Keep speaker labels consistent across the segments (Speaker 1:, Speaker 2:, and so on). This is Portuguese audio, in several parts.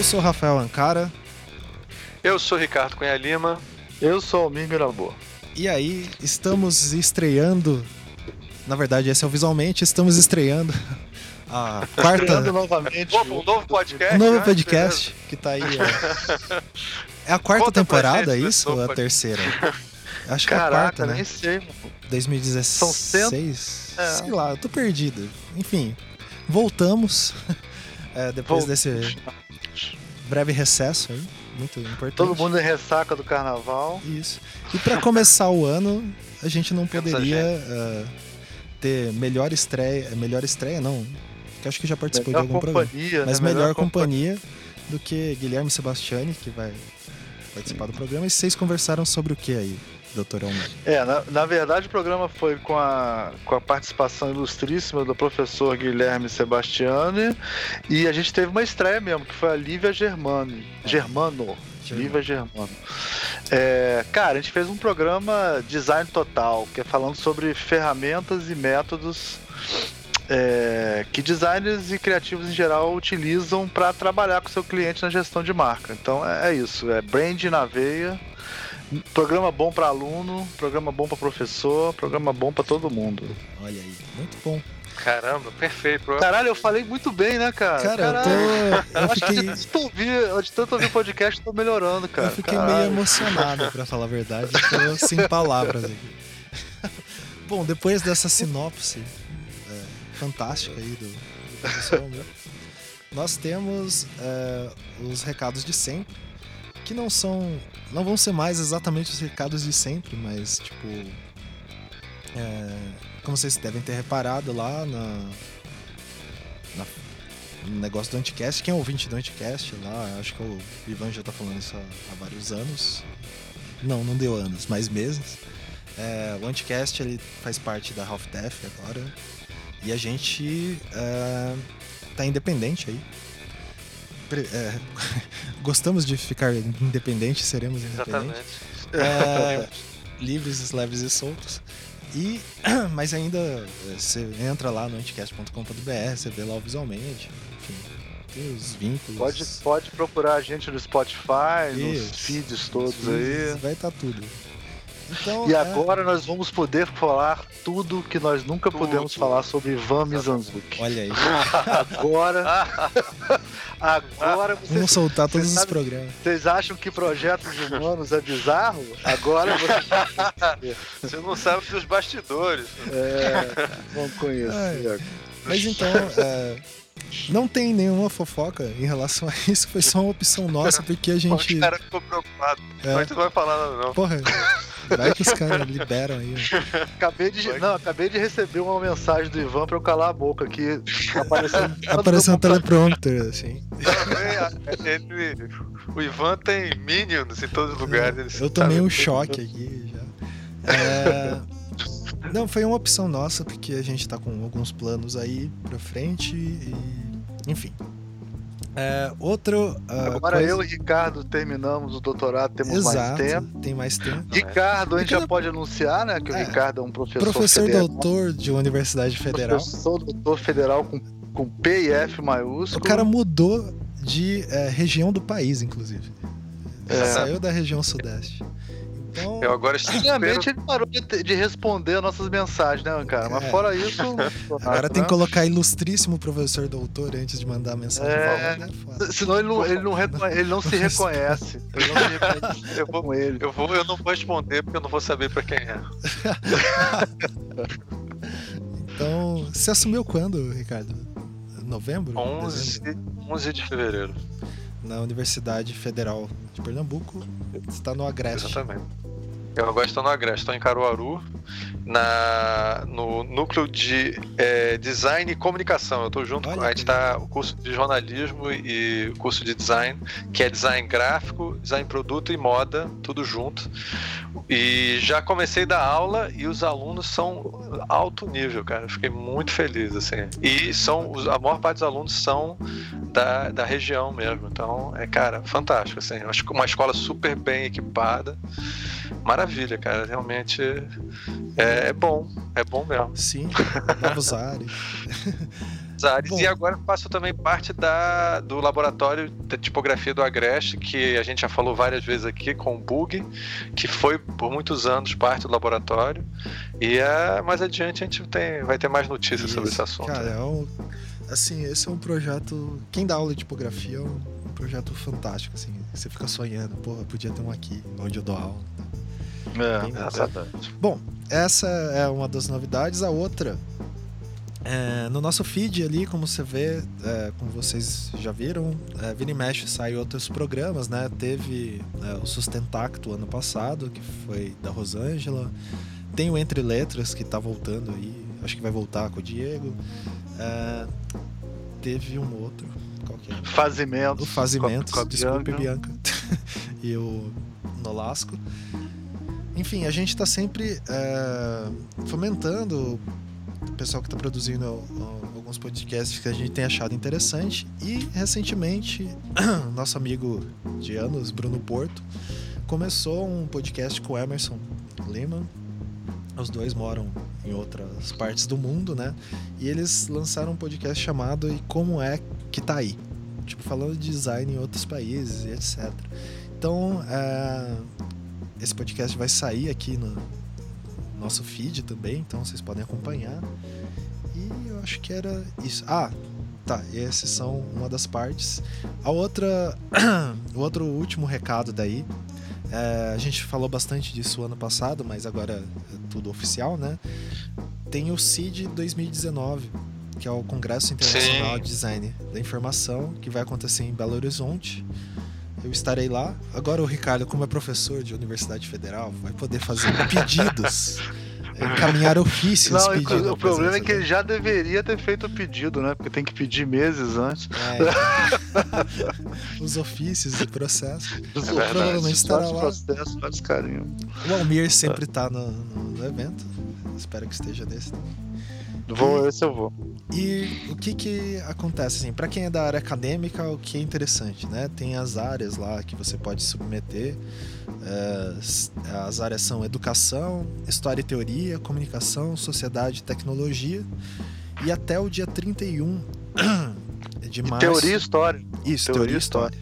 Speaker 1: sou o Rafael Ancara.
Speaker 2: Eu sou o Ricardo Cunha Lima.
Speaker 3: Eu sou o Almir Mirabô.
Speaker 1: E aí, estamos estreando. Na verdade, esse é o Visualmente. Estamos estreando a quarta.
Speaker 3: Estreando novamente.
Speaker 2: Um novo podcast.
Speaker 1: Um novo podcast que tá aí. É a quarta temporada, é isso? Ou a terceira? Acho que é a quarta, né?
Speaker 3: Nem sei, mano.
Speaker 1: 2016.
Speaker 3: São 100?
Speaker 1: Sei lá, eu tô perdido. Enfim, voltamos. Depois desse breve recesso aí. Muito importante.
Speaker 3: Todo mundo em ressaca do carnaval.
Speaker 1: Isso. E pra começar o ano, a gente não poderia ter melhor estreia. Melhor estreia, não. Que acho que já participou de algum programa. Mas melhor companhia do que Guilherme Sebastiani, que vai participar do programa. E vocês conversaram sobre o que aí, doutor Almir?
Speaker 3: Na verdade o programa foi com a participação ilustríssima do professor Guilherme Sebastiani. E a gente teve uma estreia mesmo, que foi a Lívia Germano. Lívia Germano. Cara, a gente fez um programa Design Total, que é falando sobre ferramentas e métodos que designers e criativos em geral utilizam para trabalhar com o seu cliente na gestão de marca. Então é isso, é brand na veia, programa bom para aluno, programa bom para professor, programa bom para todo mundo.
Speaker 1: Olha aí, muito bom.
Speaker 2: Caramba, perfeito.
Speaker 3: Caralho, eu falei muito bem, né, cara?
Speaker 1: Cara, eu fiquei...
Speaker 3: de tanto ouvir podcast, tô melhorando, cara.
Speaker 1: Eu fiquei meio emocionado, pra falar a verdade. Tô sem palavras aqui. Bom, depois dessa sinopse fantástica aí do professor Almir, nós temos os recados de sempre, que não vão ser mais exatamente os recados de sempre, mas tipo... como vocês devem ter reparado lá no negócio do Anticast, quem é ouvinte do Anticast lá, acho que o Ivan já tá falando isso há vários anos. Não deu anos, mas meses. O Anticast, ele faz parte da Half Death agora, e a gente tá independente aí. Gostamos de ficar independente, seremos independentes. Livres, leves e soltos. Mas ainda você entra lá no anticast.com.br, você vê lá o Visualmente, enfim, tem os vínculos.
Speaker 3: Pode procurar a gente no Spotify, nos feeds todos aí.
Speaker 1: Vai estar tudo. Então,
Speaker 3: e agora nós vamos poder falar tudo que nós nunca pudemos falar sobre Ivan Mizanzuki.
Speaker 1: Olha aí.
Speaker 3: Agora vocês
Speaker 1: vamos soltar todos os programas.
Speaker 3: Vocês acham que projetos humanos é bizarro? Agora
Speaker 2: você não sabe dos bastidores.
Speaker 3: Vamos conhecer.
Speaker 1: Mas então, não tem nenhuma fofoca em relação a isso, foi só uma opção nossa, porque a gente...
Speaker 2: O cara ficou preocupado, mas a gente não vai falar nada não.
Speaker 1: Porra, vai que os caras liberam aí.
Speaker 3: Acabei de receber uma mensagem do Ivan pra eu calar a boca aqui.
Speaker 1: Apareceu um teleprompter, assim.
Speaker 2: O Ivan tem minions em todos os lugares.
Speaker 1: Eu tomei um choque aqui já. Não, foi uma opção nossa, porque a gente tá com alguns planos aí pra frente e... Enfim.
Speaker 3: Agora eu e o Ricardo terminamos o doutorado, temos mais tempo.
Speaker 1: Tem mais tempo.
Speaker 3: Ricardo, a gente já pode anunciar, né? Que o Ricardo é um professor federal,
Speaker 1: doutor de uma universidade federal.
Speaker 3: Professor doutor federal com P e F maiúsculo.
Speaker 1: O cara mudou de região do país, inclusive. Saiu da região sudeste. Então,
Speaker 2: eu agora
Speaker 3: Obviamente ele parou de responder nossas mensagens, né, cara? Mas fora isso...
Speaker 1: Agora tem que colocar ilustríssimo professor doutor antes de mandar a mensagem.
Speaker 3: Senão ele não se reconhece. Ele não se reconhece com ele.
Speaker 2: Eu não vou responder porque eu não vou saber pra quem é.
Speaker 1: Então, você assumiu quando, Ricardo? Novembro?
Speaker 2: 11 de fevereiro.
Speaker 1: Na Universidade Federal de Pernambuco. Você está no Agreste.
Speaker 2: Exatamente. Eu agora estou no Agreste, estou em Caruaru, no núcleo de design e comunicação. Eu estou junto com a gente está o curso de jornalismo e o curso de design, que é design gráfico, design produto e moda, tudo junto. E já comecei a dar aula e os alunos são alto nível, cara. Eu fiquei muito feliz, assim. E a maior parte dos alunos são da região mesmo. Então, cara, fantástico, assim. Uma escola super bem equipada. Maravilha, cara. Realmente é bom. É bom mesmo.
Speaker 1: Sim, novos ares.
Speaker 2: áreas. Bom, e agora faço também parte do laboratório da tipografia do Agreste, que a gente já falou várias vezes aqui, com o Bug, que foi por muitos anos parte do laboratório. E mais adiante a gente vai ter mais notícias sobre esse assunto.
Speaker 1: Cara, assim, esse é um projeto... Quem dá aula de tipografia é um projeto fantástico, assim. Você fica sonhando, porra, podia ter um aqui, onde eu dou aula.
Speaker 3: Exatamente.
Speaker 1: Bom, essa é uma das novidades. A outra, no nosso feed ali, como você vê, como vocês já viram, vira e mexe sai outros programas, né? Teve o Sustentacto ano passado, que foi da Rosângela. Tem o Entre Letras, que tá voltando aí. Acho que vai voltar com o Diego. Teve um outro. Qual que é?
Speaker 3: Fazimentos.
Speaker 1: O Fazimentos, desculpe, Bianca. E o Nolasco. Enfim, a gente está sempre fomentando o pessoal que está produzindo alguns podcasts que a gente tem achado interessante. E, recentemente, nosso amigo de anos, Bruno Porto, começou um podcast com o Emerson Lehmann. Os dois moram em outras partes do mundo, né? E eles lançaram um podcast chamado E Como É Que Tá Aí? Tipo, falando de design em outros países e etc. Então, esse podcast vai sair aqui no nosso feed também, então vocês podem acompanhar. E eu acho que era isso. Tá, esses são uma das partes. A outra, o outro último recado daí, a gente falou bastante disso ano passado, mas agora é tudo oficial, né? Tem o CID 2019, que é o Congresso Internacional de Design da Informação, que vai acontecer em Belo Horizonte. Eu estarei lá. Agora o Ricardo, como é professor de Universidade Federal, vai poder fazer pedidos, encaminhar ofícios.
Speaker 3: Não, o problema é que ele já deveria ter feito o pedido, né? Porque tem que pedir meses antes.
Speaker 1: Os ofícios e processo.
Speaker 3: Provavelmente
Speaker 1: estará lá.
Speaker 3: Processo, faz carinho.
Speaker 1: O Almir sempre está no evento. Espero que esteja nesse também.
Speaker 3: Esse eu vou.
Speaker 1: E o que acontece, assim, para quem é da área acadêmica, o que é interessante, né? Tem as áreas lá que você pode submeter. As áreas são educação, história e teoria, comunicação, sociedade e tecnologia. E até o dia 31 de março...
Speaker 3: Teoria e história.
Speaker 1: Isso, teoria e história.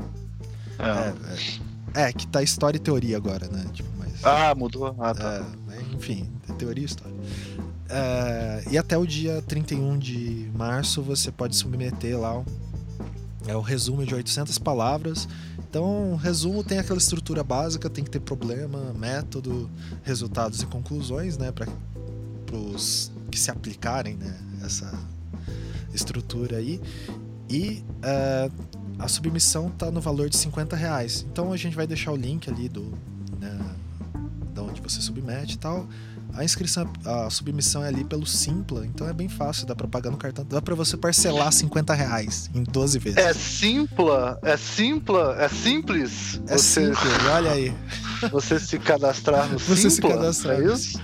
Speaker 1: Que tá história e teoria agora, né? Tipo,
Speaker 3: mudou. Tá.
Speaker 1: Enfim, teoria e história. E até o dia 31 de março você pode submeter lá o resumo de 800 palavras. Então, o resumo tem aquela estrutura básica, tem que ter problema, método, resultados e conclusões, né, para os que se aplicarem, né, essa estrutura aí. E a submissão está no valor de R$50. Então, a gente vai deixar o link ali de onde você submete e tal. A inscrição, a submissão é ali pelo Simpla, então é bem fácil, dá pra pagar no cartão, dá pra você parcelar R$50 em 12 vezes.
Speaker 3: É simples.
Speaker 1: É simples, olha aí.
Speaker 3: Você se cadastrar no
Speaker 1: Simpla? Você se cadastrar.
Speaker 3: É isso?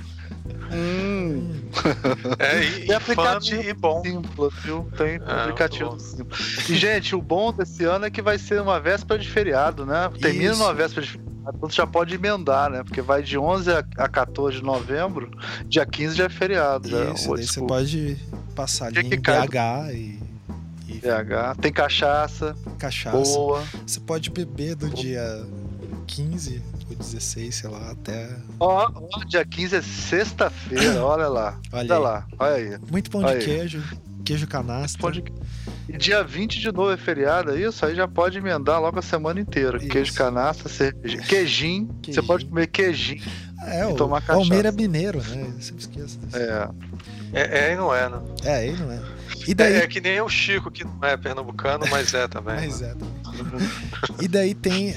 Speaker 2: E aplicativo
Speaker 3: e bom. Simpla, viu? Tem aplicativo Simpla. E, gente, o bom desse ano é que vai ser uma véspera de feriado, né? Termina numa véspera de feriado. Você já pode emendar, né? Porque vai de 11 a 14 de novembro, dia 15 já é feriado.
Speaker 1: Isso, daí você pode passar ali em BH e...
Speaker 3: BH. Tem cachaça. Boa.
Speaker 1: Você pode beber do dia 15 ou 16, sei lá, até...
Speaker 3: Dia 15 é sexta-feira, olha lá. Olha aí.
Speaker 1: Muito pão de queijo, queijo canastra.
Speaker 3: E dia 20 de novo é feriado, é isso? Aí já pode emendar logo a semana inteira. Isso. Queijo canastra, cerveja. Queijinho. Você pode comer queijinho e tomar cachaça.
Speaker 1: O Almir é mineiro, né? Eu sempre esqueço disso.
Speaker 2: E não é, né?
Speaker 1: E não é. E daí...
Speaker 2: É que nem o Chico, que não é pernambucano, mas é também.
Speaker 1: Mas é também. E daí tem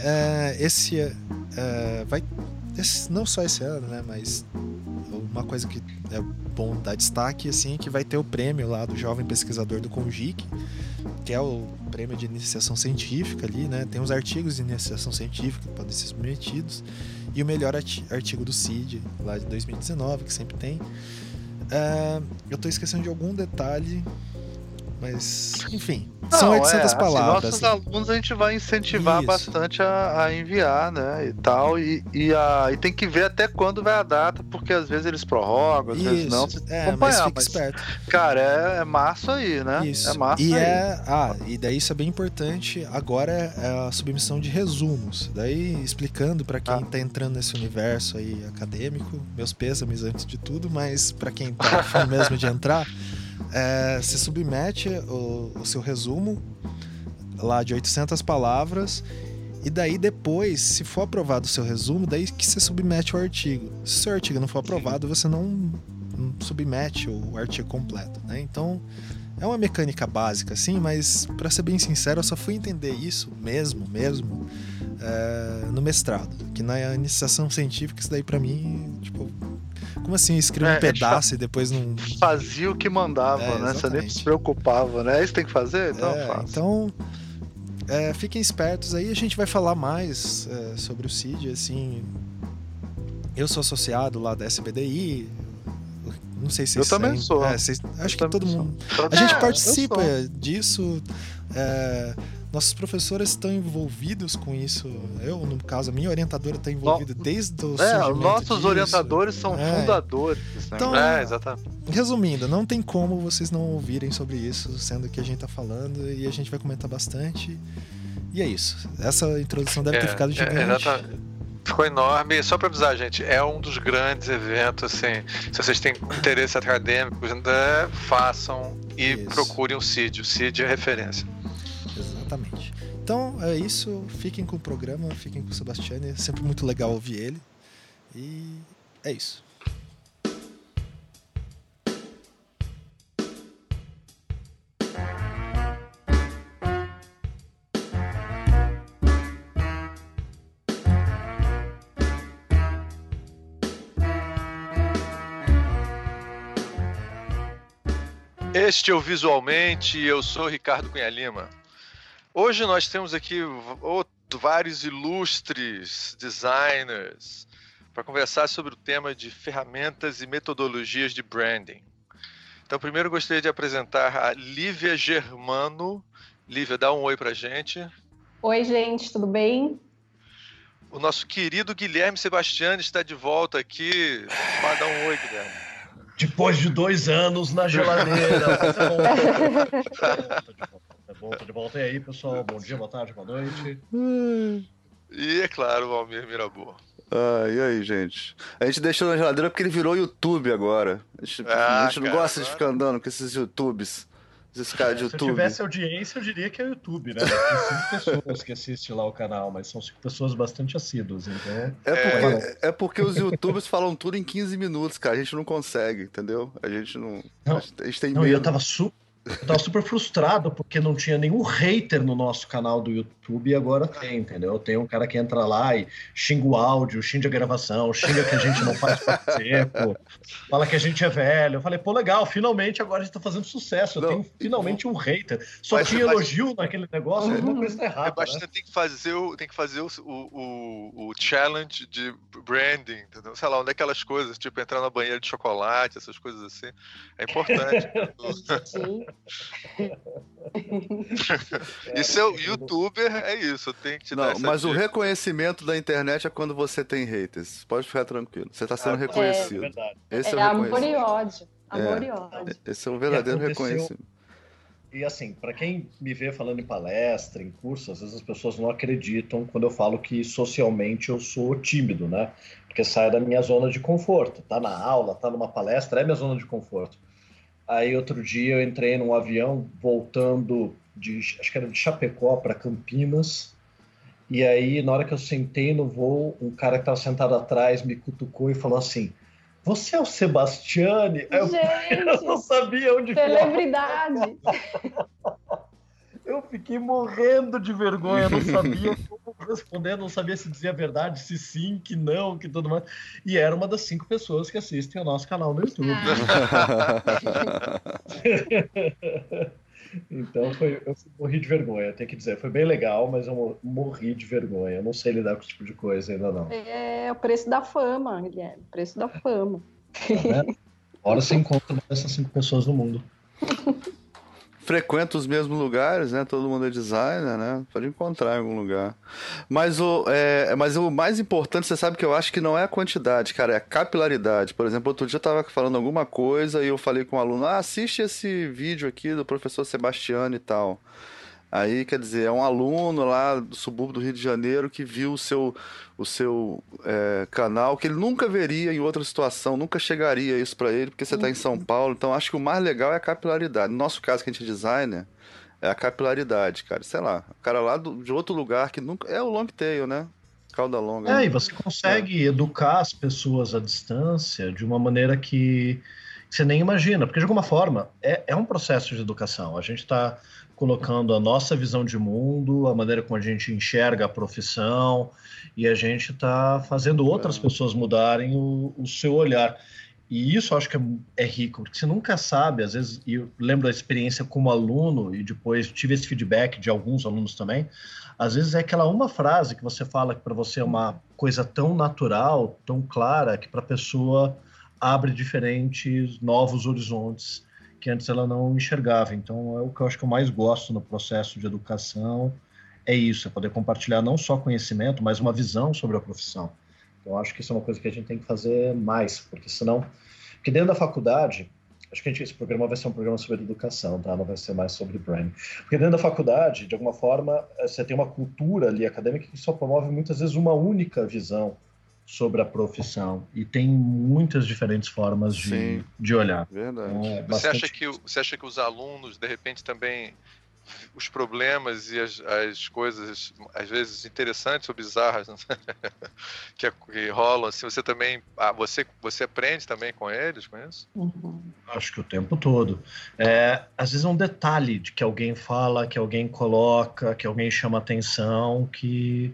Speaker 1: não só esse ano, né? Mas uma coisa que é bom dar destaque, assim, que vai ter o prêmio lá do Jovem Pesquisador do CONGIC, que é o prêmio de iniciação científica ali, né? Tem os artigos de iniciação científica que podem ser submetidos e o melhor artigo do CID, lá de 2019, que sempre tem. Eu tô esquecendo de algum detalhe, Mas, enfim, são 800 palavras.
Speaker 3: Nossos alunos a gente vai incentivar bastante a enviar, né, e tal, e tem que ver até quando vai a data, porque às vezes eles prorrogam, às vezes não.
Speaker 1: Mas fica esperto.
Speaker 3: Cara, é março aí, né?
Speaker 1: Isso.
Speaker 3: É março aí.
Speaker 1: E daí isso é bem importante, agora é a submissão de resumos, daí explicando pra quem tá entrando nesse universo aí acadêmico, meus pêsames antes de tudo, mas pra quem tá afim mesmo de entrar, você submete o seu resumo lá de 800 palavras e daí depois, se for aprovado o seu resumo, daí que você submete o artigo. Se o seu artigo não for aprovado, você não submete o artigo completo, né? Então, é uma mecânica básica, assim, mas pra ser bem sincero, eu só fui entender isso mesmo, no mestrado. Que na iniciação científica, isso daí pra mim, tipo... Como assim, escrever um pedaço e depois não...
Speaker 3: Fazia o que mandava, né? Você nem se preocupava, né? Isso tem que fazer? Então faz.
Speaker 1: Então, fiquem espertos aí. A gente vai falar mais sobre o CID, assim... Eu sou associado lá da SBDI. Não sei se...
Speaker 3: Eu também sou.
Speaker 1: Acho que todo mundo... A gente participa disso. Nossos professores estão envolvidos com isso. Eu, no caso, a minha orientadora está envolvida desde o surgimento
Speaker 3: nossos
Speaker 1: disso.
Speaker 3: Orientadores são fundadores. Né?
Speaker 1: Então,
Speaker 2: exatamente.
Speaker 1: Resumindo, não tem como vocês não ouvirem sobre isso, sendo que a gente está falando e a gente vai comentar bastante. E é isso. Essa introdução deve ter ficado gigante.
Speaker 2: Exatamente. Ficou enorme. Só para avisar, gente, é um dos grandes eventos, assim, se vocês têm interesse acadêmico, façam e procurem o CID. O CID é referência.
Speaker 1: Exatamente. Então é isso, fiquem com o programa, fiquem com o Sebastiani, é sempre muito legal ouvir ele. E é isso.
Speaker 2: Este é o Visualmente e eu sou Ricardo Cunha Lima. Hoje nós temos aqui vários ilustres designers para conversar sobre o tema de ferramentas e metodologias de branding. Então, primeiro eu gostaria de apresentar a Lívia Germano. Lívia, dá um oi pra gente.
Speaker 4: Oi, gente, tudo bem?
Speaker 2: O nosso querido Guilherme Sebastiani está de volta aqui. Dá um oi, Guilherme.
Speaker 5: Depois de 2 anos na geladeira. Tô de volta. E aí, pessoal? Bom dia, boa tarde, boa noite.
Speaker 2: E, é claro, o Valmir Mirabô.
Speaker 3: E aí, gente? A gente deixou na geladeira porque ele virou YouTube agora. A gente não gosta de ficar andando com esses YouTubes. Esses caras de YouTube.
Speaker 5: Se eu tivesse audiência, eu diria que é o YouTube, né? Tem 5 pessoas que assistem lá o canal, mas são 5 pessoas bastante assíduas, então...
Speaker 3: É porque os YouTubers falam tudo em 15 minutos, cara. A gente não consegue, entendeu? A gente não... A gente tem medo.
Speaker 5: Eu tava super frustrado porque não tinha nenhum hater no nosso canal do YouTube e agora tem, entendeu? Tem um cara que entra lá e xinga o áudio, xinga a gravação, xinga que a gente não faz tempo, fala que a gente é velho. Eu falei, pô, legal, finalmente agora a gente tá fazendo sucesso. Eu tenho finalmente um hater. Só tinha elogio naquele negócio, alguma coisa tá errada.
Speaker 2: Bastante, né? Tem que fazer o challenge de branding, entendeu? Sei lá, onde é aquelas coisas, tipo entrar na banheira de chocolate, essas coisas assim. É importante.
Speaker 4: Sim.
Speaker 2: E seu youtuber é isso, tem que te dar essa
Speaker 3: mas
Speaker 2: dica.
Speaker 3: O reconhecimento da internet é quando você tem haters. Pode ficar tranquilo. Você está sendo reconhecido. Esse é o
Speaker 4: amor e ódio. Amor e ódio.
Speaker 3: Esse é um verdadeiro reconhecimento.
Speaker 5: E assim, para quem me vê falando em palestra, em curso, às vezes as pessoas não acreditam quando eu falo que socialmente eu sou tímido, né? Porque sai da minha zona de conforto. Tá na aula, tá numa palestra, é minha zona de conforto. Aí outro dia eu entrei num avião voltando acho que era de Chapecó para Campinas, e aí na hora que eu sentei no voo, um cara que estava sentado atrás me cutucou e falou assim, você é o Sebastiani? Eu não sabia onde
Speaker 4: celebridade.
Speaker 5: Eu fiquei morrendo de vergonha, não sabia como responder, não sabia se dizia a verdade, se sim, que não, que tudo mais. E era uma das 5 pessoas que assistem ao nosso canal no YouTube. Então eu morri de vergonha, tenho que dizer. Foi bem legal, mas eu morri de vergonha. Eu não sei lidar com esse tipo de coisa ainda não.
Speaker 4: É o preço da fama, Guilherme. O preço da fama.
Speaker 5: Tá vendo? Agora você encontra uma dessas 5 pessoas no mundo.
Speaker 3: frequenta os mesmos lugares, né? Todo mundo é designer, né? Pode encontrar em algum lugar. Mas o mais importante, você sabe que eu acho que não é a quantidade, cara, é a capilaridade. Por exemplo, outro dia eu tava falando alguma coisa e eu falei com um aluno, assiste esse vídeo aqui do professor Sebastiano e tal. Aí, quer dizer, é um aluno lá do subúrbio do Rio de Janeiro que viu o seu canal, que ele nunca veria em outra situação, nunca chegaria isso pra ele, porque você tá em São Paulo. Então, acho que o mais legal é a capilaridade. No nosso caso, que a gente é designer, é a capilaridade, cara. Sei lá, o cara lá de outro lugar que nunca... É o long tail, né? Cauda longa.
Speaker 5: E você consegue educar as pessoas à distância de uma maneira que você nem imagina, porque de alguma forma é um processo de educação. A gente está colocando a nossa visão de mundo, a maneira como a gente enxerga a profissão, e a gente está fazendo outras pessoas mudarem o seu olhar. E isso eu acho que é rico, porque você nunca sabe, às vezes, e eu lembro da experiência como aluno, e depois tive esse feedback de alguns alunos também, às vezes é aquela uma frase que você fala que para você é uma coisa tão natural, tão clara, que para a pessoa abre diferentes, novos horizontes que antes ela não enxergava. Então, é o que eu acho que eu mais gosto no processo de educação, é isso, é poder compartilhar não só conhecimento, mas uma visão sobre a profissão. Então, eu acho que isso é uma coisa que a gente tem que fazer mais, porque senão... Porque dentro da faculdade, acho que esse programa vai ser um programa sobre educação, tá? Não vai ser mais sobre branding. Porque dentro da faculdade, de alguma forma, você tem uma cultura ali acadêmica que só promove muitas vezes uma única visão sobre a profissão, e tem muitas diferentes formas de olhar.
Speaker 3: Verdade.
Speaker 2: Então, você acha que os alunos, de repente, também os problemas e as coisas, às vezes, interessantes ou bizarras, né? que rolam, assim, você também... você aprende também com eles, com isso?
Speaker 5: Acho que o tempo todo. Às vezes é um detalhe de que alguém fala, que alguém coloca, que alguém chama atenção, que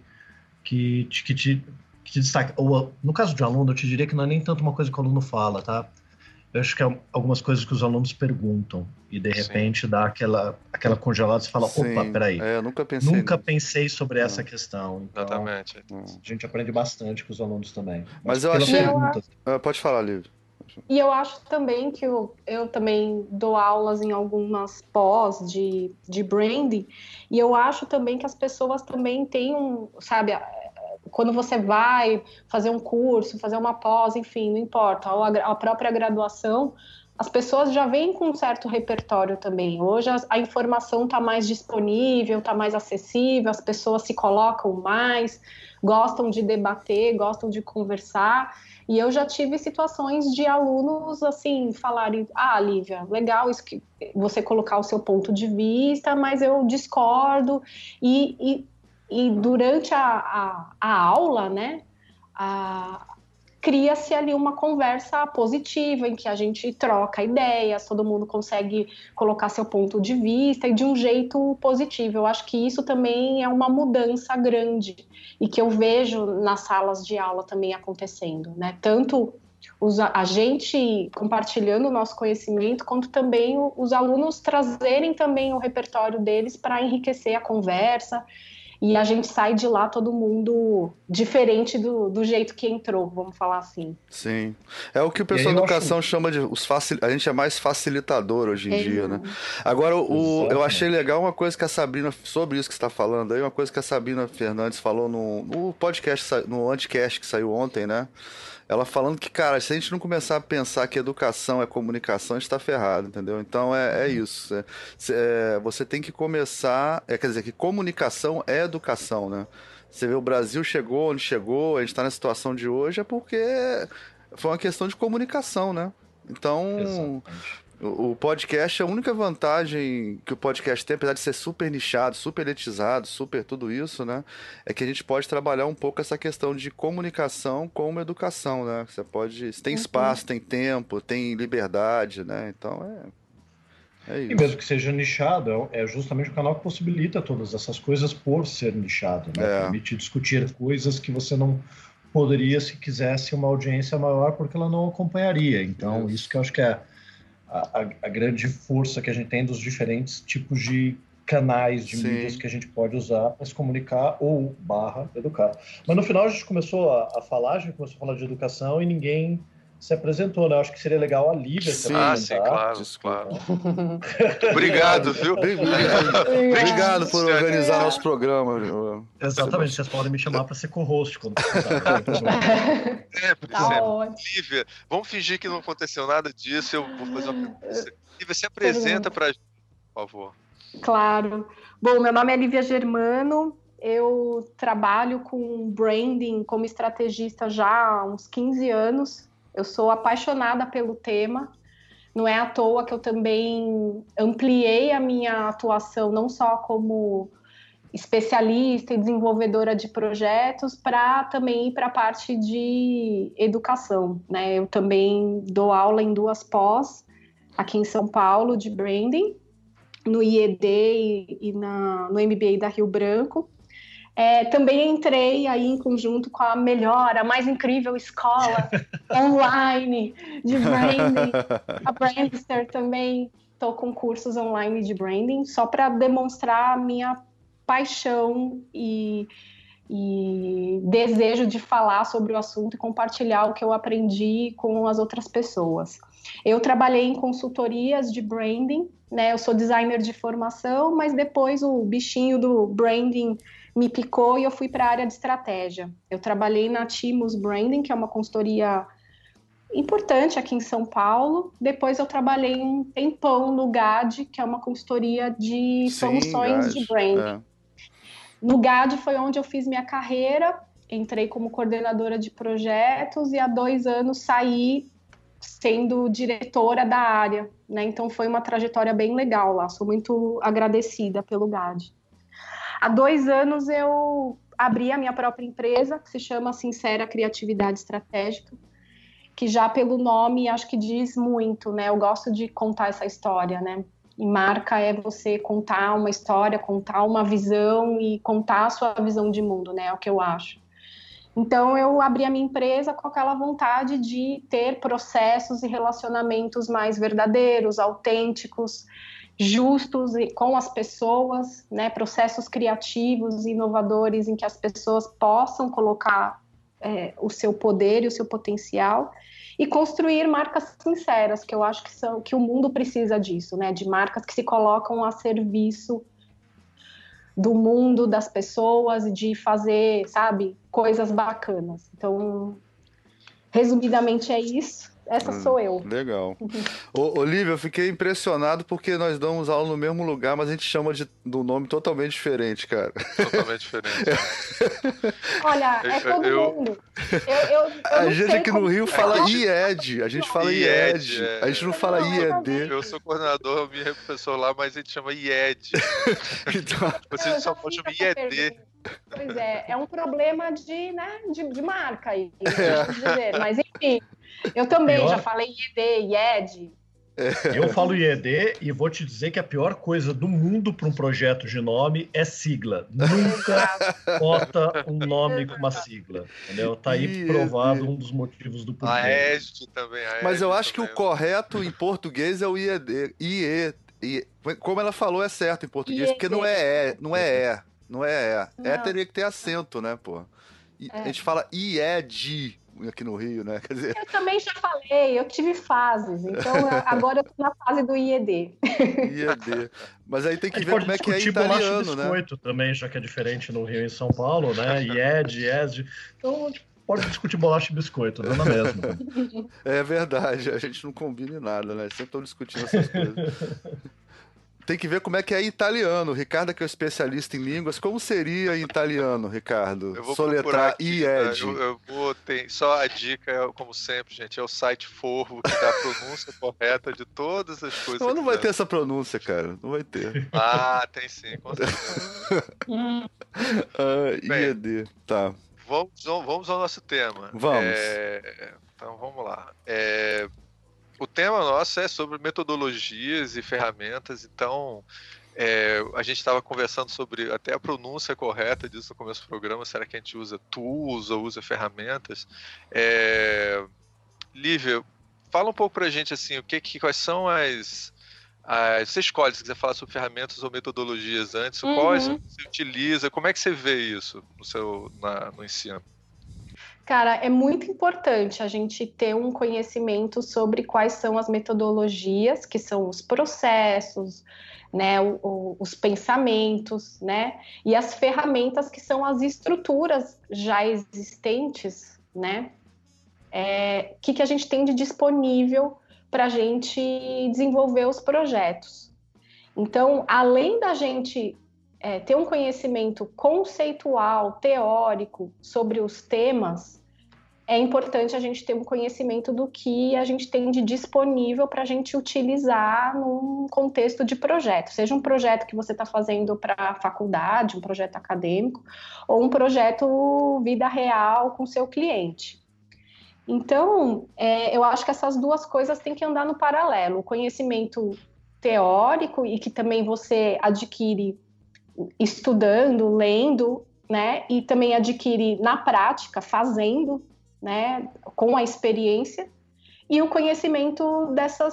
Speaker 5: te destaca. No caso de aluno, eu te diria que não é nem tanto uma coisa que o aluno fala, tá? Eu acho que é algumas coisas que os alunos perguntam e de repente dá aquela congelada e você fala, opa, peraí.
Speaker 3: Eu nunca pensei
Speaker 5: sobre essa questão. Então,
Speaker 2: exatamente.
Speaker 5: A gente aprende bastante com os alunos também.
Speaker 3: Mas eu achei... Pode falar, Lívia.
Speaker 4: E eu acho também que eu também dou aulas em algumas pós de branding, e eu acho também que as pessoas também têm sabe, quando você vai fazer um curso, fazer uma pós, enfim, não importa, ou a própria graduação, as pessoas já vêm com um certo repertório também. Hoje a informação está mais disponível, está mais acessível, as pessoas se colocam mais, gostam de debater, gostam de conversar. E eu já tive situações de alunos, assim, falarem, Lívia, legal isso que você colocar o seu ponto de vista, mas eu discordo. E durante a aula, né, cria-se ali uma conversa positiva, em que a gente troca ideias, todo mundo consegue colocar seu ponto de vista e de um jeito positivo. Eu acho que isso também é uma mudança grande e que eu vejo nas salas de aula também acontecendo, né? Tanto a gente compartilhando o nosso conhecimento, quanto também os alunos trazerem também o repertório deles para enriquecer a conversa. E a gente sai de lá todo mundo diferente do jeito que entrou, vamos falar assim.
Speaker 3: Sim. É o que o pessoal da educação chama de... A gente é mais facilitador hoje em dia, né? Agora, eu achei legal uma coisa que a Sabrina... Sobre isso que você está falando aí, uma coisa que a Sabrina Fernandes falou no podcast, no Anticast que saiu ontem, né? Ela falando que, cara, se a gente não começar a pensar que educação é comunicação, a gente tá ferrado, entendeu? Então é isso. Você tem que começar... quer dizer, que comunicação é educação, né? Você vê, o Brasil chegou onde chegou, a gente tá na situação de hoje, é porque foi uma questão de comunicação, né? Então... Exatamente. O podcast, a única vantagem que o podcast tem, apesar de ser super nichado, super elitizado, super tudo isso, né? É que a gente pode trabalhar um pouco essa questão de comunicação como educação, né? Você tem espaço, tem tempo, tem liberdade, né? Então é isso.
Speaker 5: E mesmo que seja nichado, é justamente o canal que possibilita todas essas coisas por ser nichado, né? Permite discutir coisas que você não poderia se quisesse uma audiência maior, porque ela não acompanharia. Então, isso que eu acho que é a grande força que a gente tem dos diferentes tipos de canais de mídias que a gente pode usar para se comunicar ou /educar. Mas no final a gente começou a falar de educação e ninguém se apresentou, né? Acho que seria legal a Lívia se apresentar.
Speaker 2: Sim, claro. Obrigado, viu?
Speaker 6: Obrigado por organizar nosso programa.
Speaker 5: Exatamente, vocês podem me chamar para ser co-host quando precisar.
Speaker 4: Tá ótimo.
Speaker 2: Lívia, vamos fingir que não aconteceu nada disso. Eu vou fazer uma pergunta. Lívia, se apresenta para a gente, por favor.
Speaker 4: Claro. Bom, meu nome é Lívia Germano. Eu trabalho com branding como estrategista já há uns 15 anos. Eu sou apaixonada pelo tema. Não é à toa que eu também ampliei a minha atuação, não só como especialista e desenvolvedora de projetos, para também ir para a parte de educação, né? Eu também dou aula em 2 pós aqui em São Paulo de branding, no IED e no MBA da Rio Branco. Também entrei aí em conjunto com a melhor, a mais incrível escola online de branding, a Brandster também. Estou com cursos online de branding, só para demonstrar a minha paixão e desejo de falar sobre o assunto e compartilhar o que eu aprendi com as outras pessoas. Eu trabalhei em consultorias de branding, né? Eu sou designer de formação, mas depois o bichinho do branding me picou e eu fui para a área de estratégia. Eu trabalhei na Timus Branding, que é uma consultoria importante aqui em São Paulo. Depois eu trabalhei um tempão no GAD, que é uma consultoria de soluções de branding. No GAD foi onde eu fiz minha carreira, entrei como coordenadora de projetos e há 2 anos saí sendo diretora da área, né? Então foi uma trajetória bem legal lá, sou muito agradecida pelo GAD. Há 2 anos eu abri a minha própria empresa, que se chama Sincera Criatividade Estratégica, que já pelo nome acho que diz muito, né? Eu gosto de contar essa história, né? E marca é você contar uma história, contar uma visão e contar a sua visão de mundo, né? É o que eu acho. Então, eu abri a minha empresa com aquela vontade de ter processos e relacionamentos mais verdadeiros, autênticos, justos com as pessoas, né? Processos criativos e inovadores em que as pessoas possam colocar o seu poder e o seu potencial e construir marcas sinceras, que eu acho que o mundo precisa disso, né? De marcas que se colocam a serviço do mundo, das pessoas, de fazer, sabe, coisas bacanas. Então, resumidamente é isso. Essa sou eu.
Speaker 6: Legal. Olívia, eu fiquei impressionado porque nós damos aula no mesmo lugar, mas a gente chama do nome totalmente diferente, cara.
Speaker 2: Totalmente diferente.
Speaker 4: Olha, é todo mundo.
Speaker 6: A gente aqui no Rio fala IED, a gente fala IED, a gente não fala IED.
Speaker 2: Eu sou coordenador, minha pessoa lá, mas a gente chama IED.
Speaker 6: Então...
Speaker 2: Vocês só podem chamar IED.
Speaker 4: Pois é um problema de marca aí, deixa eu dizer. Mas enfim, eu também já falei IED, IED.
Speaker 5: Eu falo IED e vou te dizer que a pior coisa do mundo para um projeto de nome é sigla. Nunca bota um nome com uma sigla, entendeu? Tá aí provado um dos motivos do porquê.
Speaker 2: A ESD também.
Speaker 6: Mas eu acho que o correto em português é o IED. Como ela falou, é certo em português, porque não é E. Não é E. E teria que ter acento, né, pô? A gente fala IED aqui no Rio, né? Quer dizer...
Speaker 4: Eu também já falei, eu tive fases, então agora eu tô na fase do IED.
Speaker 6: IED. Mas aí tem que ver como é que é italiano, né?
Speaker 5: Biscoito também, já que é diferente no Rio e em São Paulo, né? IED, IESD. Então, a gente pode discutir bolacha e biscoito, não é mesmo?
Speaker 6: É verdade, a gente não combina em nada, né? Sempre estão discutindo essas coisas. Tem que ver como é que é em italiano. O Ricardo, que é um especialista em línguas, como seria em italiano, Ricardo?
Speaker 2: Eu vou
Speaker 6: soletrar IED.
Speaker 2: Eu vou ter só a dica, como sempre, gente, é o site Forvo, que dá a pronúncia correta de todas as coisas.
Speaker 6: Mas não vai ter essa pronúncia, cara. Não vai ter.
Speaker 2: Ah, tem sim, com certeza.
Speaker 6: IED, tá.
Speaker 2: Vamos ao nosso tema.
Speaker 6: Vamos.
Speaker 2: Então, vamos lá. O tema nosso é sobre metodologias e ferramentas, então a gente estava conversando sobre até a pronúncia correta disso no começo do programa, será que a gente usa tools ou usa ferramentas? Lívia, fala um pouco pra gente assim, quais são você escolhe se quiser falar sobre ferramentas ou metodologias antes, quais você utiliza, como é que você vê isso no ensino?
Speaker 4: Cara, é muito importante a gente ter um conhecimento sobre quais são as metodologias, que são os processos, né, os pensamentos, né, e as ferramentas que são as estruturas já existentes, né, que a gente tem de disponível para a gente desenvolver os projetos. Então, além da gente ter um conhecimento conceitual, teórico sobre os temas, é importante a gente ter um conhecimento do que a gente tem de disponível para a gente utilizar num contexto de projeto, seja um projeto que você está fazendo para a faculdade, um projeto acadêmico, ou um projeto vida real com seu cliente. Então, eu acho que essas duas coisas têm que andar no paralelo, o conhecimento teórico e que também você adquire estudando, lendo, né, e também adquire na prática, fazendo, né, com a experiência, e o conhecimento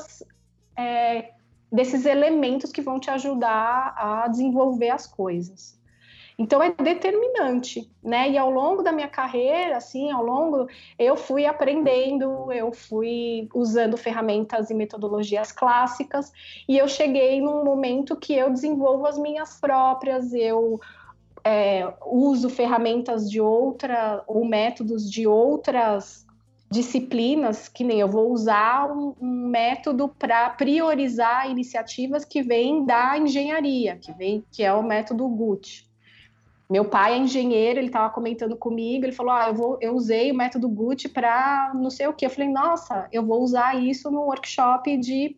Speaker 4: desses elementos que vão te ajudar a desenvolver as coisas. Então é determinante, né? E ao longo da minha carreira, assim, eu fui aprendendo, eu fui usando ferramentas e metodologias clássicas, e eu cheguei num momento que eu desenvolvo as minhas próprias, eu uso ferramentas ou métodos de outras disciplinas, que nem eu vou usar um método para priorizar iniciativas que vêm da engenharia, que é o método GUT. Meu pai é engenheiro, ele estava comentando comigo, ele falou, eu usei o método GUT para não sei o quê. Eu falei, nossa, eu vou usar isso no workshop de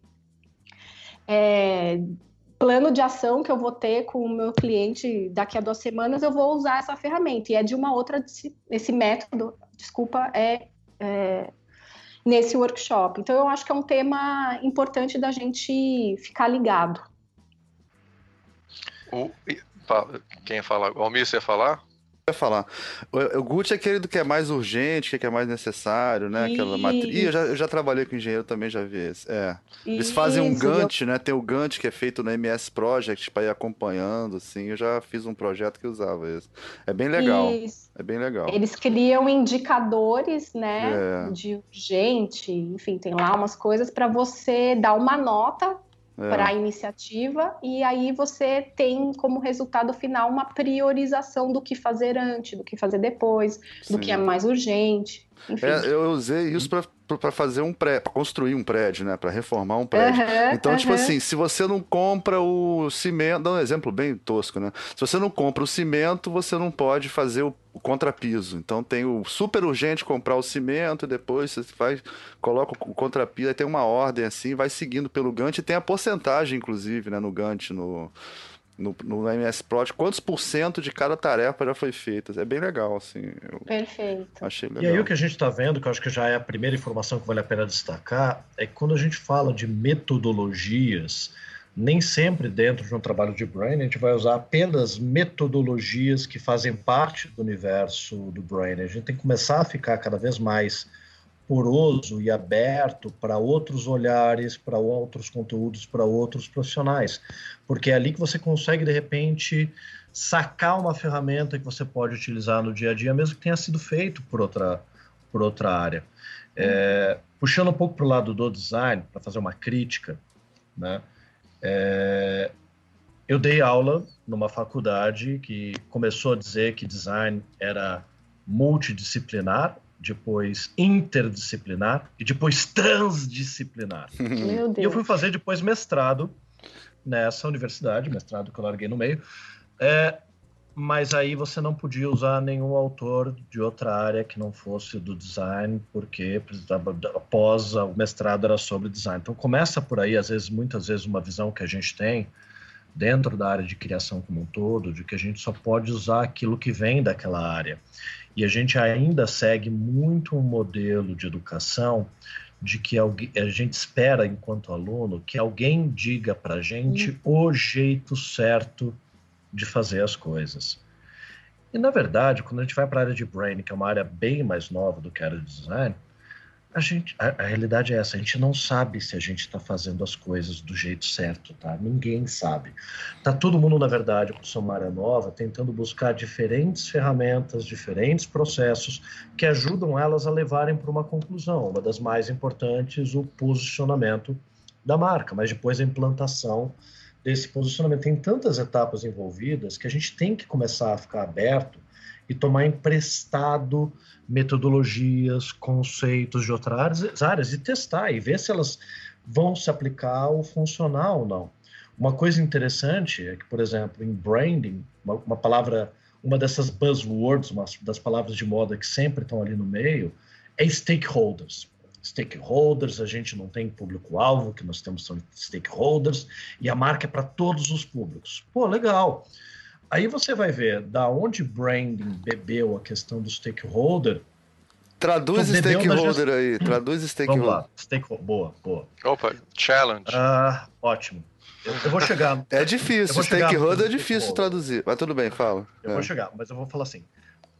Speaker 4: plano de ação que eu vou ter com o meu cliente daqui a 2 semanas, eu vou usar essa ferramenta. E é de uma outra, esse método, nesse workshop. Então, eu acho que é um tema importante da gente ficar ligado.
Speaker 2: Quem ia falar? O Almir, você ia falar?
Speaker 6: Eu ia falar. O GUT é aquele do que é mais urgente, que é mais necessário, né? Aquela matriz. Eu já trabalhei com engenheiro, também já vi esse. Eles fazem um Gantt, né? Tem o Gantt que é feito no MS Project para ir acompanhando, assim. Eu já fiz um projeto que usava esse. É bem legal.
Speaker 4: Isso.
Speaker 6: É bem legal.
Speaker 4: Eles criam indicadores, né? De urgente, enfim, tem lá umas coisas para você dar uma nota para a iniciativa, e aí você tem como resultado final uma priorização do que fazer antes, do que fazer depois, do que é mais urgente. Enfim.
Speaker 6: Eu usei isso para fazer para construir um prédio, né? Para reformar um prédio. Então, tipo assim, se você não compra o cimento, dá um exemplo bem tosco, né? Se você não compra o cimento, você não pode fazer o contrapiso. Então tem o super urgente comprar o cimento, depois você coloca o contrapiso, aí tem uma ordem assim, vai seguindo pelo Gantt, e tem a porcentagem, inclusive, né, no Gantt, no MS Project, quantos % de cada tarefa já foi feita. É bem legal, assim.
Speaker 4: Perfeito.
Speaker 6: Achei legal.
Speaker 5: E aí o que a gente está vendo, que eu acho que já é a primeira informação que vale a pena destacar, é que quando a gente fala de metodologias, nem sempre dentro de um trabalho de Brain a gente vai usar apenas metodologias que fazem parte do universo do Brain. A gente tem que começar a ficar cada vez mais poroso e aberto para outros olhares, para outros conteúdos, para outros profissionais. Porque é ali que você consegue, de repente, sacar uma ferramenta que você pode utilizar no dia a dia, mesmo que tenha sido feito por outra área. Puxando um pouco para o lado do design, para fazer uma crítica, né? Eu dei aula numa faculdade que começou a dizer que design era multidisciplinar, depois interdisciplinar e depois transdisciplinar.
Speaker 4: Meu Deus.
Speaker 5: E eu fui fazer depois mestrado nessa universidade, mestrado que eu larguei no meio, mas aí você não podia usar nenhum autor de outra área que não fosse do design, porque após o mestrado era sobre design. Então começa por aí, muitas vezes, uma visão que a gente tem dentro da área de criação como um todo, de que a gente só pode usar aquilo que vem daquela área. E a gente ainda segue muito um modelo de educação de que a gente espera, enquanto aluno, que alguém diga para a gente o jeito certo de fazer as coisas. E, na verdade, quando a gente vai para a área de Brain, que é uma área bem mais nova do que a área de design, A realidade é essa, a gente não sabe se a gente está fazendo as coisas do jeito certo, tá? Ninguém sabe. Tá todo mundo, na verdade, com sua área nova, tentando buscar diferentes ferramentas, diferentes processos que ajudam elas a levarem para uma conclusão. Uma das mais importantes, o posicionamento da marca, mas depois a implantação desse posicionamento. Tem tantas etapas envolvidas que a gente tem que começar a ficar aberto e tomar emprestado metodologias, conceitos de outras áreas e testar e ver se elas vão se aplicar ou funcionar ou não. Uma coisa interessante é que, por exemplo, em branding, uma palavra, uma dessas buzzwords, uma das palavras de moda que sempre estão ali no meio, é stakeholders. Stakeholders, a gente não tem público-alvo, que nós temos são stakeholders, e a marca é para todos os públicos. Pô, legal. Aí você vai ver da onde branding bebeu a questão do stakeholder.
Speaker 6: Traduz stakeholder aí. Traduz stakeholder.
Speaker 5: Vamos lá. Stakeholder. Boa.
Speaker 2: Opa, challenge.
Speaker 5: Ótimo. Eu vou chegar.
Speaker 6: É difícil. Stakeholder é difícil traduzir. Mas tudo bem, fala.
Speaker 5: Eu vou chegar, mas eu vou falar assim.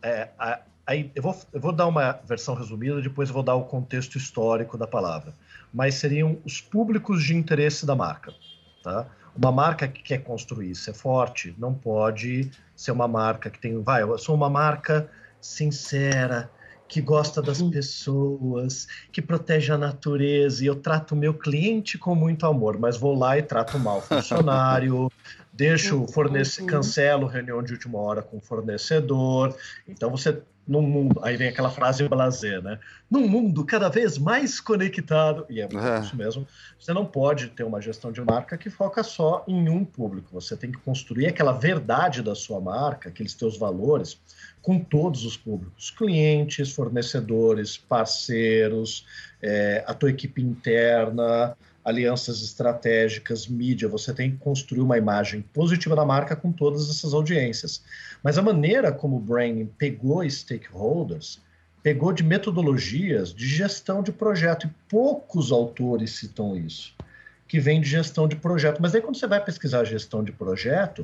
Speaker 5: Aí eu vou dar uma versão resumida, depois eu vou dar o contexto histórico da palavra. Mas seriam os públicos de interesse da marca, tá? Uma marca que quer construir, ser forte, não pode ser uma marca que tem... eu sou uma marca sincera, que gosta das pessoas, que protege a natureza, e eu trato o meu cliente com muito amor, mas vou lá e trato mal o funcionário, deixo cancelo reunião de última hora com o fornecedor. Então você... Num mundo, aí vem aquela frase blasé, né? Num mundo cada vez mais conectado, e é isso mesmo, você não pode ter uma gestão de marca que foca só em um público. Você tem que construir aquela verdade da sua marca, aqueles teus valores, com todos os públicos, clientes, fornecedores, parceiros, a tua equipe interna, alianças estratégicas, mídia. Você tem que construir uma imagem positiva da marca com todas essas audiências. Mas a maneira como o branding pegou stakeholders, pegou de metodologias de gestão de projeto, e poucos autores citam isso, que vem de gestão de projeto. Mas aí quando você vai pesquisar gestão de projeto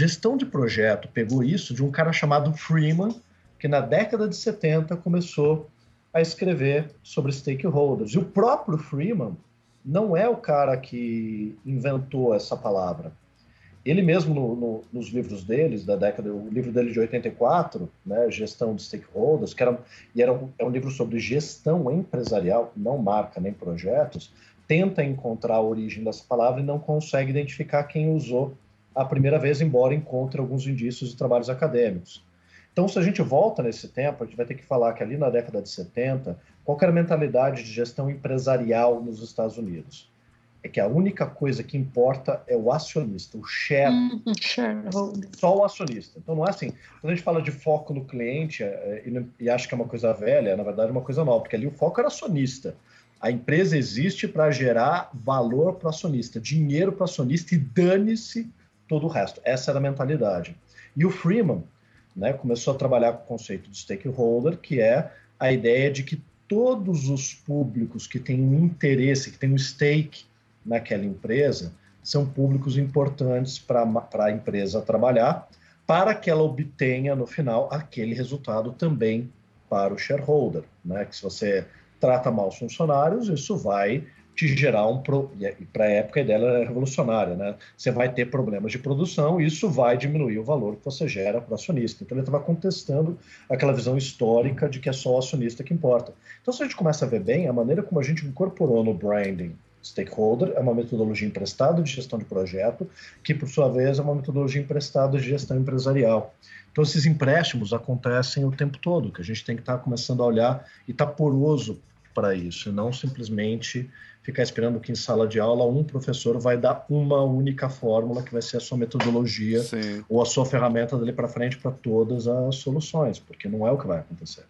Speaker 5: pegou isso de um cara chamado Freeman, que na década de 70 começou a escrever sobre stakeholders. E o próprio Freeman não é o cara que inventou essa palavra. Ele mesmo, nos livros deles, da década, o livro dele de 84, né, Gestão de Stakeholders, é um livro sobre gestão empresarial, não marca nem projetos, tenta encontrar a origem dessa palavra e não consegue identificar quem usou a primeira vez, embora encontre alguns indícios de trabalhos acadêmicos. Então, se a gente volta nesse tempo, a gente vai ter que falar que ali na década de 70, qual era a mentalidade de gestão empresarial nos Estados Unidos? É que a única coisa que importa é o acionista, o shareholder. Só o acionista. Então, não é assim. Quando a gente fala de foco no cliente e acha que é uma coisa velha, na verdade é uma coisa nova, porque ali o foco era acionista. A empresa existe para gerar valor para o acionista, dinheiro para o acionista e dane-se todo o resto. Essa era a mentalidade. E o Freeman, né, começou a trabalhar com o conceito de stakeholder, que é a ideia de que todos os públicos que têm um interesse, que têm um stake naquela empresa, são públicos importantes para a empresa trabalhar, para que ela obtenha, no final, aquele resultado também para o shareholder, né? Que se você trata mal os funcionários, isso vai te gerar e para a época dela era revolucionária, né? Você vai ter problemas de produção e isso vai diminuir o valor que você gera para o acionista. Então ele estava contestando aquela visão histórica de que é só o acionista que importa. Então se a gente começa a ver bem, a maneira como a gente incorporou no branding stakeholder é uma metodologia emprestada de gestão de projeto, que por sua vez é uma metodologia emprestada de gestão empresarial. Então esses empréstimos acontecem o tempo todo, que a gente tem que estar começando a olhar e estar poroso para isso, e não simplesmente ficar esperando que em sala de aula um professor vai dar uma única fórmula que vai ser a sua metodologia ou a sua ferramenta dali para frente para todas as soluções, porque não é o que vai acontecer.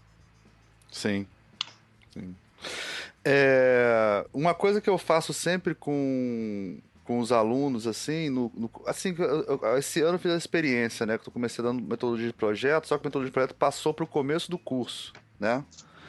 Speaker 6: Sim. Uma coisa que eu faço sempre com os alunos, assim, esse ano eu fiz a experiência, né, que eu comecei dando metodologia de projeto, só que a metodologia de projeto passou para o começo do curso, né?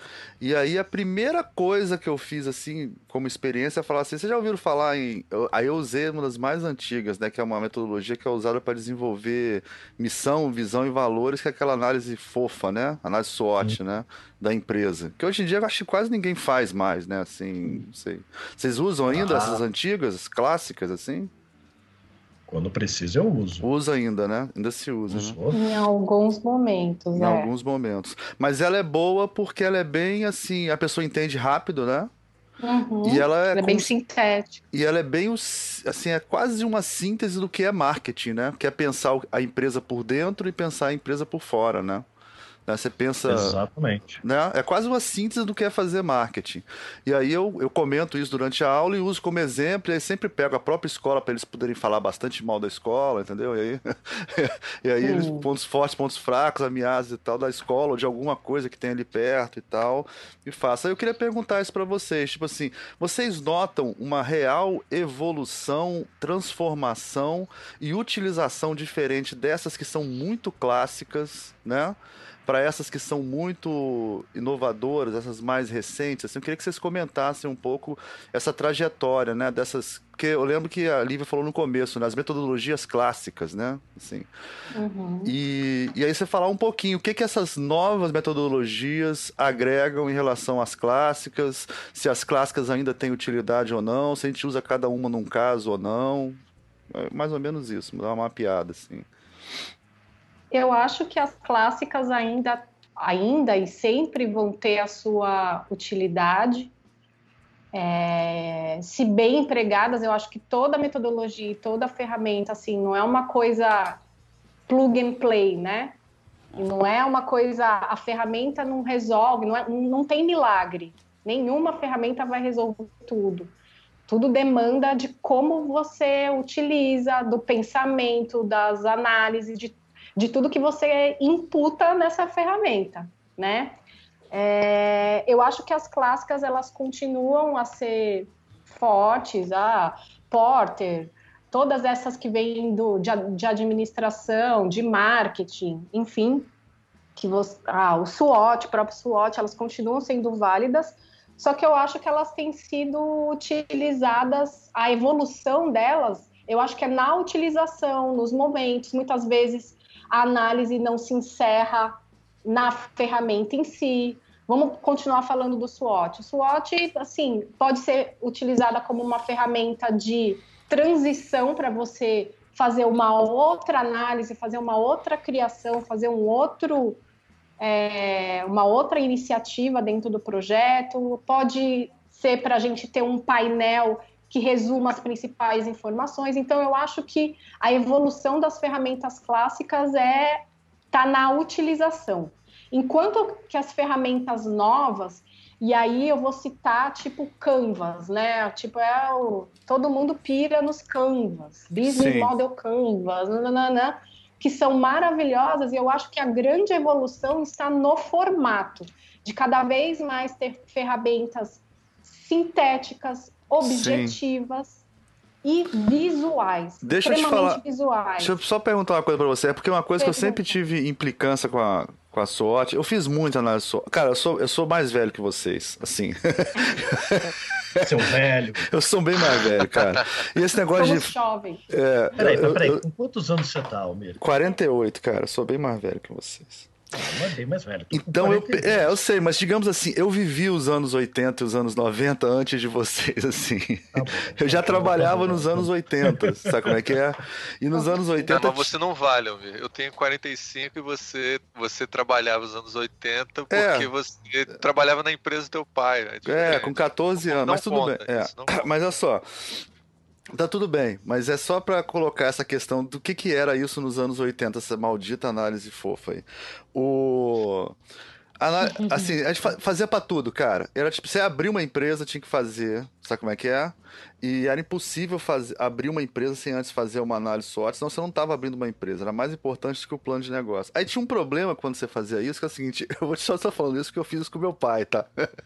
Speaker 6: E aí a primeira coisa que eu fiz, assim, como experiência, é falar assim, vocês já ouviram falar em... Aí eu usei uma das mais antigas, né, que é uma metodologia que é usada para desenvolver missão, visão e valores, que é aquela análise fofa, né, análise SWOT, né, da empresa. Que hoje em dia eu acho que quase ninguém faz mais, né, assim, não sei. Vocês usam ainda essas antigas, clássicas, assim?
Speaker 5: Quando precisa, eu uso.
Speaker 6: Usa ainda, né? Ainda se usa, né?
Speaker 4: Em alguns momentos,
Speaker 6: Em alguns momentos. Mas ela é boa porque ela é bem assim, a pessoa entende rápido, né?
Speaker 4: Uhum.
Speaker 6: E ela
Speaker 4: é bem sintética.
Speaker 6: E ela é bem, assim, é quase uma síntese do que é marketing, né? Que é pensar a empresa por dentro e pensar a empresa por fora, né? Você pensa...
Speaker 5: Exatamente.
Speaker 6: Né? É quase uma síntese do que é fazer marketing. E aí eu comento isso durante a aula e uso como exemplo, e aí sempre pego a própria escola para eles poderem falar bastante mal da escola, entendeu? E aí eles, pontos fortes, pontos fracos, ameaças e tal da escola, ou de alguma coisa que tem ali perto e tal, e faço. Aí eu queria perguntar isso para vocês, tipo assim, vocês notam uma real evolução, transformação e utilização diferente dessas que são muito clássicas, né? Para essas que são muito inovadoras, essas mais recentes, assim, eu queria que vocês comentassem um pouco essa trajetória, né, dessas, porque eu lembro que a Lívia falou no começo, né, as metodologias clássicas, né, assim, e aí você falar um pouquinho, o que essas novas metodologias agregam em relação às clássicas, se as clássicas ainda têm utilidade ou não, se a gente usa cada uma num caso ou não, é mais ou menos isso, dar uma mapeada, assim.
Speaker 4: Eu acho que as clássicas ainda e sempre vão ter a sua utilidade. Se bem empregadas, eu acho que toda metodologia e toda ferramenta, assim, não é uma coisa plug and play, né? Não é uma coisa, a ferramenta não resolve, não tem milagre. Nenhuma ferramenta vai resolver tudo. Tudo demanda de como você utiliza, do pensamento, das análises, de tudo que você imputa nessa ferramenta, né? Eu acho que as clássicas, elas continuam a ser fortes, Porter, todas essas que vêm de administração, de marketing, enfim, o SWOT, o próprio SWOT, elas continuam sendo válidas, só que eu acho que elas têm sido utilizadas, a evolução delas, eu acho que é na utilização, nos momentos, muitas vezes a análise não se encerra na ferramenta em si. Vamos continuar falando do SWOT. O SWOT, assim, pode ser utilizada como uma ferramenta de transição para você fazer uma outra análise, fazer uma outra criação, fazer uma outra iniciativa dentro do projeto. Pode ser para a gente ter um painel que resuma as principais informações. Então, eu acho que a evolução das ferramentas clássicas está na utilização. Enquanto que as ferramentas novas, e aí eu vou citar, tipo, Canvas, né? Tipo, todo mundo pira nos Canvas, Business Model Canvas, que são maravilhosas, e eu acho que a grande evolução está no formato, de cada vez mais ter ferramentas sintéticas, objetivas e visuais, extremamente visuais.
Speaker 6: Deixa eu só perguntar uma coisa pra você, porque uma coisa que eu sempre tive implicância com a SWOT, eu fiz muita análise SWOT. Cara, eu sou mais velho que vocês, assim.
Speaker 5: Seu velho.
Speaker 6: Eu sou bem mais velho, cara. E esse negócio
Speaker 4: Somos jovens.
Speaker 5: Peraí, com quantos anos você tá, Almir?
Speaker 6: 48, cara, eu sou bem mais velho que vocês.
Speaker 5: Não é bem mais velho.
Speaker 6: Então, eu sei, mas digamos assim, eu vivi os anos 80 e os anos 90 antes de vocês, assim. Tá bom, eu já trabalhava nos anos 80, sabe como é que é? E nos anos 80...
Speaker 2: Não, mas você não vale, Almir. Eu tenho 45 e você trabalhava nos anos 80 porque você trabalhava na empresa do teu pai.
Speaker 6: Com 14 anos, mas tudo bem. Mas olha só... Tá tudo bem, mas é só pra colocar essa questão do que era isso nos anos 80, essa maldita análise fofa aí. Assim, a gente fazia pra tudo, cara. Era tipo, você abrir uma empresa, tinha que fazer, sabe como é que é? E era impossível abrir uma empresa sem antes fazer uma análise SWOT, senão você não estava abrindo uma empresa, era mais importante que o plano de negócio. Aí tinha um problema quando você fazia isso, que é o seguinte, eu vou só estar falando isso porque eu fiz isso com meu pai, tá?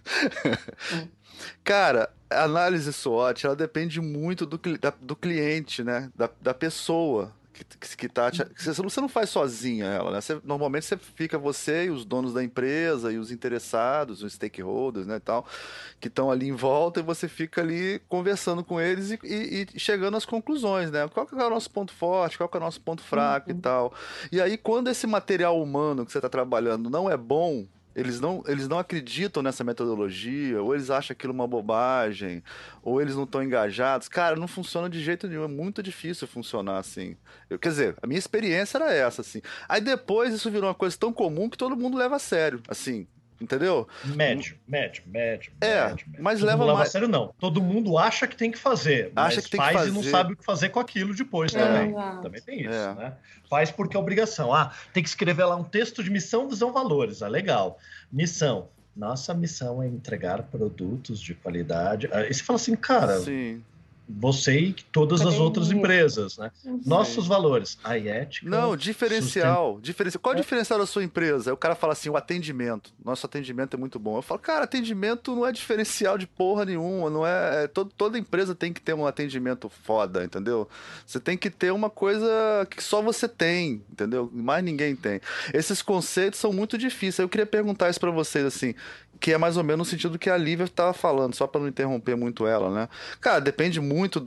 Speaker 6: Cara, a análise SWOT, ela depende muito do cliente, né? Da pessoa que tá você não faz sozinha ela, né? Normalmente você e os donos da empresa e os interessados, os stakeholders, né, tal, que estão ali em volta, e você fica ali conversando com eles e chegando às conclusões, né? Qual que é o nosso ponto forte, qual que é o nosso ponto fraco e tal. E aí, quando esse material humano que você está trabalhando não é bom, eles não acreditam nessa metodologia, ou eles acham aquilo uma bobagem, ou eles não estão engajados. Cara, não funciona de jeito nenhum, é muito difícil funcionar assim. Quer dizer, a minha experiência era essa, assim. Aí depois isso virou uma coisa tão comum que todo mundo leva a sério, assim. Entendeu?
Speaker 5: Médio.
Speaker 6: Mas
Speaker 5: todo
Speaker 6: leva
Speaker 5: mundo leva
Speaker 6: mais.
Speaker 5: a sério, não. Todo mundo acha que tem que fazer,
Speaker 6: Acha
Speaker 5: mas
Speaker 6: que tem
Speaker 5: faz
Speaker 6: que fazer.
Speaker 5: e não sabe o que fazer com aquilo depois também. Também tem isso, né? Faz porque é obrigação. Tem que escrever lá um texto de missão, visão, valores. Legal. Missão. Nossa missão é entregar produtos de qualidade. Aí você fala assim, cara...
Speaker 6: Sim.
Speaker 5: Você e todas as outras empresas, né? Nossos valores. A ética...
Speaker 6: Não, diferencial. Qual é o diferencial da sua empresa? Aí o cara fala assim, o atendimento. Nosso atendimento é muito bom. Eu falo, cara, atendimento não é diferencial de porra nenhuma. Não é... Toda empresa tem que ter um atendimento foda, entendeu? Você tem que ter uma coisa que só você tem, entendeu? Mais ninguém tem. Esses conceitos são muito difíceis. Eu queria perguntar isso pra vocês, assim, que é mais ou menos no sentido do que a Lívia estava falando, só para não interromper muito ela, né? Cara, depende muito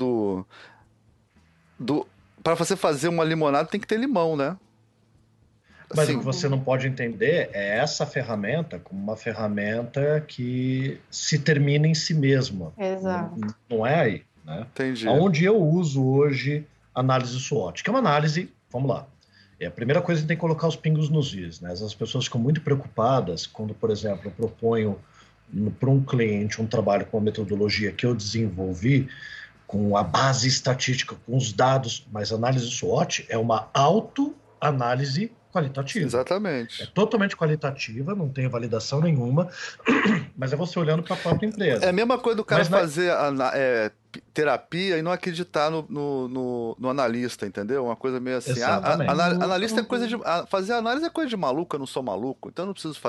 Speaker 6: para você fazer uma limonada tem que ter limão, né?
Speaker 5: Mas
Speaker 6: Assim,
Speaker 5: o que você não pode entender é essa ferramenta como uma ferramenta que se termina em si mesma.
Speaker 4: Exato.
Speaker 5: Não é aí, né?
Speaker 6: Entendi.
Speaker 5: Onde eu uso hoje análise SWOT, que é uma análise, vamos lá, a primeira coisa é que tem que colocar os pingos nos is, né? As pessoas ficam muito preocupadas quando, por exemplo, eu proponho para um cliente um trabalho com a metodologia que eu desenvolvi, com a base estatística, com os dados, mas a análise SWOT é uma autoanálise qualitativa.
Speaker 6: Exatamente.
Speaker 5: É totalmente qualitativa, não tem validação nenhuma, mas é você olhando para a própria empresa.
Speaker 6: É a mesma coisa do cara fazer terapia e não acreditar no analista, entendeu? Uma coisa meio assim. Analista é coisa de... Fazer análise é coisa de maluco, eu não sou maluco, então eu não preciso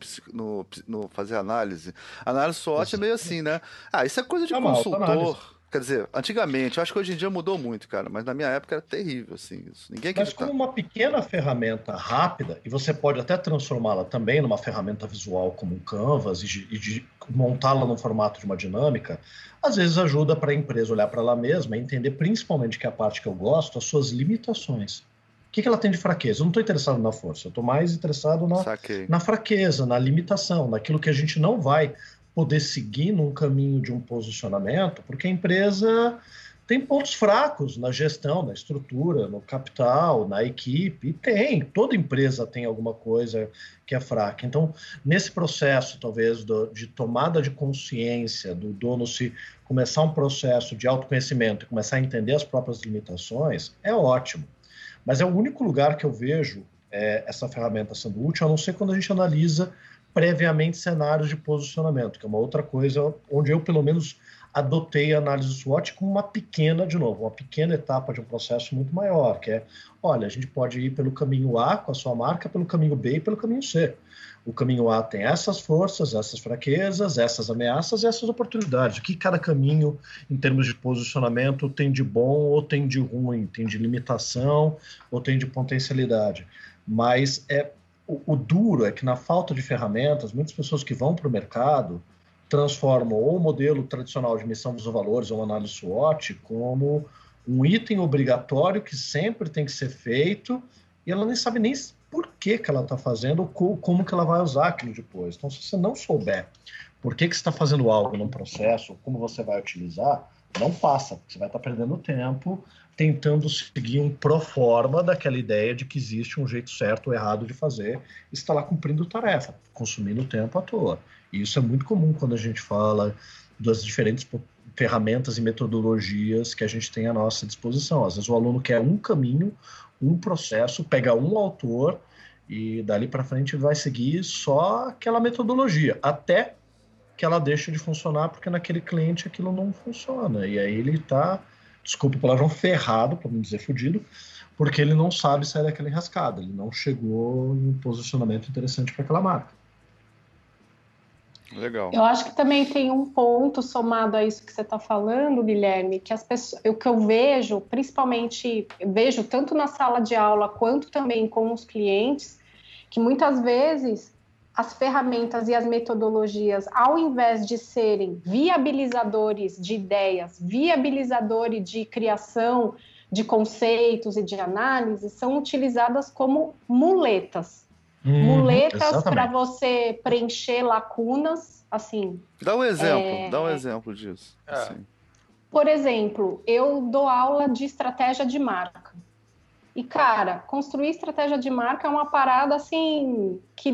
Speaker 6: fazer análise. Análise SWOT é meio assim, né? Isso é coisa de consultor. Quer dizer, antigamente, eu acho que hoje em dia mudou muito, cara, mas na minha época era terrível, assim, isso. Ninguém acreditava.
Speaker 5: Mas como uma pequena ferramenta rápida, e você pode até transformá-la também numa ferramenta visual como um Canvas e de montá-la no formato de uma dinâmica, às vezes ajuda para a empresa olhar para ela mesma e entender, principalmente, que é a parte que eu gosto, as suas limitações. O que ela tem de fraqueza? Eu não estou interessado na força, eu estou mais interessado na fraqueza, na limitação, naquilo que a gente não vai poder seguir num caminho de um posicionamento, porque a empresa tem pontos fracos na gestão, na estrutura, no capital, na equipe, e toda empresa tem alguma coisa que é fraca. Então, nesse processo, talvez, de tomada de consciência do dono, se começar um processo de autoconhecimento e começar a entender as próprias limitações, é ótimo. Mas é o único lugar que eu vejo essa ferramenta sendo útil, a não ser quando a gente analisa previamente cenários de posicionamento, que é uma outra coisa onde eu, pelo menos, adotei a análise SWOT como uma pequena etapa de um processo muito maior, que é, olha, a gente pode ir pelo caminho A com a sua marca, pelo caminho B e pelo caminho C. O caminho A tem essas forças, essas fraquezas, essas ameaças e essas oportunidades. O que cada caminho, em termos de posicionamento, tem de bom ou tem de ruim, tem de limitação ou tem de potencialidade. Mas o duro é que, na falta de ferramentas, muitas pessoas que vão para o mercado transformam ou o modelo tradicional de missão dos valores ou análise SWOT como um item obrigatório que sempre tem que ser feito e ela nem sabe nem por que ela está fazendo ou como que ela vai usar aquilo depois. Então, se você não souber por que você está fazendo algo num processo, como você vai utilizar, não faça, porque você vai estar perdendo tempo tentando seguir um proforma daquela ideia de que existe um jeito certo ou errado de fazer, e está lá cumprindo tarefa, consumindo tempo à toa. E isso é muito comum quando a gente fala das diferentes ferramentas e metodologias que a gente tem à nossa disposição. Às vezes o aluno quer um caminho, um processo, pega um autor e dali para frente vai seguir só aquela metodologia, até que ela deixa de funcionar porque naquele cliente aquilo não funciona. E aí ele está, desculpa o palavrão, ferrado, para não dizer fudido, porque ele não sabe sair daquela enrascada, ele não chegou em um posicionamento interessante para aquela marca.
Speaker 6: Legal.
Speaker 4: Eu acho que também tem um ponto somado a isso que você está falando, Guilherme, que as pessoas, o que eu vejo, principalmente, vejo tanto na sala de aula quanto também com os clientes, que muitas vezes as ferramentas e as metodologias, ao invés de serem viabilizadores de ideias, viabilizadores de criação de conceitos e de análise, são utilizadas como muletas. Muletas para você preencher lacunas, assim.
Speaker 6: Dá um exemplo disso. Assim.
Speaker 4: Por exemplo, eu dou aula de estratégia de marca. E, cara, construir estratégia de marca é uma parada, assim, que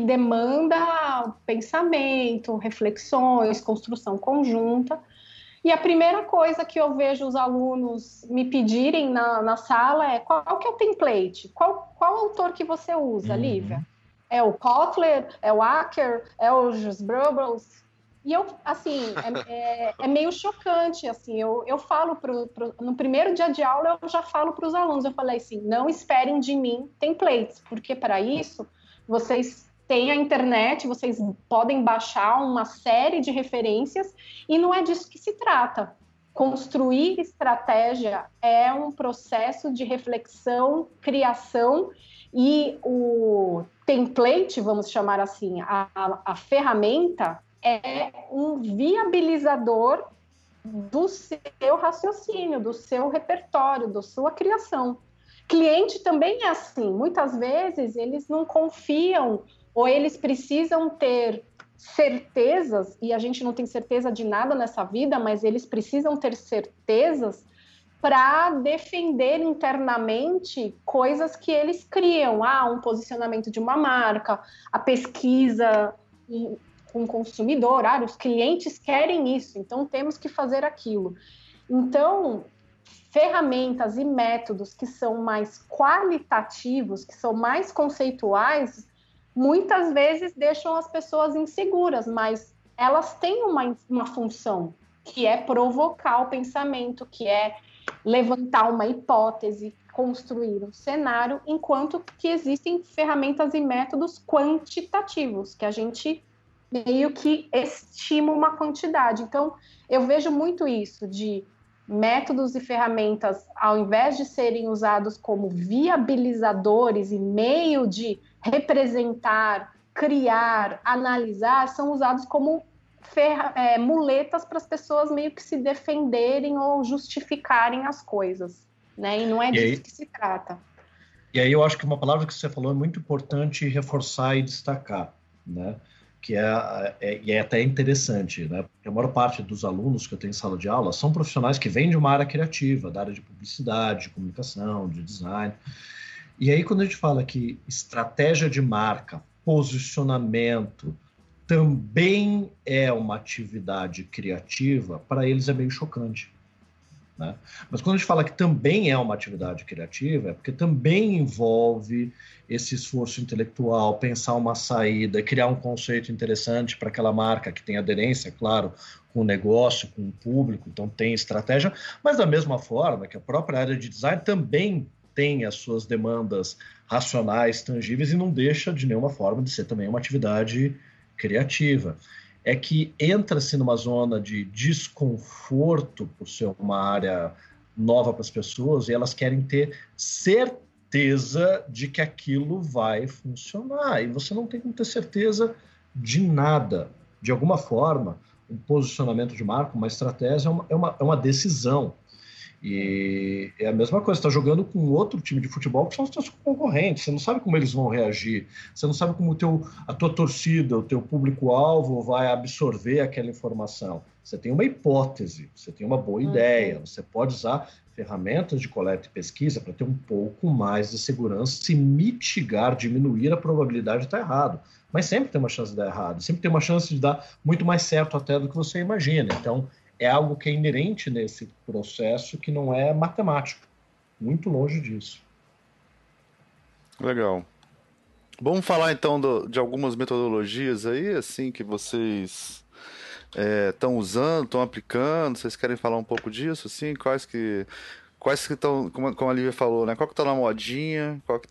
Speaker 4: demanda pensamento, reflexões, construção conjunta. E a primeira coisa que eu vejo os alunos me pedirem na sala é qual que é o template? Qual autor que você usa, Lívia? É o Kotler? É o Acker? É o Brubbles? E eu, assim, é meio chocante, assim, eu falo no primeiro dia de aula, eu já falo para os alunos, eu falei assim, não esperem de mim templates, porque para isso, vocês têm a internet, vocês podem baixar uma série de referências, e não é disso que se trata. Construir estratégia é um processo de reflexão, criação, e o template, vamos chamar assim, a ferramenta é um viabilizador do seu raciocínio, do seu repertório, da sua criação. Cliente também é assim, muitas vezes eles não confiam ou eles precisam ter certezas, e a gente não tem certeza de nada nessa vida, mas eles precisam ter certezas para defender internamente coisas que eles criam. Um posicionamento de uma marca, a pesquisa com o consumidor, os clientes querem isso, então temos que fazer aquilo. Então, ferramentas e métodos que são mais qualitativos, que são mais conceituais, muitas vezes deixam as pessoas inseguras, mas elas têm uma função, que é provocar o pensamento, que é levantar uma hipótese, construir um cenário, enquanto que existem ferramentas e métodos quantitativos, que a gente meio que estima uma quantidade. Então, eu vejo muito isso de métodos e ferramentas, ao invés de serem usados como viabilizadores e meio de representar, criar, analisar, são usados como muletas para as pessoas meio que se defenderem ou justificarem as coisas, né? E não é disso que se trata.
Speaker 5: E aí eu acho que uma palavra que você falou é muito importante reforçar e destacar, né? Que é até interessante, né? Porque a maior parte dos alunos que eu tenho em sala de aula são profissionais que vêm de uma área criativa, da área de publicidade, de comunicação, de design. E aí quando a gente fala que estratégia de marca, posicionamento, também é uma atividade criativa, para eles é meio chocante, né? Mas quando a gente fala que também é uma atividade criativa, é porque também envolve esse esforço intelectual, pensar uma saída, criar um conceito interessante para aquela marca que tem aderência, claro, com o negócio, com o público, então tem estratégia, mas da mesma forma que a própria área de design também tem as suas demandas racionais, tangíveis, e não deixa de nenhuma forma de ser também uma atividade criativa. É que entra-se numa zona de desconforto por ser uma área nova para as pessoas e elas querem ter certeza de que aquilo vai funcionar. E você não tem como ter certeza de nada. De alguma forma, um posicionamento de marca, uma estratégia é uma decisão. E é a mesma coisa, você está jogando com outro time de futebol que são os seus concorrentes, você não sabe como eles vão reagir, você não sabe como a tua torcida, o teu público-alvo vai absorver aquela informação. Você tem uma hipótese, você tem uma boa ideia, você pode usar ferramentas de coleta e pesquisa para ter um pouco mais de segurança e mitigar, diminuir a probabilidade de estar errado. Mas sempre tem uma chance de dar errado, sempre tem uma chance de dar muito mais certo até do que você imagina. Então, é algo que é inerente nesse processo, que não é matemático. Muito longe disso.
Speaker 6: Legal. Vamos falar, então, de algumas metodologias aí, assim, que vocês estão usando, estão aplicando. Vocês querem falar um pouco disso, assim? Quais que estão, como a Lívia falou, né? Qual que está na modinha? Qual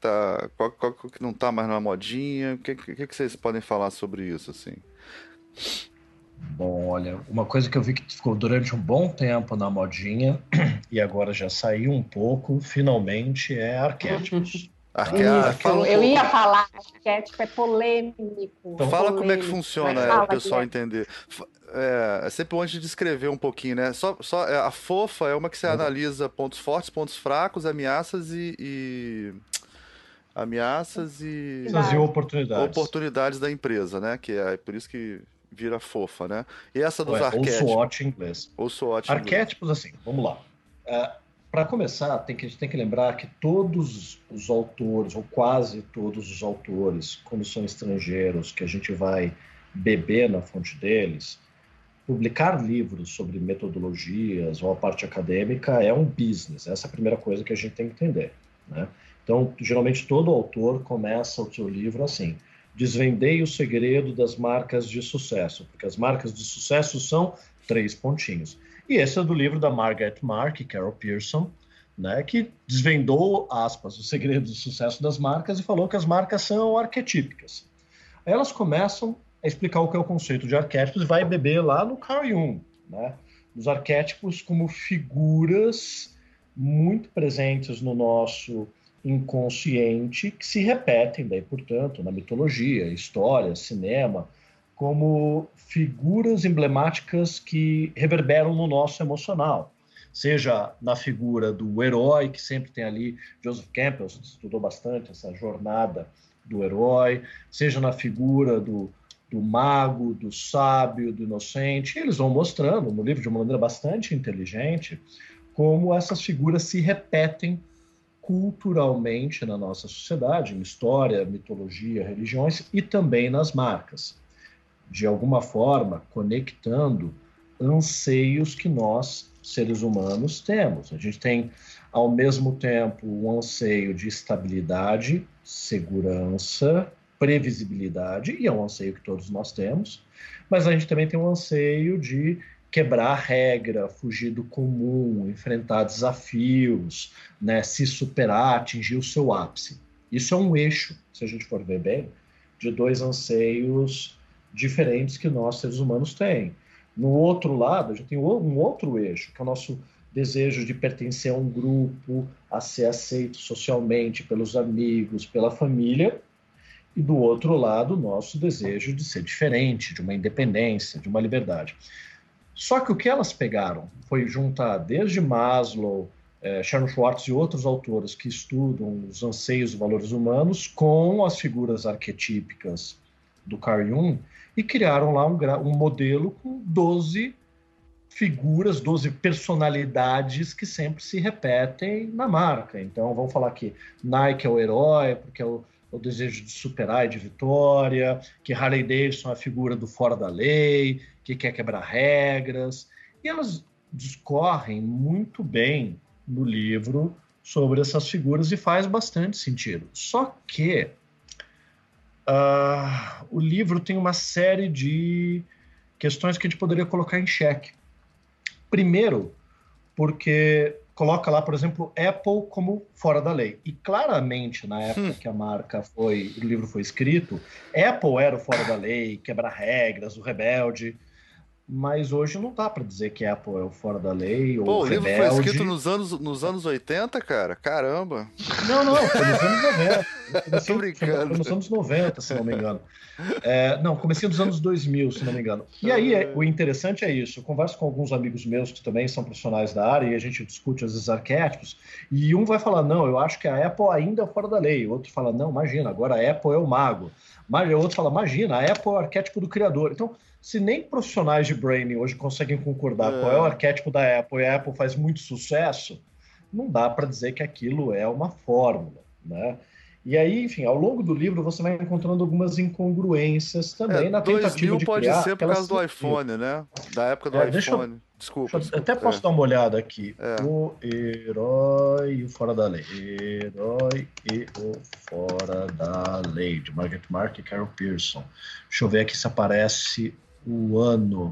Speaker 6: que não está mais na modinha? O que vocês podem falar sobre isso, assim?
Speaker 5: Bom, olha, uma coisa que eu vi que ficou durante um bom tempo na modinha e agora já saiu um pouco, finalmente, é arquétipos.
Speaker 4: Eu ia falar, arquétipo é polêmico.
Speaker 6: Então, fala como é que funciona, o pessoal entender. É sempre bom de descrever um pouquinho, né? A fofa é uma que você analisa pontos fortes, pontos fracos, ameaças e oportunidades da empresa, né? Que é por isso que vira fofa, né? E essa dos arquétipos.
Speaker 5: Ou SWOT em inglês. Arquétipos, assim, vamos lá. Para começar, a gente tem que lembrar que todos os autores, ou quase todos os autores, quando são estrangeiros, que a gente vai beber na fonte deles, publicar livros sobre metodologias ou a parte acadêmica é um business. Essa é a primeira coisa que a gente tem que entender, né? Então, geralmente, todo autor começa o seu livro assim: desvendei o segredo das marcas de sucesso, porque as marcas de sucesso são 3 pontinhos. E esse é do livro da Margaret Mark e Carol Pearson, né, que desvendou, aspas, o segredo do sucesso das marcas e falou que as marcas são arquetípicas. Aí elas começam a explicar o que é o conceito de arquétipos e vai beber lá no Carl Jung, né, os arquétipos como figuras muito presentes no nosso inconsciente que se repetem, daí, portanto, na mitologia, história, cinema, como figuras emblemáticas que reverberam no nosso emocional. Seja na figura do herói, que sempre tem ali, Joseph Campbell estudou bastante essa jornada do herói, seja na figura do mago, do sábio, do inocente. Eles vão mostrando no livro de uma maneira bastante inteligente como essas figuras se repetem culturalmente na nossa sociedade, em história, mitologia, religiões e também nas marcas, de alguma forma conectando anseios que nós, seres humanos, temos. A gente tem, ao mesmo tempo, um anseio de estabilidade, segurança, previsibilidade, e é um anseio que todos nós temos, mas a gente também tem um anseio de quebrar regra, fugir do comum, enfrentar desafios, né, se superar, atingir o seu ápice. Isso é um eixo, se a gente for ver bem, de 2 anseios diferentes que nós, seres humanos, têm. No outro lado, a gente tem um outro eixo, que é o nosso desejo de pertencer a um grupo, a ser aceito socialmente pelos amigos, pela família, e do outro lado, o nosso desejo de ser diferente, de uma independência, de uma liberdade. Só que o que elas pegaram foi juntar desde Maslow, Sharon Schwartz e outros autores que estudam os anseios e valores humanos com as figuras arquetípicas do Carl Jung e criaram lá um modelo com 12 figuras, 12 personalidades que sempre se repetem na marca. Então, vamos falar que Nike é o herói, porque é o desejo de superar e de vitória, que Harley Davidson é a figura do fora da lei, que quer quebrar regras. E elas discorrem muito bem no livro sobre essas figuras e faz bastante sentido. Só que o livro tem uma série de questões que a gente poderia colocar em xeque. Primeiro, porque coloca lá, por exemplo, Apple como fora da lei. E claramente, na época que o livro foi escrito, Apple era o fora da lei, quebra regras, o rebelde. Mas hoje não dá para dizer que Apple é o fora da lei ou o rebelde.
Speaker 6: Livro foi escrito nos anos 80, cara? Caramba!
Speaker 5: Não, foi nos anos 90.
Speaker 6: Tô brincando.
Speaker 5: Foi nos anos 90, se não me engano. Comecei nos anos 2000, se não me engano. E aí, o interessante é isso. Eu converso com alguns amigos meus que também são profissionais da área e a gente discute às vezes arquétipos, e um vai falar, não, eu acho que a Apple ainda é fora da lei. O outro fala, não, imagina, agora a Apple é o mago. O outro fala, imagina, a Apple é o arquétipo do criador. Então, se nem profissionais de Brain hoje conseguem concordar qual é o arquétipo da Apple e a Apple faz muito sucesso, não dá para dizer que aquilo é uma fórmula, né? E aí, enfim, ao longo do livro você vai encontrando algumas incongruências também na tentativa de criar...
Speaker 6: pode ser por causa do iPhone, né? Da época do iPhone. Desculpa.
Speaker 5: Até posso dar uma olhada aqui. O herói e o fora da lei. Herói e o fora da lei, de Margaret Mark e Carol Pearson. Deixa eu ver aqui se aparece o ano.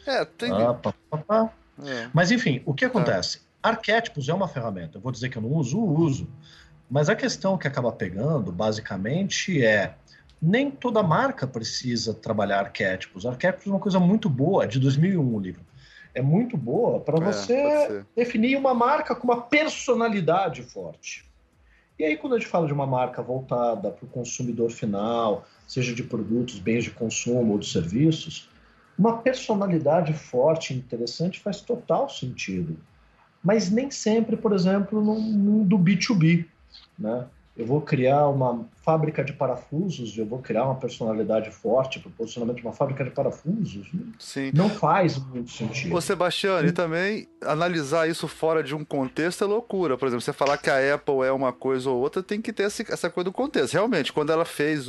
Speaker 5: Mas enfim, o que acontece? Arquétipos é uma ferramenta. Eu vou dizer que eu não uso. Mas a questão que acaba pegando, basicamente, é nem toda marca precisa trabalhar arquétipos. Arquétipos é uma coisa muito boa, é de 2001 o livro. É muito boa para você definir uma marca com uma personalidade forte. E aí, quando a gente fala de uma marca voltada para o consumidor final, seja de produtos, bens de consumo ou de serviços, uma personalidade forte e interessante faz total sentido. Mas nem sempre, por exemplo, no mundo B2B, né? Eu vou criar uma fábrica de parafusos, eu vou criar uma personalidade forte para o posicionamento de uma fábrica de parafusos.
Speaker 6: Sim.
Speaker 5: Não faz muito sentido.
Speaker 6: Ô, Sebastião, e também analisar isso fora de um contexto é loucura. Por exemplo, você falar que a Apple é uma coisa ou outra, tem que ter essa coisa do contexto. Realmente, quando ela fez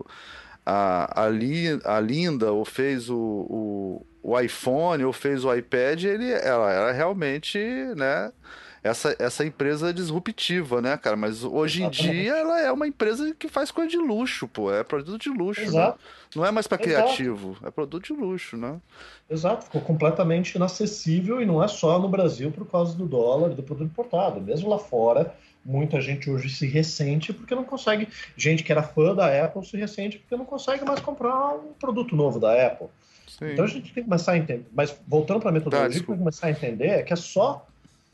Speaker 6: a Linda, ou fez o iPhone, ou fez o iPad, ela era realmente, né, essa empresa disruptiva, né, cara? Mas hoje em dia ela é uma empresa que faz coisa de luxo, pô. É produto de luxo,
Speaker 5: Exato.
Speaker 6: Né? Não é mais para criativo, é produto de luxo, né?
Speaker 5: Exato, ficou completamente inacessível e não é só no Brasil por causa do dólar e do produto importado. Mesmo lá fora, muita gente hoje se ressente porque não consegue. Gente que era fã da Apple se ressente porque não consegue mais comprar um produto novo da Apple. Sim. Então a gente tem que começar a entender. Mas voltando para a metodologia, a gente tem que começar a entender é que é só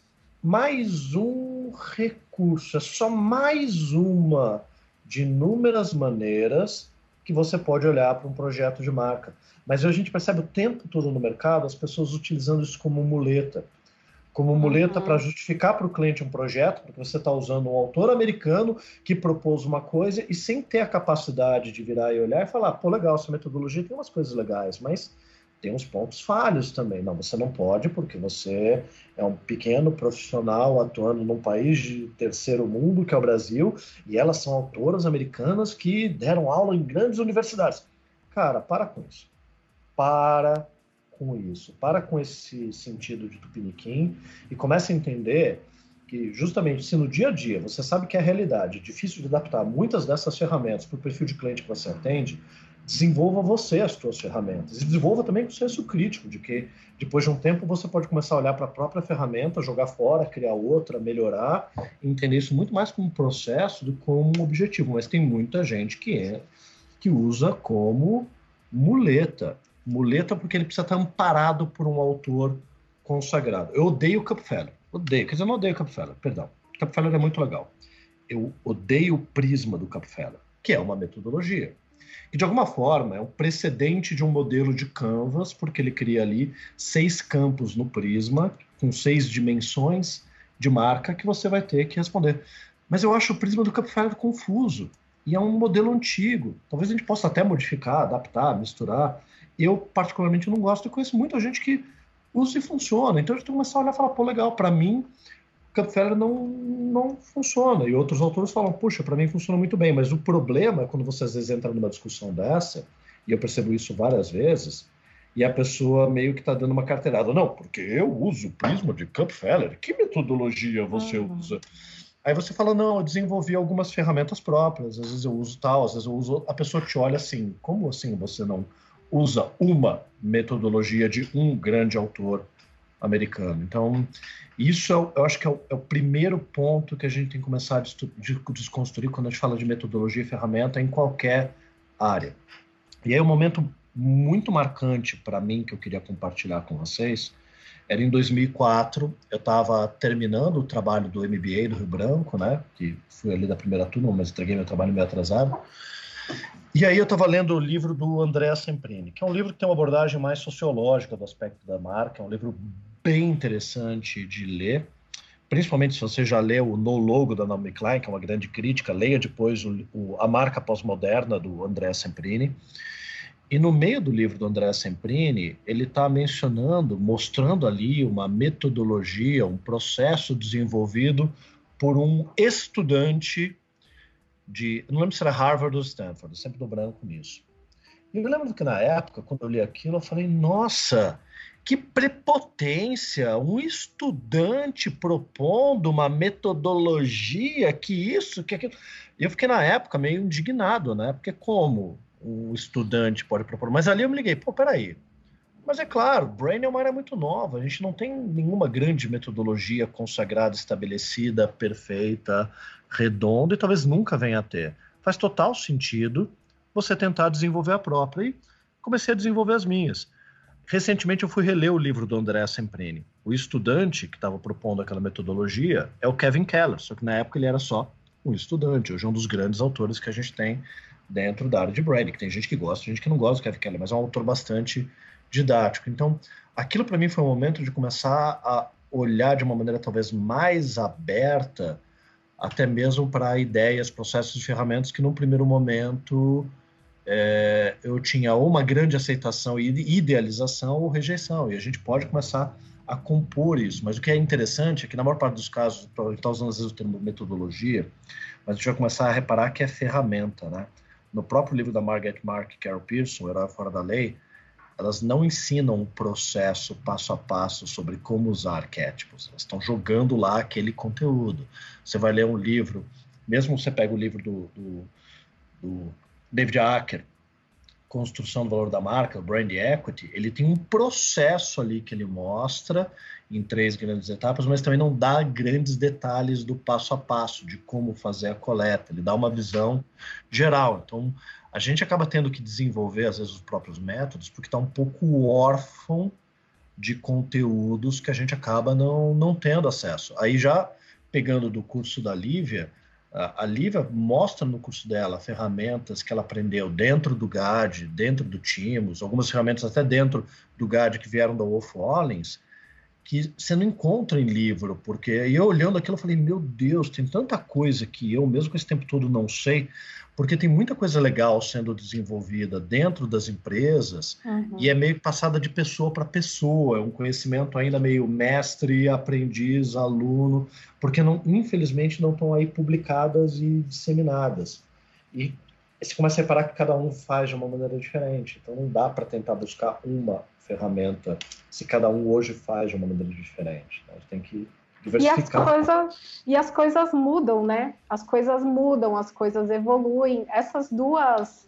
Speaker 5: mais um recurso, é só mais uma de inúmeras maneiras que você pode olhar para um projeto de marca. Mas a gente percebe o tempo todo no mercado as pessoas utilizando isso como muleta. Como muleta para justificar para o cliente um projeto, porque você está usando um autor americano que propôs uma coisa e sem ter a capacidade de virar e olhar e falar, pô, legal, essa metodologia tem umas coisas legais, mas tem uns pontos falhos também. Não, você não pode porque você é um pequeno profissional atuando num país de terceiro mundo, que é o Brasil, e elas são autoras americanas que deram aula em grandes universidades. Cara, para com isso. Para com isso. Para com esse sentido de tupiniquim e comece a entender que justamente se no dia a dia você sabe que é a realidade, é difícil de adaptar muitas dessas ferramentas para o perfil de cliente que você atende, desenvolva você as suas ferramentas. E desenvolva também com senso crítico, de que depois de um tempo você pode começar a olhar para a própria ferramenta, jogar fora, criar outra, melhorar, e entender isso muito mais como um processo do que como um objetivo. Mas tem muita gente que usa como muleta. Muleta porque ele precisa estar amparado por um autor consagrado. Eu odeio o Kapfeler. Odeio. Quer dizer, eu não odeio o Kapfeler, perdão. O Kapfeler é muito legal. Eu odeio o prisma do Kapfeler, que é uma metodologia. E, de alguma forma, é um precedente de um modelo de Canvas, porque ele cria ali 6 campos no prisma, com 6 dimensões de marca que você vai ter que responder. Mas eu acho o prisma do Kapfeler confuso. E é um modelo antigo. Talvez a gente possa até modificar, adaptar, misturar. Eu, particularmente, não gosto. Eu conheço muita gente que usa e funciona. Então, a gente tem que começar a olhar e falar, pô, legal, para mim, o Kapfeler não funciona. E outros autores falam, puxa, para mim funciona muito bem. Mas o problema é quando você, às vezes, entra numa discussão dessa, e eu percebo isso várias vezes, e a pessoa meio que está dando uma carteirada. Não, porque eu uso o prisma de Kapfeler. Que metodologia você usa? Aí você fala, não, eu desenvolvi algumas ferramentas próprias. Às vezes eu uso tal, às vezes eu uso... A pessoa te olha assim, como assim você não usa uma metodologia de um grande autor americano? Então, isso eu acho que é o primeiro ponto que a gente tem que começar a desconstruir quando a gente fala de metodologia e ferramenta em qualquer área. E aí um momento muito marcante para mim que eu queria compartilhar com vocês era em 2004, eu estava terminando o trabalho do MBA do Rio Branco, né? Que fui ali da primeira turma, mas entreguei meu trabalho meio atrasado. E aí eu estava lendo o livro do Andrea Semprini, que é um livro que tem uma abordagem mais sociológica do aspecto da marca, é um livro bem interessante de ler, principalmente se você já leu o No Logo da Naomi Klein, que é uma grande crítica, leia depois a marca pós-moderna do Andrea Semprini. E no meio do livro do Andrea Semprini, ele está mostrando ali uma metodologia, um processo desenvolvido por um estudante não lembro se era Harvard ou Stanford, eu sempre dou branco nisso. E eu lembro que na época, quando eu li aquilo, eu falei, nossa, que prepotência, um estudante propondo uma metodologia, que isso, que aquilo. E eu fiquei na época meio indignado, né? Porque como um estudante pode propor? Mas ali eu me liguei, pô, peraí. Mas é claro, Brain é uma área muito nova, a gente não tem nenhuma grande metodologia consagrada, estabelecida, perfeita, redonda, e talvez nunca venha a ter. Faz total sentido você tentar desenvolver a própria. E comecei a desenvolver as minhas. Recentemente eu fui reler o livro do André Semprini. O estudante que estava propondo aquela metodologia é o Kevin Keller, só que na época ele era só um estudante. Hoje é um dos grandes autores que a gente tem dentro da área de branding, que tem gente que gosta, gente que não gosta do Kevin Keller, mas é um autor bastante didático. Então, aquilo para mim foi um momento de começar a olhar de uma maneira talvez mais aberta, até mesmo para ideias, processos e ferramentas que num primeiro momento eu tinha ou uma grande aceitação e idealização ou rejeição, e a gente pode começar a compor isso. Mas o que é interessante é que na maior parte dos casos, a gente está usando às vezes o termo metodologia, mas a gente vai começar a reparar que é ferramenta, né? No próprio livro da Margaret Mark e Carol Pearson, O Herói Fora da Lei, elas não ensinam um processo passo a passo sobre como usar arquétipos. Elas estão jogando lá aquele conteúdo. Você vai ler um livro, mesmo você pega o livro do David Acker, Construção do Valor da Marca, o Brand Equity, ele tem um processo ali que ele mostra em 3 grandes etapas, mas também não dá grandes detalhes do passo a passo, de como fazer a coleta. Ele dá uma visão geral. Então, a gente acaba tendo que desenvolver, às vezes, os próprios métodos, porque está um pouco órfão de conteúdos que a gente acaba não tendo acesso. Aí, já pegando do curso da Lívia, a Lívia mostra no curso dela ferramentas que ela aprendeu dentro do GAD, dentro do Timos, algumas ferramentas até dentro do GAD que vieram da Wolf Hollins, que você não encontra em livro, porque eu olhando aquilo eu falei, meu Deus, tem tanta coisa que eu mesmo com esse tempo todo não sei, porque tem muita coisa legal sendo desenvolvida dentro das empresas e é meio passada de pessoa para pessoa, é um conhecimento ainda meio mestre, aprendiz, aluno, porque infelizmente não estão aí publicadas e disseminadas. E você começa a reparar que cada um faz de uma maneira diferente, então não dá para tentar buscar uma ferramenta se cada um hoje faz de uma maneira diferente. Então, tem que diversificar.
Speaker 4: E as coisas mudam, né? As coisas mudam, as coisas evoluem. Essas duas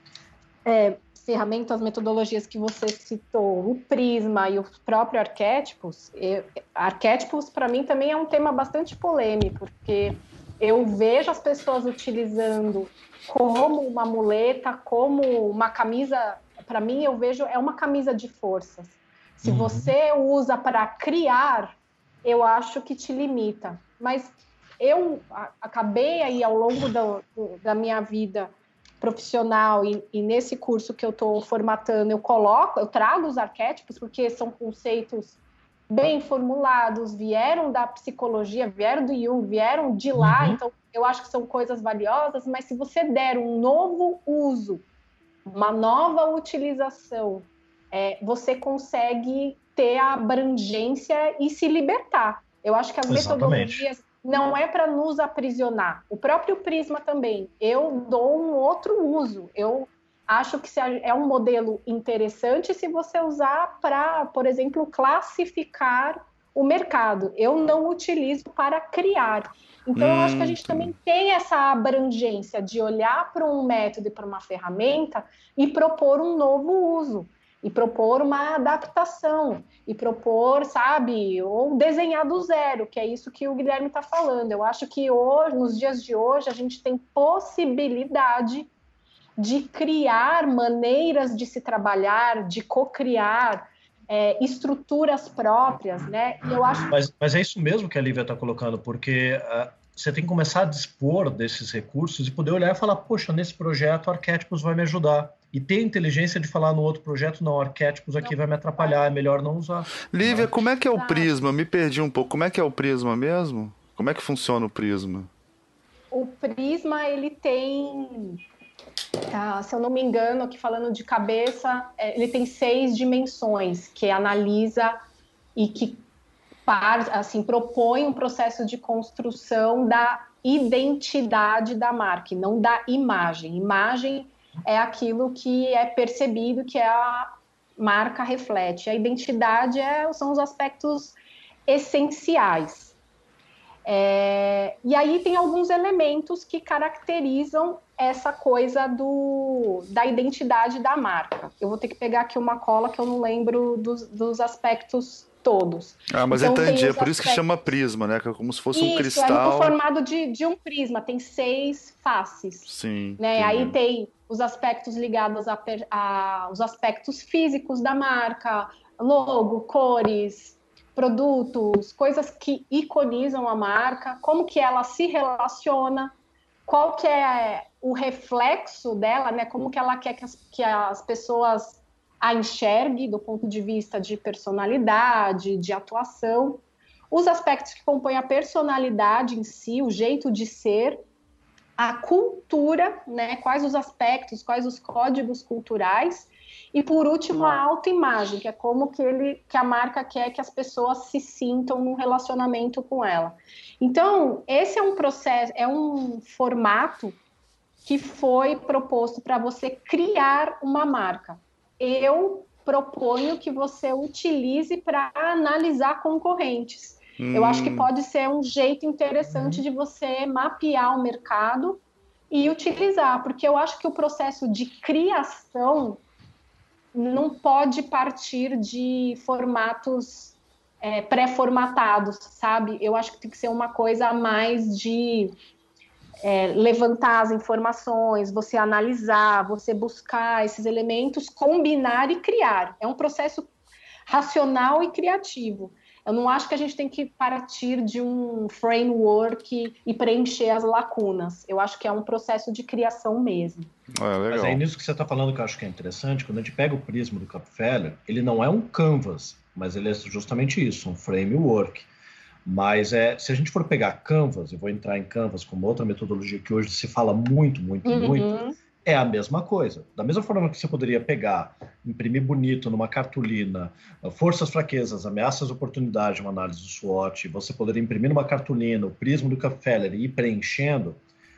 Speaker 4: ferramentas, metodologias que você citou, o Prisma e os próprios arquétipos, arquétipos para mim também é um tema bastante polêmico, porque eu vejo as pessoas utilizando como uma muleta, como uma camisa. Para mim, eu vejo, é uma camisa de forças. Se você usa para criar, eu acho que te limita. Mas eu acabei aí, ao longo da minha vida profissional e nesse curso que eu estou formatando, eu trago os arquétipos, porque são conceitos bem formulados, vieram da psicologia, vieram do Jung, vieram de lá, então eu acho que são coisas valiosas, mas se você der um novo uso, uma nova utilização, você consegue ter a abrangência e se libertar. Eu acho que as metodologias não é para nos aprisionar. O próprio Prisma também. Eu dou um outro uso. Eu acho que é um modelo interessante se você usar para, por exemplo, classificar o mercado. Eu não utilizo para criar. Então, eu acho que a gente também tem essa abrangência de olhar para um método e para uma ferramenta e propor um novo uso, e propor uma adaptação, e propor, sabe, ou desenhar do zero, que é isso que o Guilherme está falando. Eu acho que hoje, nos dias de hoje, a gente tem possibilidade de criar maneiras de se trabalhar, de co-criar, estruturas próprias, né? E eu acho...
Speaker 5: Mas é isso mesmo que a Lívia está colocando, porque você tem que começar a dispor desses recursos e poder olhar e falar, poxa, nesse projeto Arquétipos vai me ajudar. E ter a inteligência de falar no outro projeto, não, Arquétipos aqui vai me atrapalhar, é melhor não usar.
Speaker 6: Lívia, como é que é o Prisma? Me perdi um pouco. Como é que é o Prisma mesmo? Como é que funciona o Prisma?
Speaker 4: O Prisma, ele tem... se eu não me engano, aqui falando de cabeça, ele tem 6 dimensões que analisa e que assim, propõe um processo de construção da identidade da marca, e não da imagem. Imagem é aquilo que é percebido, que a marca reflete. A identidade são os aspectos essenciais. E aí tem alguns elementos que caracterizam essa coisa da identidade da marca. Eu vou ter que pegar aqui uma cola que eu não lembro dos aspectos todos.
Speaker 6: Mas
Speaker 4: então,
Speaker 6: entendi, é por isso que chama prisma, né? Que é como se fosse um cristal.
Speaker 4: Isso, é no formato de um prisma, tem 6 faces.
Speaker 6: Sim.
Speaker 4: Né? Aí tem os aspectos ligados aos aspectos físicos da marca, logo, cores, produtos, coisas que iconizam a marca, como que ela se relaciona, qual que é o reflexo dela, né? Como que ela quer que as pessoas a enxerguem do ponto de vista de personalidade, de atuação, os aspectos que compõem a personalidade em si, o jeito de ser, a cultura, né? Quais os aspectos, quais os códigos culturais, e por último a autoimagem, que é como que a marca quer que as pessoas se sintam num relacionamento com ela. Então, esse é um processo, é um formato que foi proposto para você criar uma marca. Eu proponho que você utilize para analisar concorrentes. Eu acho que pode ser um jeito interessante de você mapear o mercado e utilizar, porque eu acho que o processo de criação não pode partir de formatos pré-formatados, sabe? Eu acho que tem que ser uma coisa a mais de levantar as informações, você analisar, você buscar esses elementos, combinar e criar. É um processo racional e criativo. Eu não acho que a gente tem que partir de um framework e preencher as lacunas. Eu acho que é um processo de criação mesmo.
Speaker 6: Legal.
Speaker 5: Mas é nisso que você está falando que eu acho que é interessante. Quando a gente pega o prisma do Rockefeller, ele não é um canvas, mas ele é justamente isso, um framework. Mas se a gente for pegar Canvas, eu vou entrar em Canvas como outra metodologia que hoje se fala muito, é a mesma coisa. Da mesma forma que você poderia pegar, imprimir bonito numa cartolina, forças, fraquezas, ameaças, oportunidade, uma análise do SWOT, você poderia imprimir numa cartolina o prisma do Rockefeller e ir preenchendo.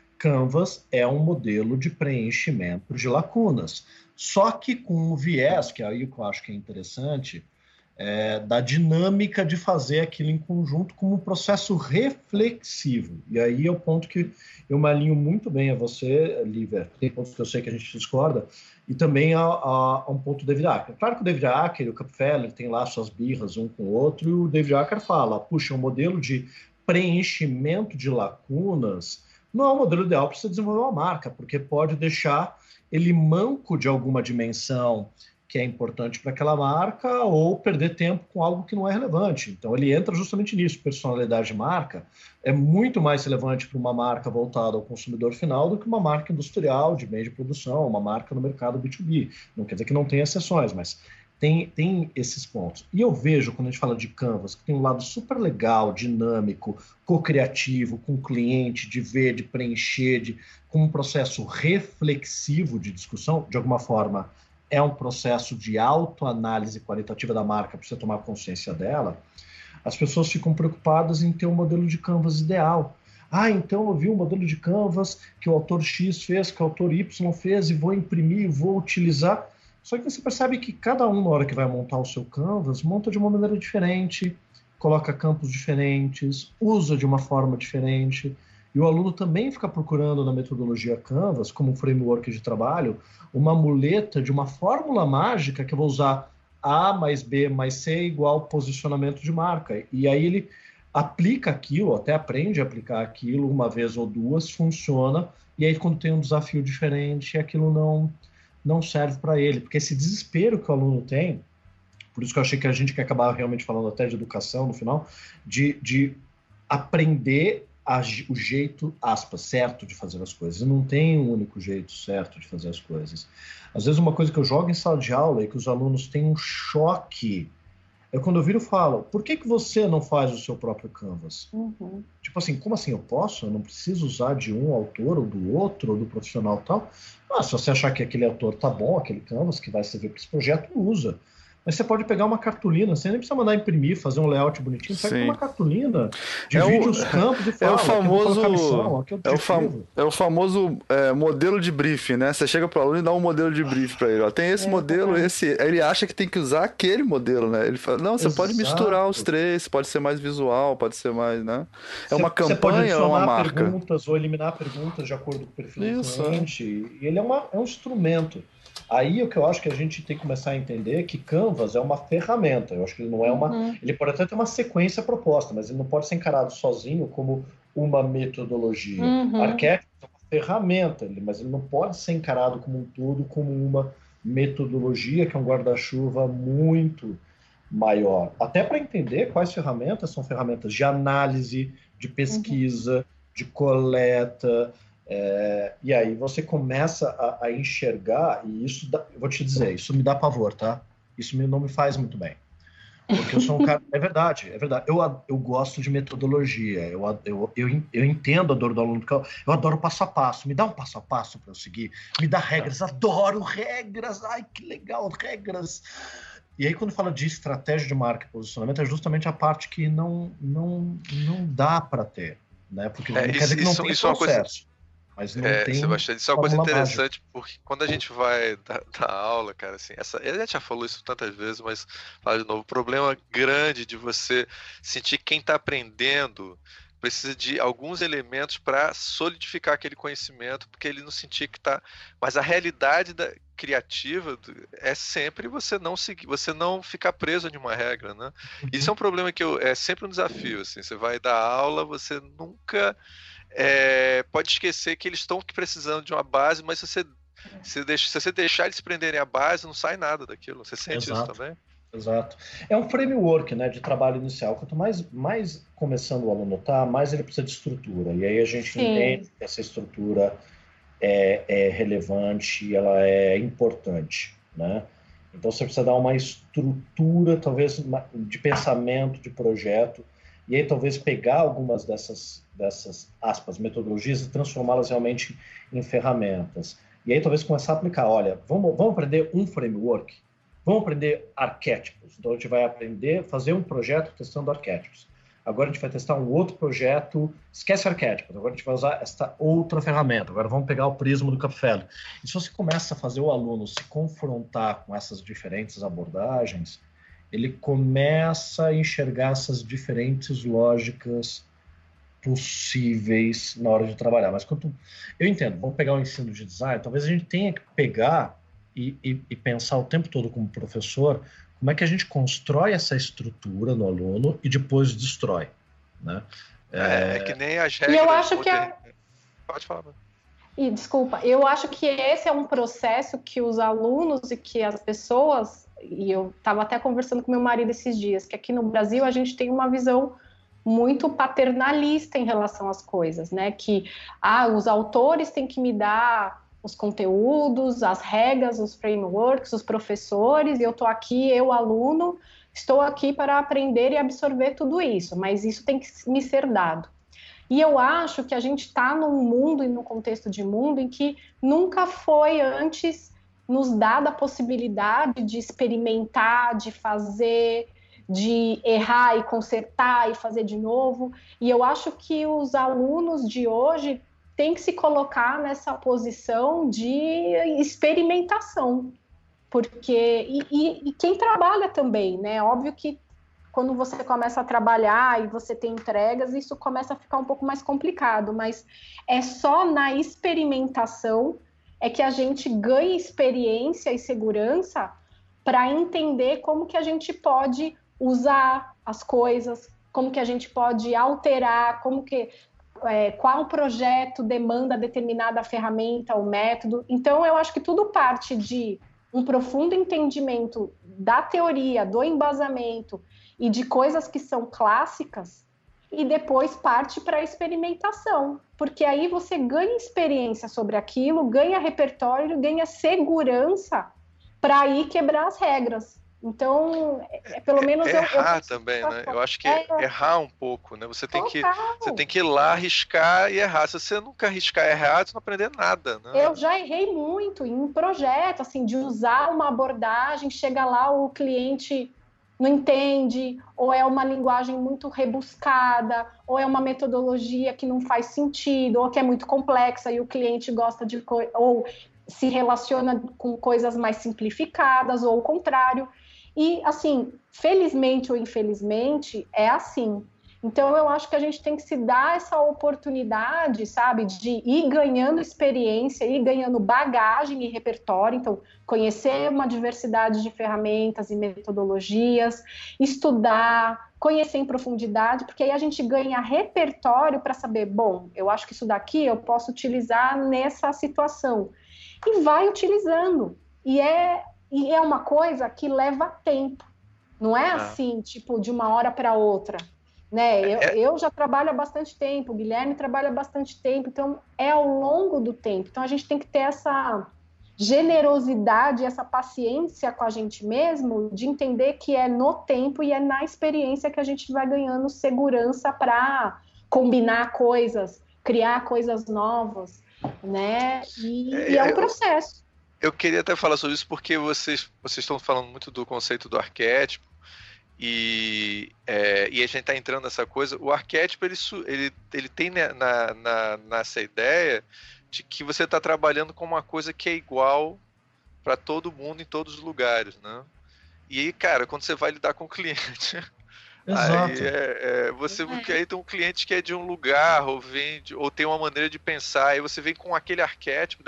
Speaker 5: Canvas é um modelo de preenchimento de lacunas. Só que com um viés, que é aí que eu acho que é interessante, da dinâmica de fazer aquilo em conjunto como um processo reflexivo. E aí é o ponto que eu me alinho muito bem a você, Lívia. Tem pontos que eu sei que a gente discorda, e também a um ponto do David Acker. Claro que o David Acker e o Rockefeller têm lá suas birras um com o outro, e o David Acker fala, puxa, um modelo de preenchimento de lacunas não é um modelo ideal para você desenvolver uma marca, porque pode deixar ele manco de alguma dimensão que é importante para aquela marca, ou perder tempo com algo que não é relevante. Então, ele entra justamente nisso. Personalidade de marca é muito mais relevante para uma marca voltada ao consumidor final do que uma marca industrial, de meio de produção, uma marca no mercado B2B. Não quer dizer que não tenha exceções, mas tem esses pontos. E eu vejo, quando a gente fala de Canvas, que tem um lado super legal, dinâmico, co-criativo, com o cliente, de ver, de preencher, com um processo reflexivo de discussão, de alguma forma, é um processo de autoanálise qualitativa da marca para você tomar consciência dela, as pessoas ficam preocupadas em ter um modelo de Canvas ideal. Então eu vi um modelo de Canvas que o autor X fez, que o autor Y fez, e vou imprimir, vou utilizar. Só que você percebe que cada um, na hora que vai montar o seu Canvas, monta de uma maneira diferente, coloca campos diferentes, usa de uma forma diferente. E o aluno também fica procurando na metodologia Canvas, como um framework de trabalho, uma muleta de uma fórmula mágica que eu vou usar A mais B mais C igual posicionamento de marca. E aí ele aplica aquilo, até aprende a aplicar aquilo uma vez ou duas, funciona, e aí quando tem um desafio diferente, aquilo não serve para ele. Porque esse desespero que o aluno tem, por isso que eu achei que a gente quer acabar realmente falando até de educação no final, de aprender o jeito, aspas, certo de fazer as coisas. E não tem um único jeito certo de fazer as coisas. Às vezes uma coisa que eu jogo em sala de aula e que os alunos têm um choque é quando eu viro e falo, por que você não faz o seu próprio Canvas? Tipo assim, como assim eu posso? Eu não preciso usar de um autor ou do outro, ou do profissional tal? Se você achar que aquele autor tá bom, aquele Canvas que vai servir para esse projeto, usa. Mas você pode pegar uma cartolina, você nem precisa mandar imprimir, fazer um layout bonitinho, pega uma cartolina, divide os campos e fala,
Speaker 6: é o famoso modelo de briefing, né? Você chega pro aluno e dá um modelo de briefing para ele. Tem esse modelo, esse. Aí ele acha que tem que usar aquele modelo, né? Ele fala, não, você pode misturar os três, pode ser mais visual, pode ser mais, né? Uma campanha ou uma marca.
Speaker 5: Perguntas ou eliminar perguntas de acordo com o perfil do cliente. E ele é um instrumento. Aí o que eu acho que a gente tem que começar a entender é que Canvas é uma ferramenta. Eu acho que ele não é uma... Ele pode até ter uma sequência proposta, mas ele não pode ser encarado sozinho como uma metodologia. Arquétipo é uma ferramenta, mas ele não pode ser encarado como um todo, como uma metodologia, que é um guarda-chuva muito maior. Até para entender quais ferramentas são ferramentas de análise, de pesquisa, de coleta... e aí você começa a enxergar, e isso, eu vou te dizer, isso me dá pavor, tá? Isso não me faz muito bem. Porque eu sou um cara... É verdade. Eu gosto de metodologia, eu entendo a dor do aluno, porque eu adoro passo a passo. Me dá um passo a passo para eu seguir, me dá regras, adoro regras, ai que legal, regras. E aí quando fala de estratégia de marca e posicionamento, é justamente a parte que não dá para ter, né? Porque não quer dizer que não tem processo. Mas não tem,
Speaker 2: Sebastião, isso é uma coisa interessante, mágica. Porque quando a gente vai dar aula, cara, assim, ele já falou isso tantas vezes, mas fala de novo, o problema grande de você sentir quem está aprendendo precisa de alguns elementos para solidificar aquele conhecimento, porque ele não sentir que está... Mas a realidade criativa é sempre você não seguir, você não ficar preso a nenhuma regra, né? Isso é um problema que é sempre um desafio, assim, você vai dar aula, você nunca... pode esquecer que eles estão precisando de uma base, mas se você deixar eles prenderem a base, não sai nada daquilo. Você sente isso também?
Speaker 5: Exato. É um framework, né, de trabalho inicial. Quanto mais começando o aluno tá, mais ele precisa de estrutura. E aí a gente entende que essa estrutura é relevante, ela é importante, né? Então você precisa dar uma estrutura, talvez, de pensamento, de projeto, e aí talvez pegar algumas dessas aspas, metodologias e transformá-las realmente em ferramentas. E aí talvez começar a aplicar, olha, vamos aprender um framework, vamos aprender arquétipos. Então a gente vai aprender a fazer um projeto testando arquétipos. Agora a gente vai testar um outro projeto, esquece arquétipos, agora a gente vai usar esta outra ferramenta, agora vamos pegar o prisma do Kapfelder. E se você começa a fazer o aluno se confrontar com essas diferentes abordagens, ele começa a enxergar essas diferentes lógicas possíveis na hora de trabalhar. Mas eu entendo, vamos pegar o ensino de design, talvez a gente tenha que pegar e pensar o tempo todo como professor, como é que a gente constrói essa estrutura no aluno e depois destrói, né?
Speaker 2: É que nem as regras...
Speaker 4: E eu acho que
Speaker 2: Pode falar, mano.
Speaker 4: E desculpa, eu acho que esse é um processo que os alunos e que as pessoas, e eu estava até conversando com meu marido esses dias, que aqui no Brasil a gente tem uma visão muito paternalista em relação às coisas, né? Que os autores têm que me dar os conteúdos, as regras, os frameworks, os professores, e eu estou aqui, eu, aluno, estou aqui para aprender e absorver tudo isso, mas isso tem que me ser dado. E eu acho que a gente está num mundo e num contexto de mundo em que nunca foi antes nos dada a possibilidade de experimentar, de fazer, de errar e consertar e fazer de novo. E eu acho que os alunos de hoje têm que se colocar nessa posição de experimentação. Porque, e quem trabalha também, né? Óbvio que quando você começa a trabalhar e você tem entregas, isso começa a ficar um pouco mais complicado, mas é só na experimentação é que a gente ganha experiência e segurança para entender como que a gente pode usar as coisas, como que a gente pode alterar, qual projeto demanda determinada ferramenta ou método. Então, eu acho que tudo parte de um profundo entendimento da teoria, do embasamento e de coisas que são clássicas, e depois parte para a experimentação, porque aí você ganha experiência sobre aquilo, ganha repertório, ganha segurança para ir quebrar as regras. Então, pelo menos
Speaker 2: errar também, né? Eu acho que errar um pouco, né? Você tem que ir lá arriscar e errar. Se você nunca arriscar e errar, você não aprender nada, né?
Speaker 4: Eu já errei muito em um projeto, assim, de usar uma abordagem, chega lá, o cliente não entende, ou é uma linguagem muito rebuscada, ou é uma metodologia que não faz sentido, ou que é muito complexa e o cliente gosta de ou se relaciona com coisas mais simplificadas, ou o contrário. E, assim, felizmente ou infelizmente, é assim. Então, eu acho que a gente tem que se dar essa oportunidade, sabe, de ir ganhando experiência, ir ganhando bagagem e repertório. Então, conhecer uma diversidade de ferramentas e metodologias, estudar, conhecer em profundidade, porque aí a gente ganha repertório para saber, bom, eu acho que isso daqui eu posso utilizar nessa situação. E vai utilizando. E é uma coisa que leva tempo. Não é assim, tipo, de uma hora para outra. Né? Eu já trabalho há bastante tempo, o Guilherme trabalha há bastante tempo, então é ao longo do tempo. Então a gente tem que ter essa generosidade, essa paciência com a gente mesmo, de entender que é no tempo e é na experiência que a gente vai ganhando segurança para combinar coisas, criar coisas novas, né? E é um processo.
Speaker 2: Eu queria até falar sobre isso porque vocês estão falando muito do conceito do arquétipo. E a gente está entrando nessa coisa. O arquétipo ele tem nessa ideia de que você está trabalhando com uma coisa que é igual para todo mundo em todos os lugares, né? E aí, cara, quando você vai lidar com o cliente, aí aí tem um cliente que é de um lugar ou tem uma maneira de pensar, aí você vem com aquele arquétipo,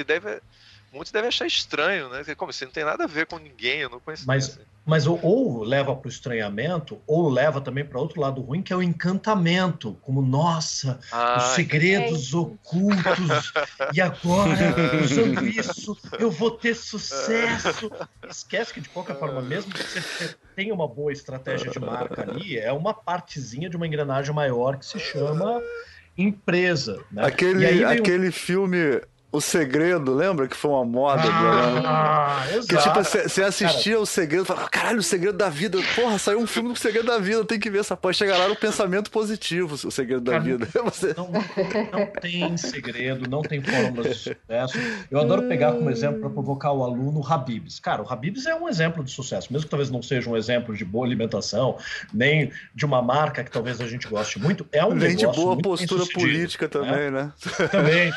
Speaker 2: muitos devem achar estranho, né? Como assim, não tem nada a ver com ninguém, eu não conheço ninguém.
Speaker 5: Mas ou leva para o estranhamento, ou leva também para outro lado ruim, que é o encantamento. Como, nossa, os segredos ocultos, e agora, usando isso, eu vou ter sucesso. Esquece que, de qualquer forma, mesmo que você tenha uma boa estratégia de marca ali, é uma partezinha de uma engrenagem maior que se chama empresa. Né?
Speaker 6: Aquele filme... O Segredo, lembra que foi uma moda?
Speaker 5: Exato.
Speaker 6: Que tipo, você assistia O Segredo e falava, caralho, O Segredo da Vida. Porra, saiu um filme do Segredo da Vida, tem que ver essa porra. Chega lá no pensamento positivo, O Segredo da Vida.
Speaker 5: Não tem segredo, não tem fórmula de sucesso. Eu adoro pegar como exemplo para provocar o aluno o Habib's. Cara, o Habib's é um exemplo de sucesso, mesmo que talvez não seja um exemplo de boa alimentação, nem de uma marca que talvez a gente goste muito. É um
Speaker 6: nem
Speaker 5: negócio
Speaker 6: de boa
Speaker 5: muito
Speaker 6: postura política também, né?
Speaker 5: Também.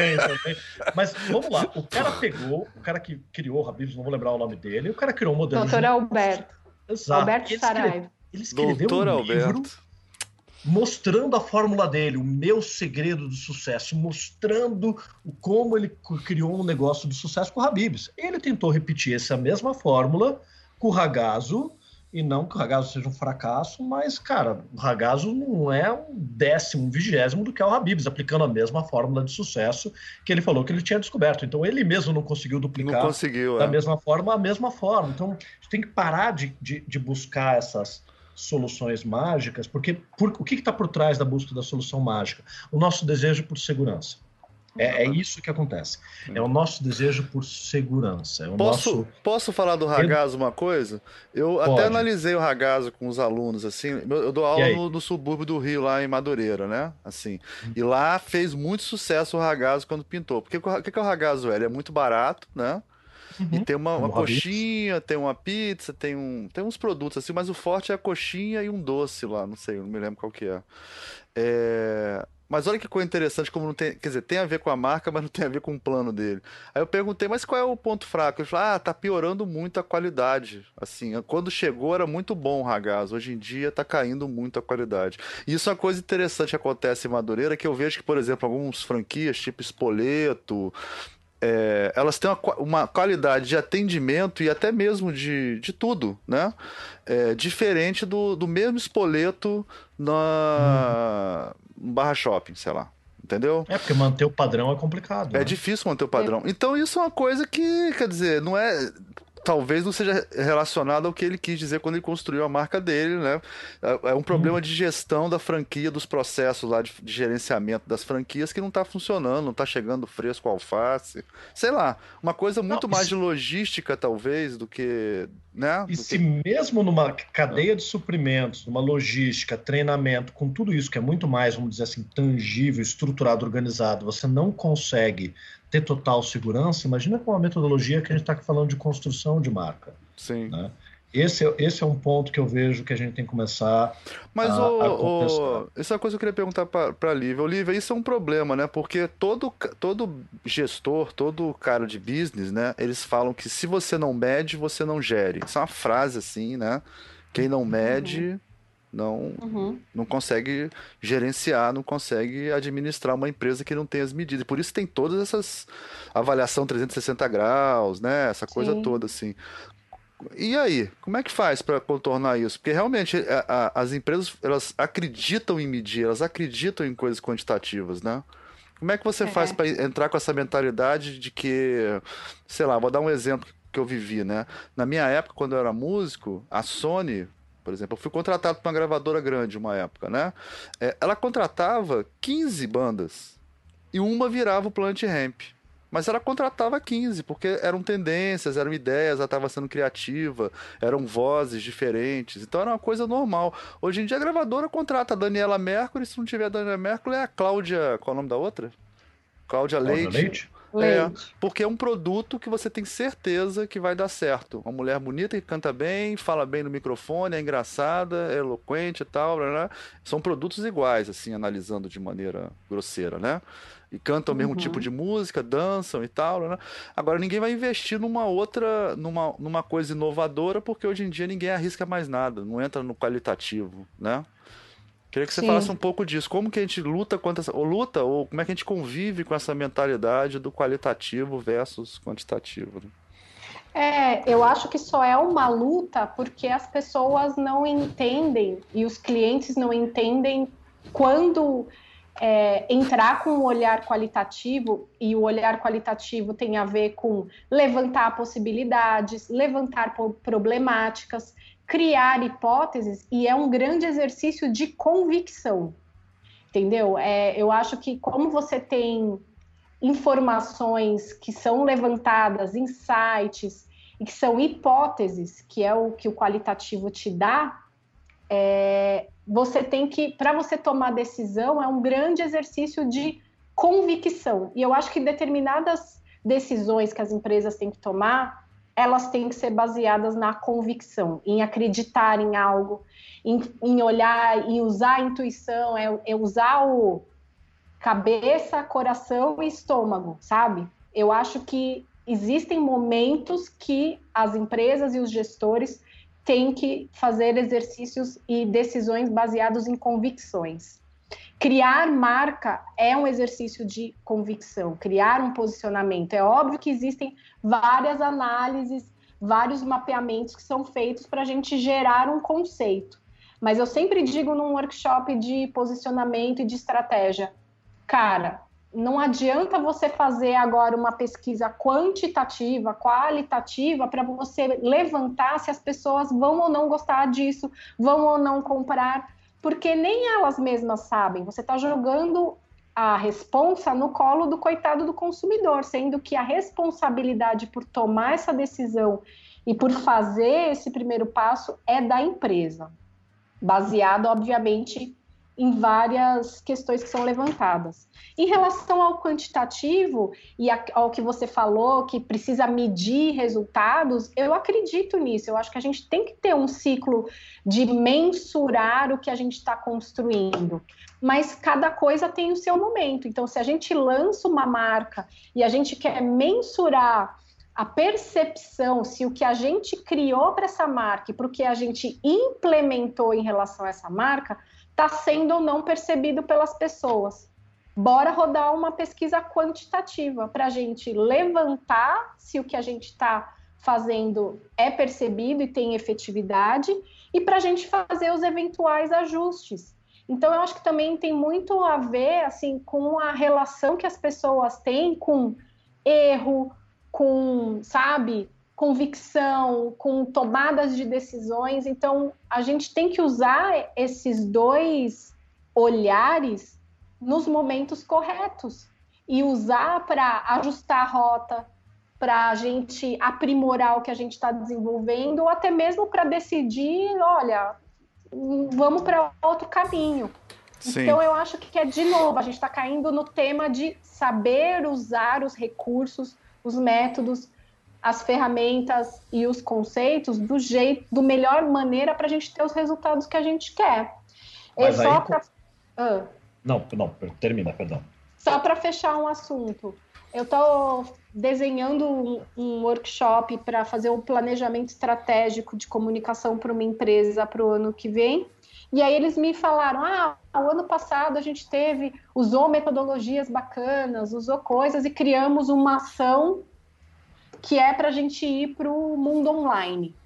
Speaker 5: Mas vamos lá, o cara que criou o Habib's, não vou lembrar o nome dele, o cara criou um modelo...
Speaker 4: Doutor Alberto.
Speaker 5: Exato.
Speaker 4: Alberto Saraiva.
Speaker 5: Ele escreveu um livro mostrando a fórmula dele, o meu segredo do sucesso, mostrando como ele criou um negócio de sucesso com o Habib's. Ele tentou repetir essa mesma fórmula com o Ragazzo, e não que o Ragazzo seja um fracasso, mas, cara, o Ragazzo não é um 10º, 20º do que é o Habib's, aplicando a mesma fórmula de sucesso que ele falou que ele tinha descoberto. Então, ele mesmo não conseguiu duplicar da mesma forma a mesma forma. Então, a gente tem que parar de buscar essas soluções mágicas, porque o que está por trás da busca da solução mágica? O nosso desejo por segurança. É isso que acontece. É o nosso desejo por segurança.
Speaker 6: Posso falar do Ragazzo uma coisa? Eu até analisei o Ragazzo com os alunos, assim. Eu dou aula no subúrbio do Rio, lá em Madureira, né? Assim. E lá fez muito sucesso o Ragazzo quando pintou. Porque o que é o Ragazzo? Ele é muito barato, né? E tem uma coxinha, tem uma pizza, tem uns produtos assim, mas o forte é a coxinha e um doce lá, não sei, não me lembro qual que é. Mas olha que coisa interessante, como não tem, quer dizer, tem a ver com a marca, mas não tem a ver com o plano dele. Aí eu perguntei, mas qual é o ponto fraco? Ele falou, tá piorando muito a qualidade. Assim, quando chegou era muito bom o Ragazzo, hoje em dia tá caindo muito a qualidade. E isso é uma coisa interessante que acontece em Madureira, que eu vejo que, por exemplo, algumas franquias, tipo Spoleto, elas têm uma qualidade de atendimento e até mesmo de tudo, né? Diferente do mesmo Spoleto no Barra Shopping, sei lá. Entendeu?
Speaker 5: Porque manter o padrão é complicado.
Speaker 6: É difícil manter o padrão. Então isso é uma coisa que, quer dizer, não é... Talvez não seja relacionado ao que ele quis dizer quando ele construiu a marca dele, né? É um problema de gestão da franquia, dos processos lá de gerenciamento das franquias que não está funcionando, não está chegando fresco alface. Sei lá, uma coisa muito mais de logística, talvez, do que... né?
Speaker 5: Mesmo numa cadeia de suprimentos, numa logística, treinamento, com tudo isso que é muito mais, vamos dizer assim, tangível, estruturado, organizado, você não consegue ter total segurança, imagina com uma metodologia que a gente está falando de construção de marca.
Speaker 6: Sim.
Speaker 5: Né? Esse é um ponto que eu vejo que a gente tem que começar a contestar.
Speaker 6: Essa é uma coisa que eu queria perguntar para a Lívia. Lívia, isso é um problema, né? Porque todo gestor, todo cara de business, né? Eles falam que se você não mede, você não gere. Isso é uma frase assim, né? Quem não mede... não consegue gerenciar, não consegue administrar uma empresa que não tem as medidas. Por isso tem todas essas avaliação 360 graus, né? Essa coisa toda, assim. E aí, como é que faz para contornar isso? Porque realmente as empresas, elas acreditam em medir, elas acreditam em coisas quantitativas, né? Como é que você faz para entrar com essa mentalidade de que, sei lá, vou dar um exemplo que eu vivi, né? Na minha época, quando eu era músico, a Sony, por exemplo, eu fui contratado por uma gravadora grande uma época, né? Ela contratava 15 bandas e uma virava o Planet Hemp. Mas ela contratava 15, porque eram tendências, eram ideias, ela estava sendo criativa, eram vozes diferentes, então era uma coisa normal. Hoje em dia a gravadora contrata a Daniela Mercury, se não tiver a Daniela Mercury é a Cláudia, qual é o nome da outra? Cláudia Leite. Porque é um produto que você tem certeza que vai dar certo. Uma mulher bonita que canta bem, fala bem no microfone, é engraçada, é eloquente e tal, né? São produtos iguais, assim, analisando de maneira grosseira, né? E cantam o mesmo tipo de música, dançam e tal, né? Agora ninguém vai investir numa coisa inovadora, porque hoje em dia ninguém arrisca mais nada, não entra no qualitativo, né? Queria que você falasse um pouco disso. Como que a gente luta contra essa... ou como é que a gente convive com essa mentalidade do qualitativo versus quantitativo?
Speaker 4: Eu acho que só é uma luta porque as pessoas não entendem e os clientes não entendem quando entrar com um olhar qualitativo, e o olhar qualitativo tem a ver com levantar possibilidades, levantar problemáticas, criar hipóteses, e é um grande exercício de convicção, entendeu? Eu acho que como você tem informações que são levantadas, insights, e que são hipóteses, que é o que o qualitativo te dá, você tem que, para você tomar decisão, é um grande exercício de convicção, e eu acho que determinadas decisões que as empresas têm que tomar, elas têm que ser baseadas na convicção, em acreditar em algo, em olhar, em usar a intuição, usar o cabeça, coração e estômago, sabe? Eu acho que existem momentos que as empresas e os gestores têm que fazer exercícios e decisões baseados em convicções. Criar marca é um exercício de convicção, criar um posicionamento. É óbvio que existem várias análises, vários mapeamentos que são feitos para a gente gerar um conceito. Mas eu sempre digo num workshop de posicionamento e de estratégia, cara, não adianta você fazer agora uma pesquisa quantitativa, qualitativa, para você levantar se as pessoas vão ou não gostar disso, vão ou não comprar, porque nem elas mesmas sabem. Você está jogando a responsa no colo do coitado do consumidor, sendo que a responsabilidade por tomar essa decisão e por fazer esse primeiro passo é da empresa, baseado, obviamente, em várias questões que são levantadas. Em relação ao quantitativo e ao que você falou, que precisa medir resultados, eu acredito nisso. Eu acho que a gente tem que ter um ciclo de mensurar o que a gente está construindo. Mas cada coisa tem o seu momento. Então, se a gente lança uma marca e a gente quer mensurar a percepção, se o que a gente criou para essa marca e para o que a gente implementou em relação a essa marca está sendo ou não percebido pelas pessoas. Bora rodar uma pesquisa quantitativa para a gente levantar se o que a gente está fazendo é percebido e tem efetividade e para a gente fazer os eventuais ajustes. Então, eu acho que também tem muito a ver assim, com a relação que as pessoas têm com erro, com, sabe, convicção, com tomadas de decisões. Então, a gente tem que usar esses dois olhares nos momentos corretos e usar para ajustar a rota, para a gente aprimorar o que a gente está desenvolvendo, ou até mesmo para decidir, olha, vamos para outro caminho. Sim. Então, eu acho que de novo, a gente está caindo no tema de saber usar os recursos, os métodos, as ferramentas e os conceitos do melhor maneira para a gente ter os resultados que a gente quer.
Speaker 5: Mas Não, termina, perdão.
Speaker 4: Só para fechar um assunto, eu estou desenhando um workshop para fazer um planejamento estratégico de comunicação para uma empresa para o ano que vem, E aí eles me falaram, o ano passado a gente usou metodologias bacanas, usou coisas e criamos uma ação que é para a gente ir para o mundo online.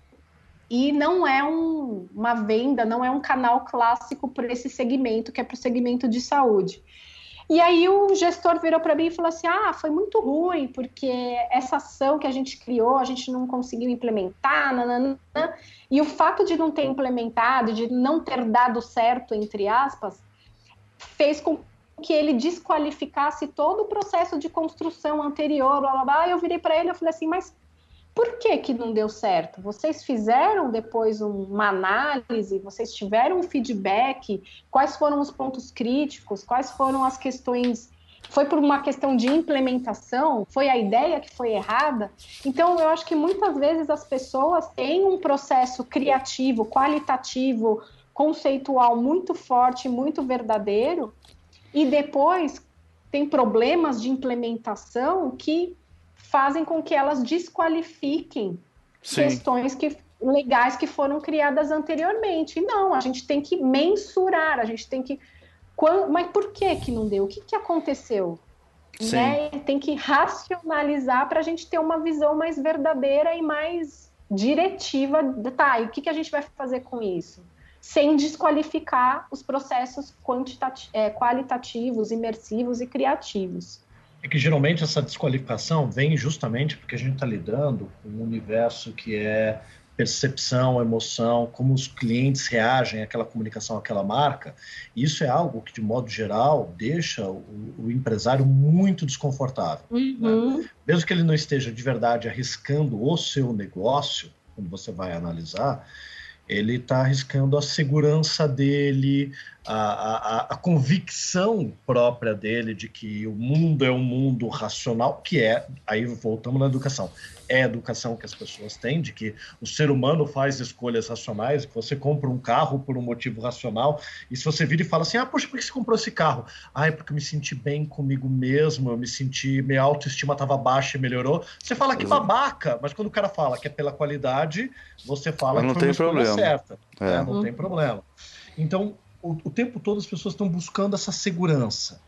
Speaker 4: E não é uma venda, não é um canal clássico para esse segmento, que é para o segmento de saúde. E aí o gestor virou para mim e falou assim, foi muito ruim, porque essa ação que a gente criou, a gente não conseguiu implementar, nananã. E o fato de não ter implementado, de não ter dado certo, entre aspas, fez com que ele desqualificasse todo o processo de construção anterior, blá, blá, blá. Eu virei para ele e falei assim, mas por que não deu certo? Vocês fizeram depois uma análise, vocês tiveram um feedback, quais foram os pontos críticos, quais foram as questões, foi por uma questão de implementação, foi a ideia que foi errada? Então, eu acho que muitas vezes as pessoas têm um processo criativo, qualitativo, conceitual muito forte, muito verdadeiro, e depois tem problemas de implementação que fazem com que elas desqualifiquem questões legais que foram criadas anteriormente. E não, a gente tem que mensurar, a gente tem que... Mas por que não deu? O que aconteceu? Né? Tem que racionalizar para a gente ter uma visão mais verdadeira e mais diretiva. E o que a gente vai fazer com isso? Sem desqualificar os processos qualitativos, imersivos e criativos.
Speaker 5: É que geralmente essa desqualificação vem justamente porque a gente está lidando com um universo que é percepção, emoção, como os clientes reagem àquela comunicação, àquela marca. E isso é algo que, de modo geral, deixa o empresário muito desconfortável. Né? Mesmo que ele não esteja de verdade arriscando o seu negócio, quando você vai analisar, ele está arriscando a segurança dele, a convicção própria dele de que o mundo é um mundo racional, que é, aí voltamos na educação, é a educação que as pessoas têm, de que o ser humano faz escolhas racionais, que você compra um carro por um motivo racional, e se você vira e fala assim, poxa, por que você comprou esse carro? É porque eu me senti bem comigo mesmo, eu me senti, minha autoestima estava baixa e melhorou. Você fala que babaca, mas quando o cara fala que é pela qualidade, você fala que foi uma escolha certa. Não tem problema. Então, o tempo todo as pessoas estão buscando essa segurança,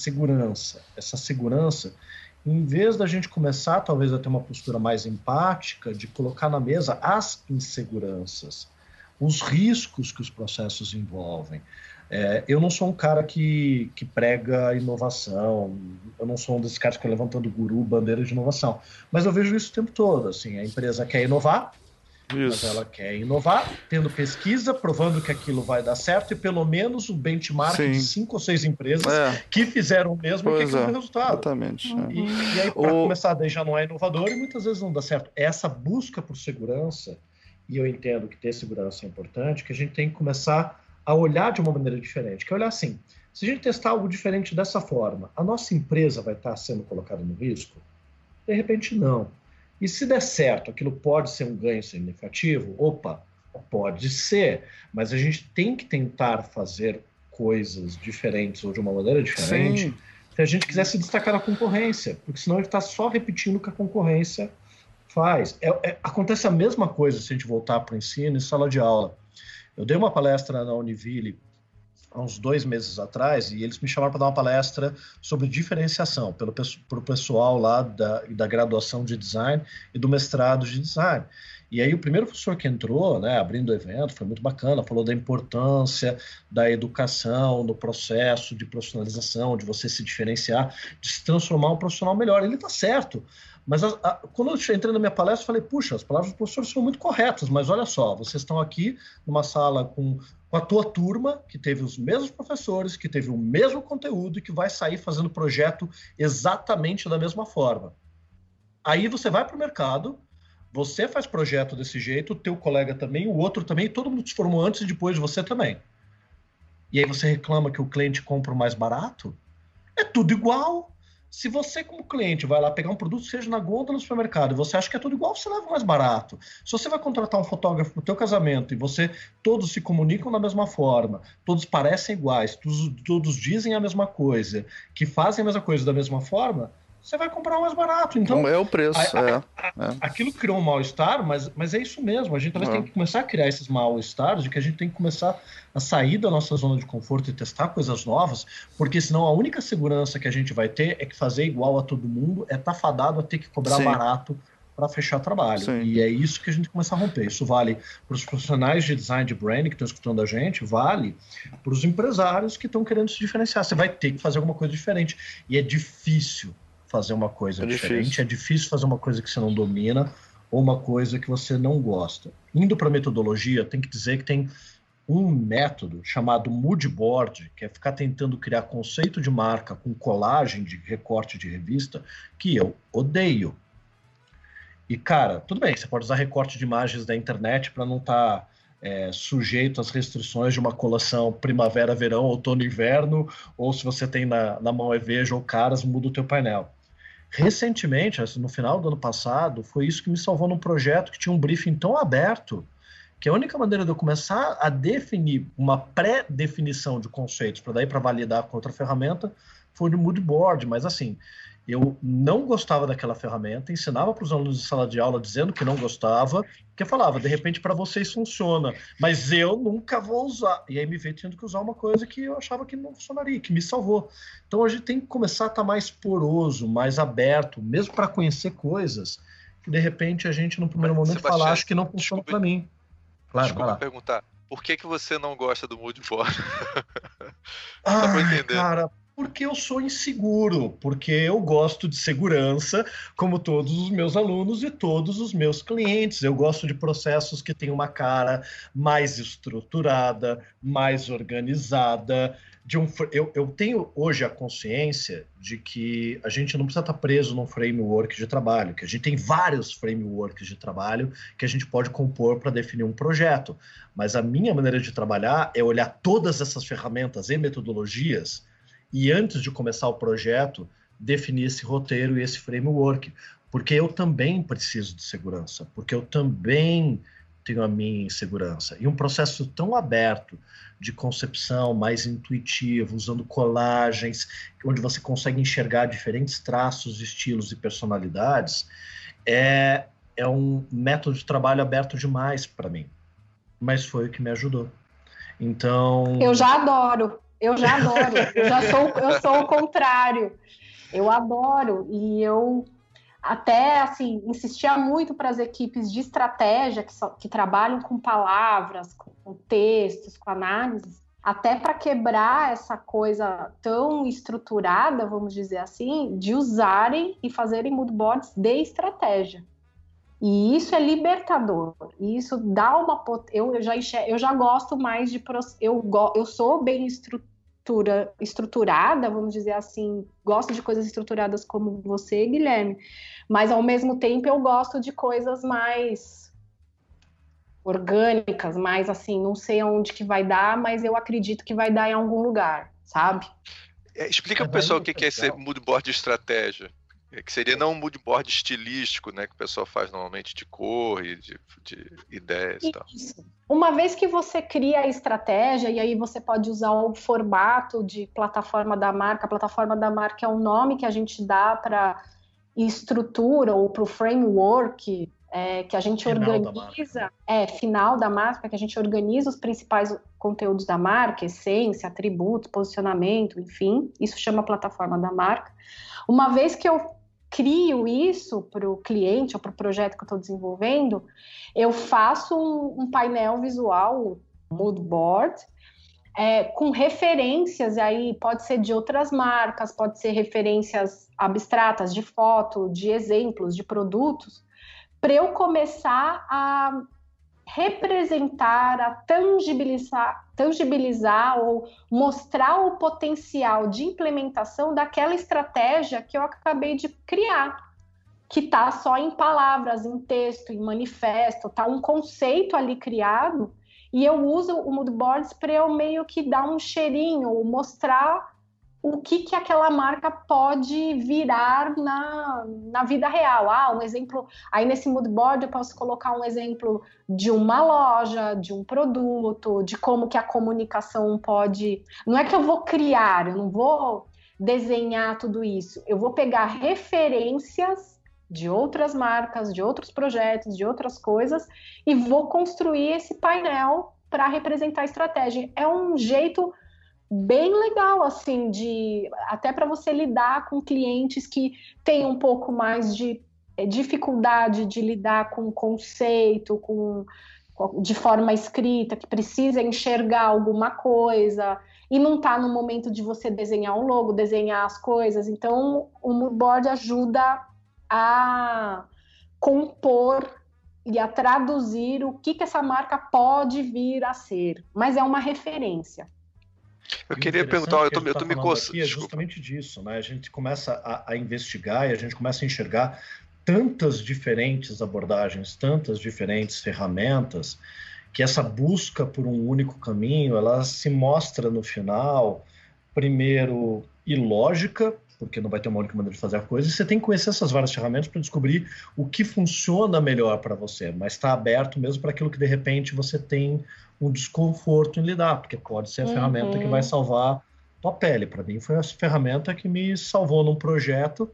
Speaker 5: em vez da gente começar talvez a ter uma postura mais empática, de colocar na mesa as inseguranças, os riscos que os processos envolvem. Eu não sou um cara que prega inovação, eu não sou um desses caras que fica levantando guru, bandeira de inovação, mas eu vejo isso o tempo todo, assim, a empresa quer inovar, mas ela quer inovar, tendo pesquisa, provando que aquilo vai dar certo e pelo menos o benchmark de 5 ou 6 empresas que fizeram o mesmo e que aquilo deu resultado.
Speaker 6: Exatamente.
Speaker 5: E aí, para começar, daí já não é inovador e muitas vezes não dá certo. Essa busca por segurança, e eu entendo que ter segurança é importante, que a gente tem que começar a olhar de uma maneira diferente, que é olhar assim, se a gente testar algo diferente dessa forma, a nossa empresa vai estar sendo colocada no risco? De repente, não. E se der certo, aquilo pode ser um ganho significativo? Opa, pode ser, mas a gente tem que tentar fazer coisas diferentes ou de uma maneira diferente se a gente quiser se destacar na concorrência, porque senão ele está só repetindo o que a concorrência faz. Acontece a mesma coisa se a gente voltar para o ensino em sala de aula. Eu dei uma palestra na Univille há uns 2 meses atrás, e eles me chamaram para dar uma palestra sobre diferenciação para o pessoal lá da graduação de design e do mestrado de design. E aí o primeiro professor que entrou, né, abrindo o evento, foi muito bacana, falou da importância da educação, do processo de profissionalização, de você se diferenciar, de se transformar um profissional melhor. Ele está certo. Mas quando eu entrei na minha palestra, eu falei, puxa, as palavras do professor são muito corretas, mas olha só, vocês estão aqui numa sala com a tua turma, que teve os mesmos professores, que teve o mesmo conteúdo e que vai sair fazendo projeto exatamente da mesma forma. Aí você vai para o mercado, você faz projeto desse jeito, o teu colega também, o outro também, todo mundo se formou antes e depois de você também. E aí você reclama que o cliente compra o mais barato? É tudo igual. Se você, como cliente, vai lá pegar um produto, seja na gôndola no supermercado, e você acha que é tudo igual, você leva o mais barato. Se você vai contratar um fotógrafo para o teu casamento e todos se comunicam da mesma forma, todos parecem iguais, todos dizem a mesma coisa, que fazem a mesma coisa da mesma forma, você vai comprar o mais barato. Então,
Speaker 6: é o preço.
Speaker 5: Aquilo criou um mal-estar, mas é isso mesmo. A gente talvez tem que começar a criar esses mal-estares, de que a gente tem que começar a sair da nossa zona de conforto e testar coisas novas, porque senão a única segurança que a gente vai ter é que fazer igual a todo mundo é estar fadado a ter que cobrar barato para fechar trabalho. Sim. E é isso que a gente começa a romper. Isso vale para os profissionais de design de branding que estão escutando a gente, vale para os empresários que estão querendo se diferenciar. Você vai ter que fazer alguma coisa diferente. E é difícil fazer uma coisa diferente, é difícil fazer uma coisa que você não domina ou uma coisa que você não gosta. Indo para a metodologia, tem que dizer que tem um método chamado mood board, que é ficar tentando criar conceito de marca com colagem de recorte de revista, que eu odeio. E, cara, tudo bem, você pode usar recorte de imagens da internet para não estar sujeito às restrições de uma coleção primavera, verão, outono, inverno, ou se você tem na mão Veja ou Caras, muda o teu painel. Recentemente, no final do ano passado, foi isso que me salvou num projeto que tinha um briefing tão aberto que a única maneira de eu começar a definir uma pré-definição de conceitos para daí para validar com outra ferramenta foi no mood board, mas assim... Eu não gostava daquela ferramenta, ensinava para os alunos de sala de aula dizendo que não gostava, porque falava, de repente para vocês funciona, mas eu nunca vou usar. E aí me veio tendo que usar uma coisa que eu achava que não funcionaria, que me salvou. Então a gente tem que começar a estar mais poroso, mais aberto, mesmo para conhecer coisas que de repente a gente no primeiro momento fala, acho que não funciona para mim. Claro,
Speaker 2: desculpa perguntar, por que você não gosta do mood board? Só para entender.
Speaker 5: Cara, porque eu sou inseguro, porque eu gosto de segurança, como todos os meus alunos e todos os meus clientes. Eu gosto de processos que têm uma cara mais estruturada, mais organizada. Eu tenho hoje a consciência de que a gente não precisa estar preso num framework de trabalho, que a gente tem vários frameworks de trabalho que a gente pode compor para definir um projeto. Mas a minha maneira de trabalhar é olhar todas essas ferramentas e metodologias e antes de começar o projeto, definir esse roteiro e esse framework. Porque eu também preciso de segurança, porque eu também tenho a minha insegurança. E um processo tão aberto de concepção, mais intuitivo, usando colagens, onde você consegue enxergar diferentes traços, estilos e personalidades, é um método de trabalho aberto demais para mim. Mas foi o que me ajudou. Então...
Speaker 4: Eu já adoro. Eu sou o contrário. Eu adoro e eu até assim insistia muito para as equipes de estratégia que trabalham com palavras, com textos, com análises, até para quebrar essa coisa tão estruturada, vamos dizer assim, de usarem e fazerem mood boards de estratégia. E isso é libertador. E isso dá uma eu já gosto mais de eu sou bem estruturada, vamos dizer assim, gosto de coisas estruturadas como você, Guilherme, mas ao mesmo tempo eu gosto de coisas mais orgânicas, mais assim, não sei aonde que vai dar, mas eu acredito que vai dar em algum lugar, sabe?
Speaker 2: Explica pro pessoal o que é esse mood board de estratégia. Que seria não um mood board estilístico, né, que o pessoal faz normalmente de cor e de ideias e tal.
Speaker 4: Uma vez que você cria a estratégia, e aí você pode usar o formato de plataforma da marca. A plataforma da marca é um nome que a gente dá para estrutura ou para o framework que a gente organiza, final da marca, que a gente organiza os principais conteúdos da marca, essência, atributos, posicionamento, enfim, isso chama plataforma da marca. Uma vez que eu crio isso para o cliente ou para o projeto que eu estou desenvolvendo, eu faço um painel visual, mood board, com referências, aí pode ser de outras marcas, pode ser referências abstratas, de foto, de exemplos, de produtos, para eu começar a representar, a tangibilizar ou mostrar o potencial de implementação daquela estratégia que eu acabei de criar, que está só em palavras, em texto, em manifesto, está um conceito ali criado, e eu uso o mood boards para eu meio que dar um cheirinho, mostrar o que aquela marca pode virar na vida real. Um exemplo, aí nesse mood board eu posso colocar um exemplo de uma loja, de um produto, de como que a comunicação pode... Não é que eu vou criar, eu não vou desenhar tudo isso. Eu vou pegar referências de outras marcas, de outros projetos, de outras coisas, e vou construir esse painel para representar a estratégia. É um jeito bem legal, assim, até para você lidar com clientes que têm um pouco mais de dificuldade de lidar com conceito, de forma escrita, que precisa enxergar alguma coisa e não está no momento de você desenhar um logo, desenhar as coisas. Então, o moodboard ajuda a compor e a traduzir o que essa marca pode vir a ser, mas é uma referência.
Speaker 2: Eu queria perguntar, eu tô me
Speaker 5: coçando. É justamente disso, né? A gente começa a investigar e a gente começa a enxergar tantas diferentes abordagens, tantas diferentes ferramentas, que essa busca por um único caminho, ela se mostra no final, primeiro, ilógica, porque não vai ter uma única maneira de fazer a coisa, e você tem que conhecer essas várias ferramentas para descobrir o que funciona melhor para você, mas está aberto mesmo para aquilo que, de repente, você tem um desconforto em lidar, porque pode ser a ferramenta que vai salvar tua pele. Para mim, foi a ferramenta que me salvou num projeto